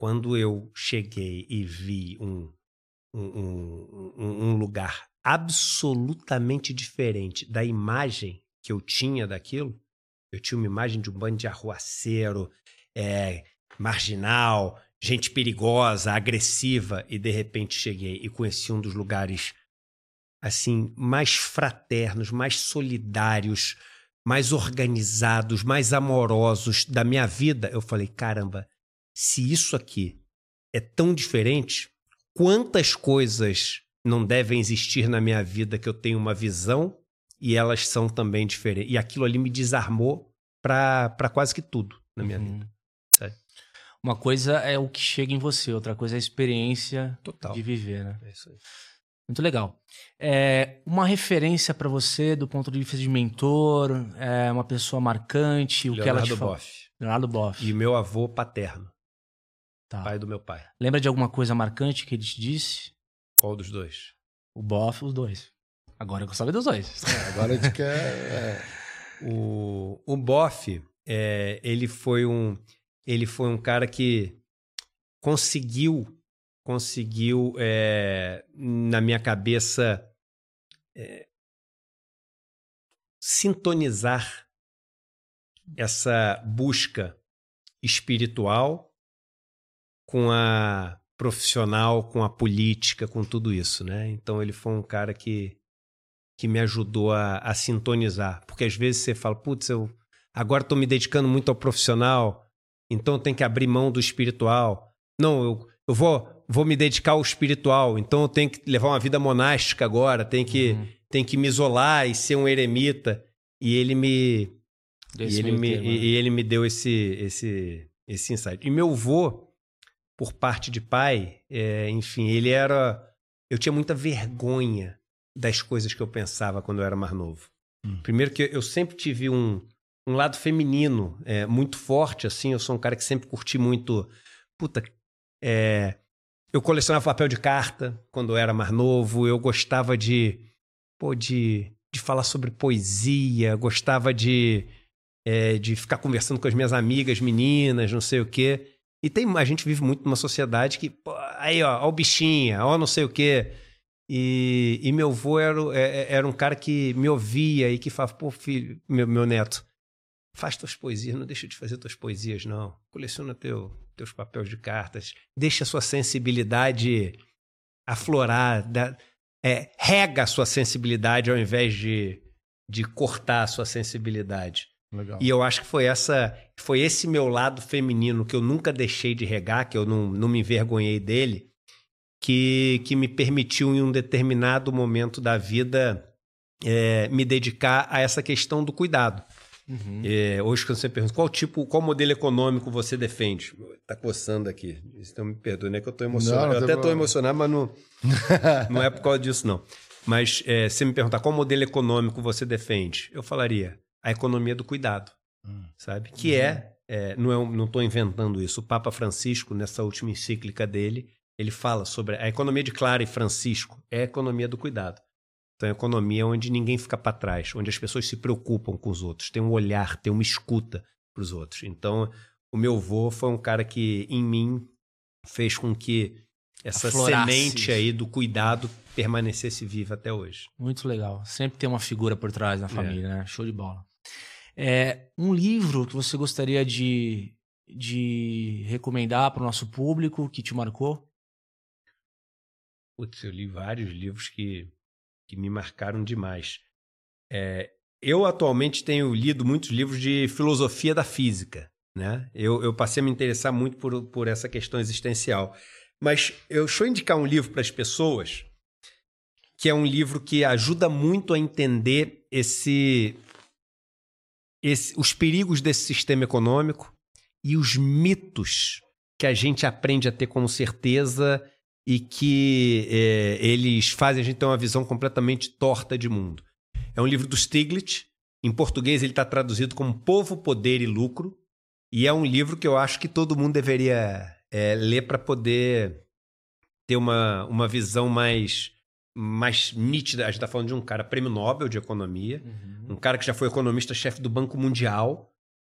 quando eu cheguei e vi um, um, um, um lugar absolutamente diferente da imagem que eu tinha daquilo, eu tinha uma imagem de um bando de arruaceiro, é, marginal, gente perigosa, agressiva, e de repente cheguei e conheci um dos lugares assim mais fraternos, mais solidários, mais organizados, mais amorosos da minha vida. Eu falei, caramba, se isso aqui é tão diferente, quantas coisas não devem existir na minha vida que eu tenho uma visão e elas são também diferentes. E aquilo ali me desarmou para quase que tudo na minha uhum. vida. Sabe? Uma coisa é o que chega em você, outra coisa é a experiência Total. De viver, né? É isso aí. Muito legal. É, uma referência para você do ponto de vista de mentor, é, uma pessoa marcante, o Leonardo que ela te fala? Boff. Leonardo Boff. E meu avô paterno. Tá. Pai do meu pai. Lembra de alguma coisa marcante que ele te disse? Qual dos dois? O Boff, os dois. Agora eu quero saber dos dois. É, agora a gente quer... É. O, o Boff, é, ele, foi um, ele foi um cara que conseguiu, conseguiu é, na minha cabeça, é, sintonizar essa busca espiritual com a profissional, com a política, com tudo isso, né? Então ele foi um cara que, que me ajudou a, a sintonizar. Porque às vezes você fala, putz, eu agora estou me dedicando muito ao profissional, então eu tenho que abrir mão do espiritual. Não, eu, eu vou, vou me dedicar ao espiritual, então eu tenho que levar uma vida monástica agora, tenho que, uhum. tenho que me isolar e ser um eremita. E ele me, e ele me, tema, e, né? e ele me deu esse, esse, esse insight. E meu avô, por parte de pai, é, enfim, ele era... Eu tinha muita vergonha das coisas que eu pensava quando eu era mais novo. Hum. Primeiro que eu sempre tive um, um lado feminino é, muito forte, assim. Eu sou um cara que sempre curti muito... Puta, é, eu colecionava papel de carta quando eu era mais novo. Eu gostava de, pô, de, de falar sobre poesia. Gostava de, é, de ficar conversando com as minhas amigas meninas, não sei o quê. E tem, a gente vive muito numa sociedade que... Pô, aí, ó, ó o bichinha, ó não sei o quê. E, e meu avô era, era um cara que me ouvia e que falava, pô, filho, meu, meu neto, faz tuas poesias, não deixa de fazer tuas poesias, não. Coleciona teu, teus papéis de cartas. Deixa a sua sensibilidade aflorar. Da, é, rega a sua sensibilidade ao invés de, de cortar a sua sensibilidade. Legal. E eu acho que foi, essa, foi esse meu lado feminino que eu nunca deixei de regar, que eu não, não me envergonhei dele, que, que me permitiu em um determinado momento da vida é, me dedicar a essa questão do cuidado. Uhum. É, hoje, quando você pergunta qual tipo, qual modelo econômico você defende? Tá coçando aqui. Então me perdoe, não é que eu tô emocionado. Não, não eu até estou emocionado, mas não, não é por causa disso, não. Mas é, se me perguntar qual modelo econômico você defende, eu falaria a economia do cuidado, hum. sabe? Que uhum. é, é, não estou inventando isso. O Papa Francisco, nessa última encíclica dele, ele fala sobre a economia de Clara e Francisco, é a economia do cuidado. Então, é a economia onde ninguém fica para trás, onde as pessoas se preocupam com os outros, tem um olhar, tem uma escuta para os outros. Então, o meu avô foi um cara que, em mim, fez com que essa Aflorasse. semente aí do cuidado permanecesse viva até hoje. Muito legal. Sempre tem uma figura por trás na família, é. né? Show de bola. É, um livro que você gostaria de, de recomendar para o nosso público que te marcou? Putz, eu li vários livros que, que me marcaram demais. É, eu atualmente tenho lido muitos livros de filosofia da física, né? Eu, eu passei a me interessar muito por, por essa questão existencial. Mas eu, deixa eu indicar um livro para as pessoas, que é um livro que ajuda muito a entender esse, esse, os perigos desse sistema econômico e os mitos que a gente aprende a ter como certeza e que é, eles fazem a gente ter uma visão completamente torta de mundo. É um livro do Stiglitz. Em português ele está traduzido como Povo, Poder e Lucro. E é um livro que eu acho que todo mundo deveria é, ler para poder ter uma, uma visão mais... mais nítida. A gente está falando de um cara prêmio Nobel de economia, uhum. um cara que já foi economista-chefe do Banco Mundial,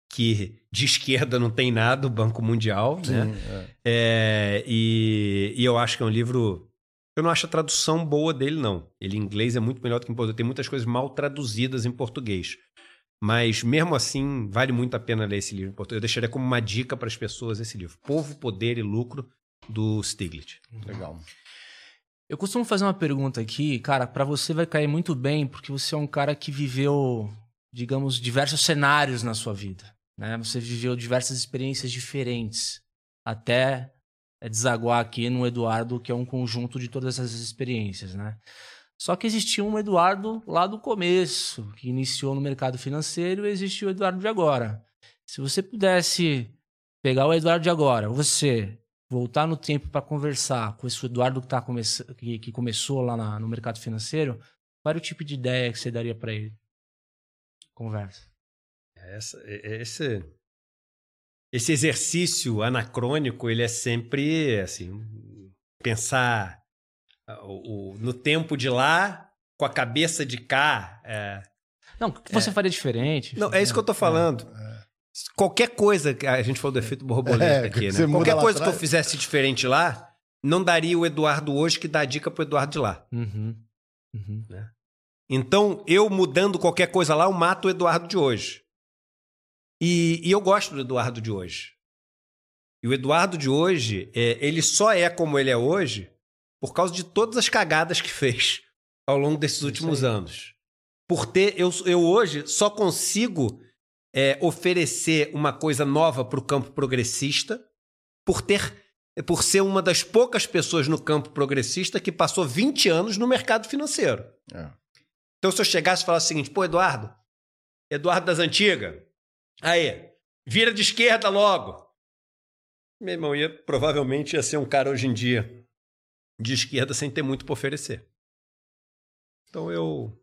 que de esquerda não tem nada, o Banco Mundial, Sim, né? é. É, e, e eu acho que é um livro... Eu não acho a tradução boa dele, não. Ele em inglês é muito melhor do que em português. Tem muitas coisas mal traduzidas em português. Mas, mesmo assim, vale muito a pena ler esse livro em português. Eu deixaria como uma dica para as pessoas esse livro. Povo, Poder e Lucro, do Stiglitz. Legal. Eu costumo fazer uma pergunta aqui, cara, para você vai cair muito bem, porque você é um cara que viveu, digamos, diversos cenários na sua vida, né? Você viveu diversas experiências diferentes, até desaguar aqui no Eduardo, que é um conjunto de todas essas experiências, né? Só que existia um Eduardo lá do começo, que iniciou no mercado financeiro, e existe o Eduardo de agora. Se você pudesse pegar o Eduardo de agora, você voltar no tempo para conversar com esse Eduardo que, tá come... que, que começou lá na, no mercado financeiro, qual era o tipo de ideia que você daria para ele? Conversa. Essa, esse, esse exercício anacrônico, ele é sempre assim, pensar o, o, no tempo de lá com a cabeça de cá. É, não, o que você é, faria diferente? Não, é isso que eu tô falando. É, é. Qualquer coisa, a gente falou do efeito borboleta é, aqui, né? Qualquer coisa que eu fizesse diferente lá, não daria o Eduardo hoje que dá a dica pro Eduardo de lá. Uhum. Uhum. Né? Então, eu mudando qualquer coisa lá, eu mato o Eduardo de hoje. E, e eu gosto do Eduardo de hoje. E o Eduardo de hoje, é, ele só é como ele é hoje por causa de todas as cagadas que fez ao longo desses últimos anos. Por ter, eu, eu hoje só consigo... É, oferecer uma coisa nova para o campo progressista, por ter, por ser uma das poucas pessoas no campo progressista que passou vinte anos no mercado financeiro. É. Então, se eu chegasse e falasse o seguinte, pô, Eduardo, Eduardo das antigas, aí, vira de esquerda logo. Meu irmão, ia, provavelmente ia ser um cara hoje em dia de esquerda sem ter muito para oferecer. Então, eu...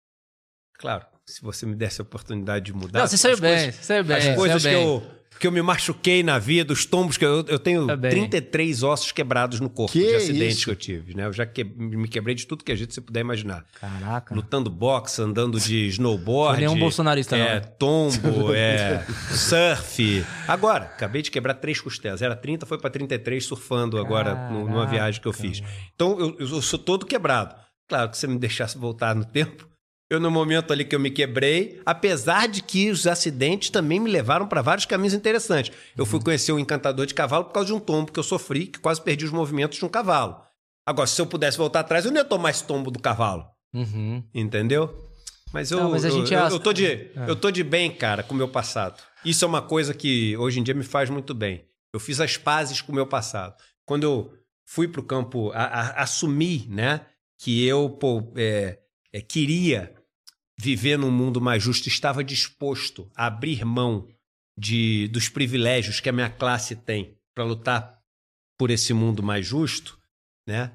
Claro, se você me desse a oportunidade de mudar... Não, você saiu bem, você saiu bem. As coisas que eu, que eu me machuquei na vida, os tombos que eu... Eu tenho trinta e três ossos quebrados no corpo que de acidentes isso? que eu tive, né? Eu já que, me quebrei de tudo que a gente você puder imaginar. Caraca. Lutando boxe, andando de snowboard... Não nenhum bolsonarista, é, não. Tombo, é, surf. Agora, acabei de quebrar três costelas. Era trinta, foi para trinta e três surfando agora Caraca, numa viagem que eu fiz. Então, eu, eu sou todo quebrado. Claro que se você me deixasse voltar no tempo... Eu, no momento ali que eu me quebrei, apesar de que os acidentes também me levaram para vários caminhos interessantes. Eu fui conhecer o encantador de cavalo por causa de um tombo que eu sofri, que quase perdi os movimentos de um cavalo. Agora, se eu pudesse voltar atrás, eu não ia tomar esse tombo do cavalo. Uhum. Entendeu? Mas eu, não, mas a gente eu, é... eu, eu, tô de, é. eu tô de bem, cara, com o meu passado. Isso é uma coisa que hoje em dia me faz muito bem. Eu fiz as pazes com o meu passado. Quando eu fui pro campo, a, a, assumi, né, que eu pô, é, é, queria... viver num mundo mais justo, estava disposto a abrir mão de, dos privilégios que a minha classe tem para lutar por esse mundo mais justo, né?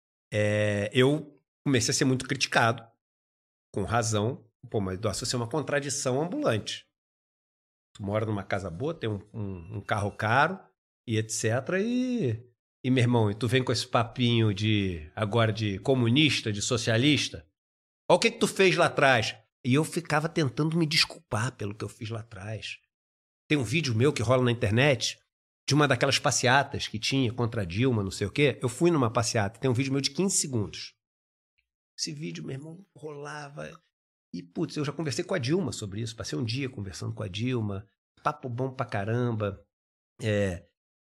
É, eu comecei a ser muito criticado, com razão. Pô, mas Eduardo, você é uma contradição ambulante. Tu mora numa casa boa, tem um, um, um carro caro e etcétera. E, e, meu irmão, e tu vem com esse papinho de agora de comunista, de socialista? Olha o que, que tu fez lá atrás. E eu ficava tentando me desculpar pelo que eu fiz lá atrás. Tem um vídeo meu que rola na internet de uma daquelas passeatas que tinha contra a Dilma, não sei o quê. Eu fui numa passeata, tem um vídeo meu de quinze segundos. Esse vídeo, meu irmão, rolava. E, putz, eu já conversei com a Dilma sobre isso. Passei um dia conversando com a Dilma. Papo bom pra caramba. É...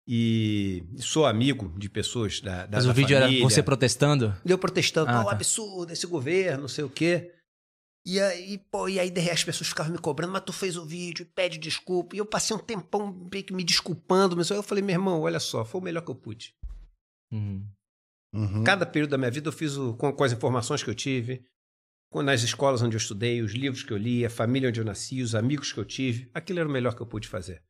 E sou amigo de pessoas da, da Mas da o vídeo família. era você protestando? Eu protestando. Ah, oh, tá. absurdo esse governo, não sei o quê. E aí, pô, e aí as pessoas ficavam me cobrando, mas tu fez o vídeo, pede desculpa. E eu passei um tempão meio que me desculpando. Mas eu falei, meu irmão, olha só, foi o melhor que eu pude. Uhum. Uhum. Cada período da minha vida eu fiz o, com, com as informações que eu tive, com, nas escolas onde eu estudei, os livros que eu li, a família onde eu nasci, os amigos que eu tive. Aquilo era o melhor que eu pude fazer.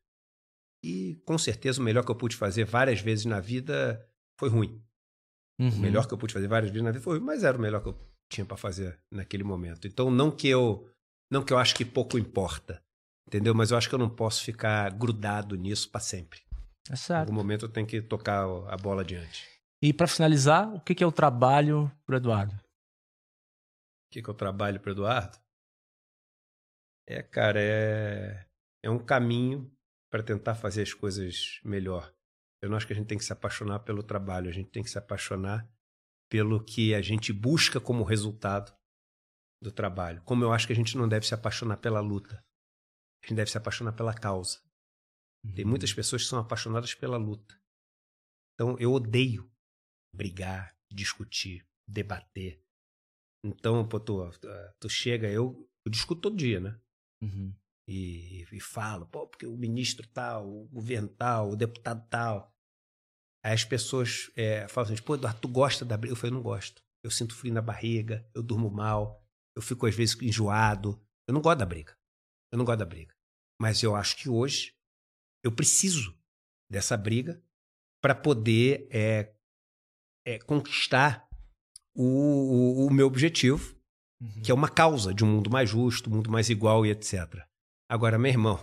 E, com certeza, o melhor que eu pude fazer várias vezes na vida foi ruim. Uhum. O melhor que eu pude fazer várias vezes na vida foi ruim, mas era o melhor que eu tinha para fazer naquele momento. Então, não que eu não que eu acho que pouco importa, entendeu? Mas eu acho que eu não posso ficar grudado nisso para sempre. É certo. Em algum momento eu tenho que tocar a bola adiante. E para finalizar, o que é o trabalho pro Eduardo? O que, que eu trabalho pro Eduardo? É, cara, é... é um caminho para tentar fazer as coisas melhor. Eu não acho que a gente tem que se apaixonar pelo trabalho, a gente tem que se apaixonar pelo que a gente busca como resultado do trabalho. Como eu acho que a gente não deve se apaixonar pela luta. A gente deve se apaixonar pela causa. Uhum. Tem muitas pessoas que são apaixonadas pela luta. Então, eu odeio brigar, discutir, debater. Então, pô, tu, tu chega, eu, eu discuto todo dia, né? Uhum. E, e falo, pô, porque o ministro tal, o governo tal, o deputado tal. Aí as pessoas é, falam assim, pô, Eduardo, tu gosta da briga? Eu falei, não gosto. Eu sinto frio na barriga, eu durmo mal, eu fico às vezes enjoado. Eu não gosto da briga. Eu não gosto da briga. Mas eu acho que hoje eu preciso dessa briga para poder é, é, conquistar o, o, o meu objetivo, uhum. que é uma causa de um mundo mais justo, um mundo mais igual e etcétera. Agora, meu irmão,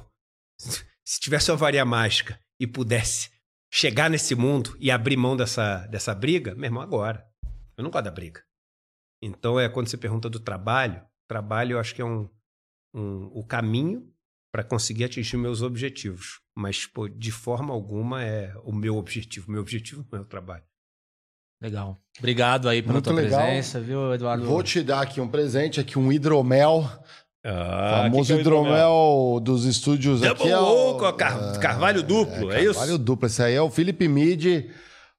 se tivesse uma varinha mágica e pudesse chegar nesse mundo e abrir mão dessa, dessa briga, meu irmão, agora. Eu não gosto da briga. Então, é quando você pergunta do trabalho, trabalho eu acho que é um, um, o caminho para conseguir atingir meus objetivos. Mas, pô, de forma alguma é o meu objetivo. O meu objetivo não é o trabalho. Legal. Obrigado aí pela Muito tua legal. presença, viu, Eduardo? Vou te dar aqui um presente, aqui um hidromel. Ah, famoso que que é hidromel, hidromel dos estúdios Double aqui. É o, Oak, car carvalho duplo, é, é isso? Carvalho duplo. Esse aí é o Felipe Midi,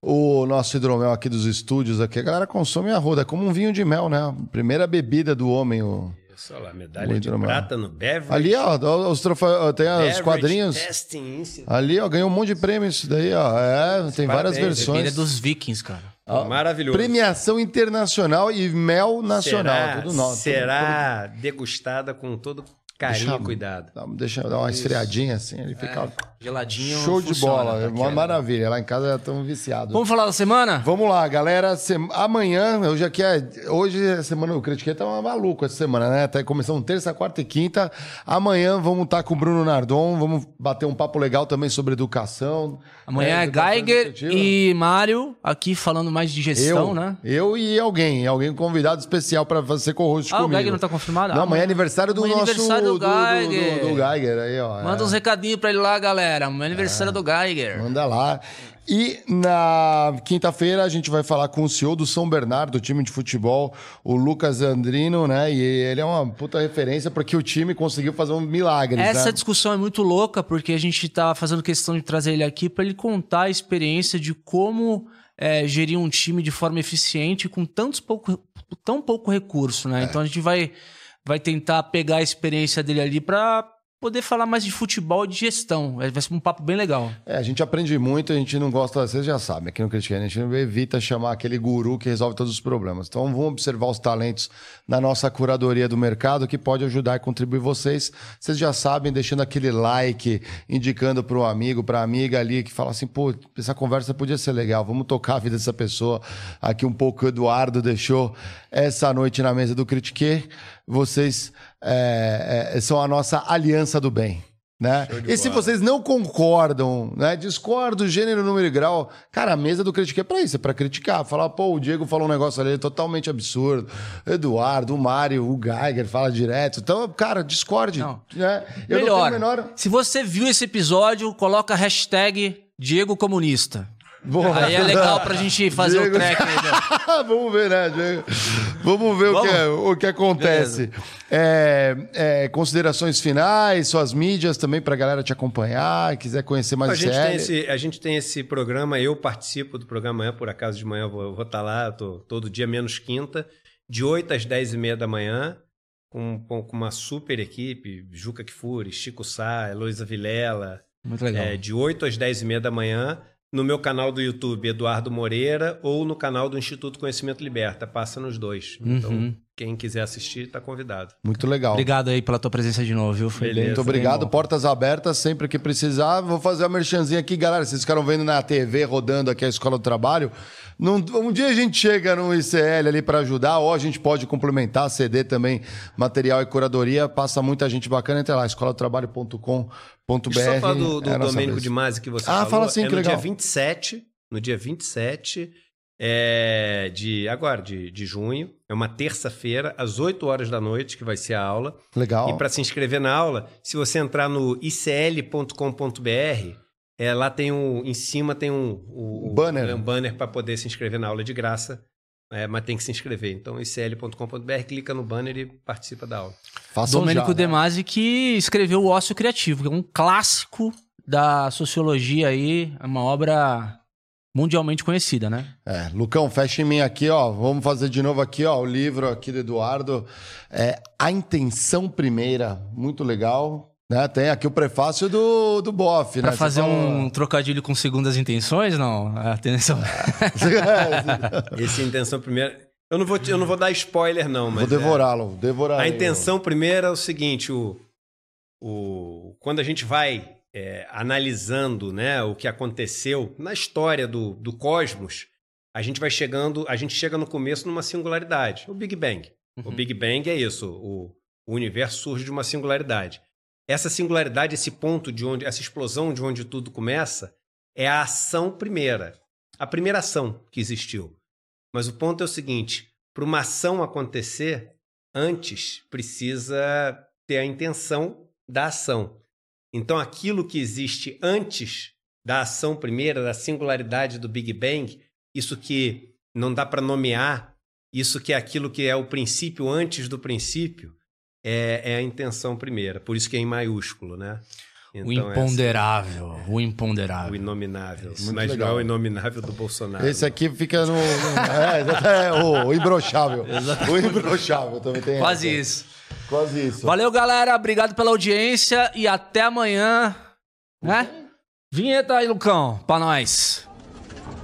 o nosso hidromel aqui dos estúdios. Aqui. A galera consome a roda, é como um vinho de mel, né? Primeira bebida do homem. O... Isso, olha lá, medalha de prata no Beverage. Ali, ó, os troféus, tem os quadrinhos. Testing, ali, ó, ganhou um monte de prêmios isso daí, ó. É, tem várias versões. Bebida dos Vikings, cara. Ó, maravilhoso. Premiação internacional e mel nacional. Será, tudo nosso. será tudo... degustada com todo carinho deixa, e cuidado. Deixa eu dar uma isso. esfriadinha assim, ele fica... É, geladinho. Show de funciona, bola, é uma maravilha. Lá em casa já estamos viciados. Vamos falar da semana? Vamos lá, galera. Sem... Amanhã, hoje aqui é. Hoje a semana eu critiquei, tá maluco essa semana, né? Tá começando terça, quarta e quinta. Amanhã vamos estar com o Bruno Nardon, vamos bater um papo legal também sobre educação. Amanhã é, é Geiger e Mário aqui falando mais de gestão, eu, né? Eu e alguém, alguém convidado especial para ser co-host ah, comigo. Ah, o Geiger não tá confirmado? Não, ah, amanhã é aniversário do amanhã nosso... aniversário do, do Geiger. Do, do, do Geiger aí, ó. Manda é. uns recadinhos pra ele lá, galera. Amanhã é aniversário é. do Geiger. Manda lá. E na quinta-feira a gente vai falar com o C E O do São Bernardo, do time de futebol, o Lucas Andrino, né? E ele é uma puta referência porque o time conseguiu fazer um milagre. Essa né? discussão é muito louca porque a gente tá fazendo questão de trazer ele aqui para ele contar a experiência de como é, gerir um time de forma eficiente com tantos pouco, tão pouco recurso, né? É. Então a gente vai, vai tentar pegar a experiência dele ali para poder falar mais de futebol e de gestão. Vai ser um papo bem legal. É, a gente aprende muito, a gente não gosta, vocês já sabem, aqui no Critique, a gente evita chamar aquele guru que resolve todos os problemas. Então vamos observar os talentos na nossa curadoria do mercado que pode ajudar e contribuir vocês. Vocês já sabem, deixando aquele like, indicando para o amigo, para a amiga ali, que fala assim, pô, essa conversa podia ser legal, vamos tocar a vida dessa pessoa. Aqui um pouco o Eduardo deixou essa noite na mesa do Critique. Vocês é, é, são a nossa aliança do bem, né? E se vocês não concordam, né? Discordam, gênero, número e grau, cara, a mesa do Critique é pra isso, é pra criticar. Falar, pô, o Diego falou um negócio ali totalmente absurdo. Eduardo, o Mário, o Geiger fala direto. Então, cara, discorde. Não. Né? Eu Melhor, não tenho menor... se você viu esse episódio, coloca a hashtag Diego Comunista. Boa. Aí é legal pra gente fazer Diego... o track aí, né? Vamos ver, né, Diego? Vamos ver Vamos? O, que é, o que acontece. É, é, considerações finais, suas mídias também pra galera te acompanhar, quiser conhecer mais a gente série. Tem esse, a gente tem esse programa, eu participo do programa amanhã, por acaso de manhã eu vou, vou estar lá, eu tô todo dia menos quinta, de oito às dez e meia da manhã, com, com uma super equipe, Juca Kfouri, Chico Sá, Heloísa Vilela. Muito legal. É, de oito às dez e meia da manhã, no meu canal do YouTube, Eduardo Moreira, ou no canal do Instituto Conhecimento Liberta. Passa nos dois. Uhum. Então, quem quiser assistir, está convidado. Muito legal. Obrigado aí pela tua presença de novo, viu? Foi Beleza, muito obrigado. Portas abertas sempre que precisar. Vou fazer uma merchanzinha aqui, galera. Vocês ficaram vendo na T V, rodando aqui a Escola do Trabalho. Num, um dia a gente chega no I C L ali para ajudar, ou a gente pode complementar, ceder também material e curadoria. Passa muita gente bacana. Entra lá, escola do trabalho ponto com ponto b r. Deixa eu só falar do, do é Domênico de Masi que você ah, falou. Fala assim, é que no legal. dia vinte e sete, no dia vinte e sete, É de agora, de, de junho. É uma terça-feira, às oito horas da noite, que vai ser a aula. Legal. E para se inscrever na aula, se você entrar no i c l ponto com ponto b r, é, lá tem um, em cima tem um, um banner, um banner para poder se inscrever na aula de graça. É, mas tem que se inscrever. Então, i c l ponto com ponto b r, clica no banner e participa da aula. Façam Domênico já, De Masi, né? Que escreveu O Ócio Criativo, que é um clássico da sociologia aí, é uma obra mundialmente conhecida, né? É, Lucão, fecha em mim aqui, ó. Vamos fazer de novo aqui, ó, o livro aqui do Eduardo. É A Intenção Primeira, muito legal. Né? Tem aqui o prefácio do, do Boff, né? Pra fazer fala... um trocadilho com segundas intenções, não? A atenção. Esse Intenção Primeira... Eu não vou, eu não vou dar spoiler, não, mas... Vou devorá-lo, é... devorá-lo. A Intenção Primeira é o seguinte, o, o... quando a gente vai é, analisando, né, o que aconteceu na história do, do cosmos, a gente vai chegando, a gente chega no começo numa singularidade, o Big Bang. Uhum. O Big Bang é isso, o, o universo surge de uma singularidade. Essa singularidade, esse ponto de onde, essa explosão de onde tudo começa, é a ação primeira. A primeira ação que existiu. Mas o ponto é o seguinte, para uma ação acontecer, antes precisa ter a intenção da ação. Então, aquilo que existe antes da ação primeira, da singularidade do Big Bang, isso que não dá para nomear, isso que é aquilo que é o princípio antes do princípio, É, é a intenção primeira, por isso que é em maiúsculo, né? Então, o imponderável, essa, o imponderável. O inominável. Muito mas legal. Não é o inominável do Bolsonaro. Esse aqui fica no... no é, é, o, o imbrochável. O imbrochável também tem. Quase essa. isso. Quase isso. Valeu, galera. Obrigado pela audiência e até amanhã. Né? Vinheta aí, Lucão, pra nós.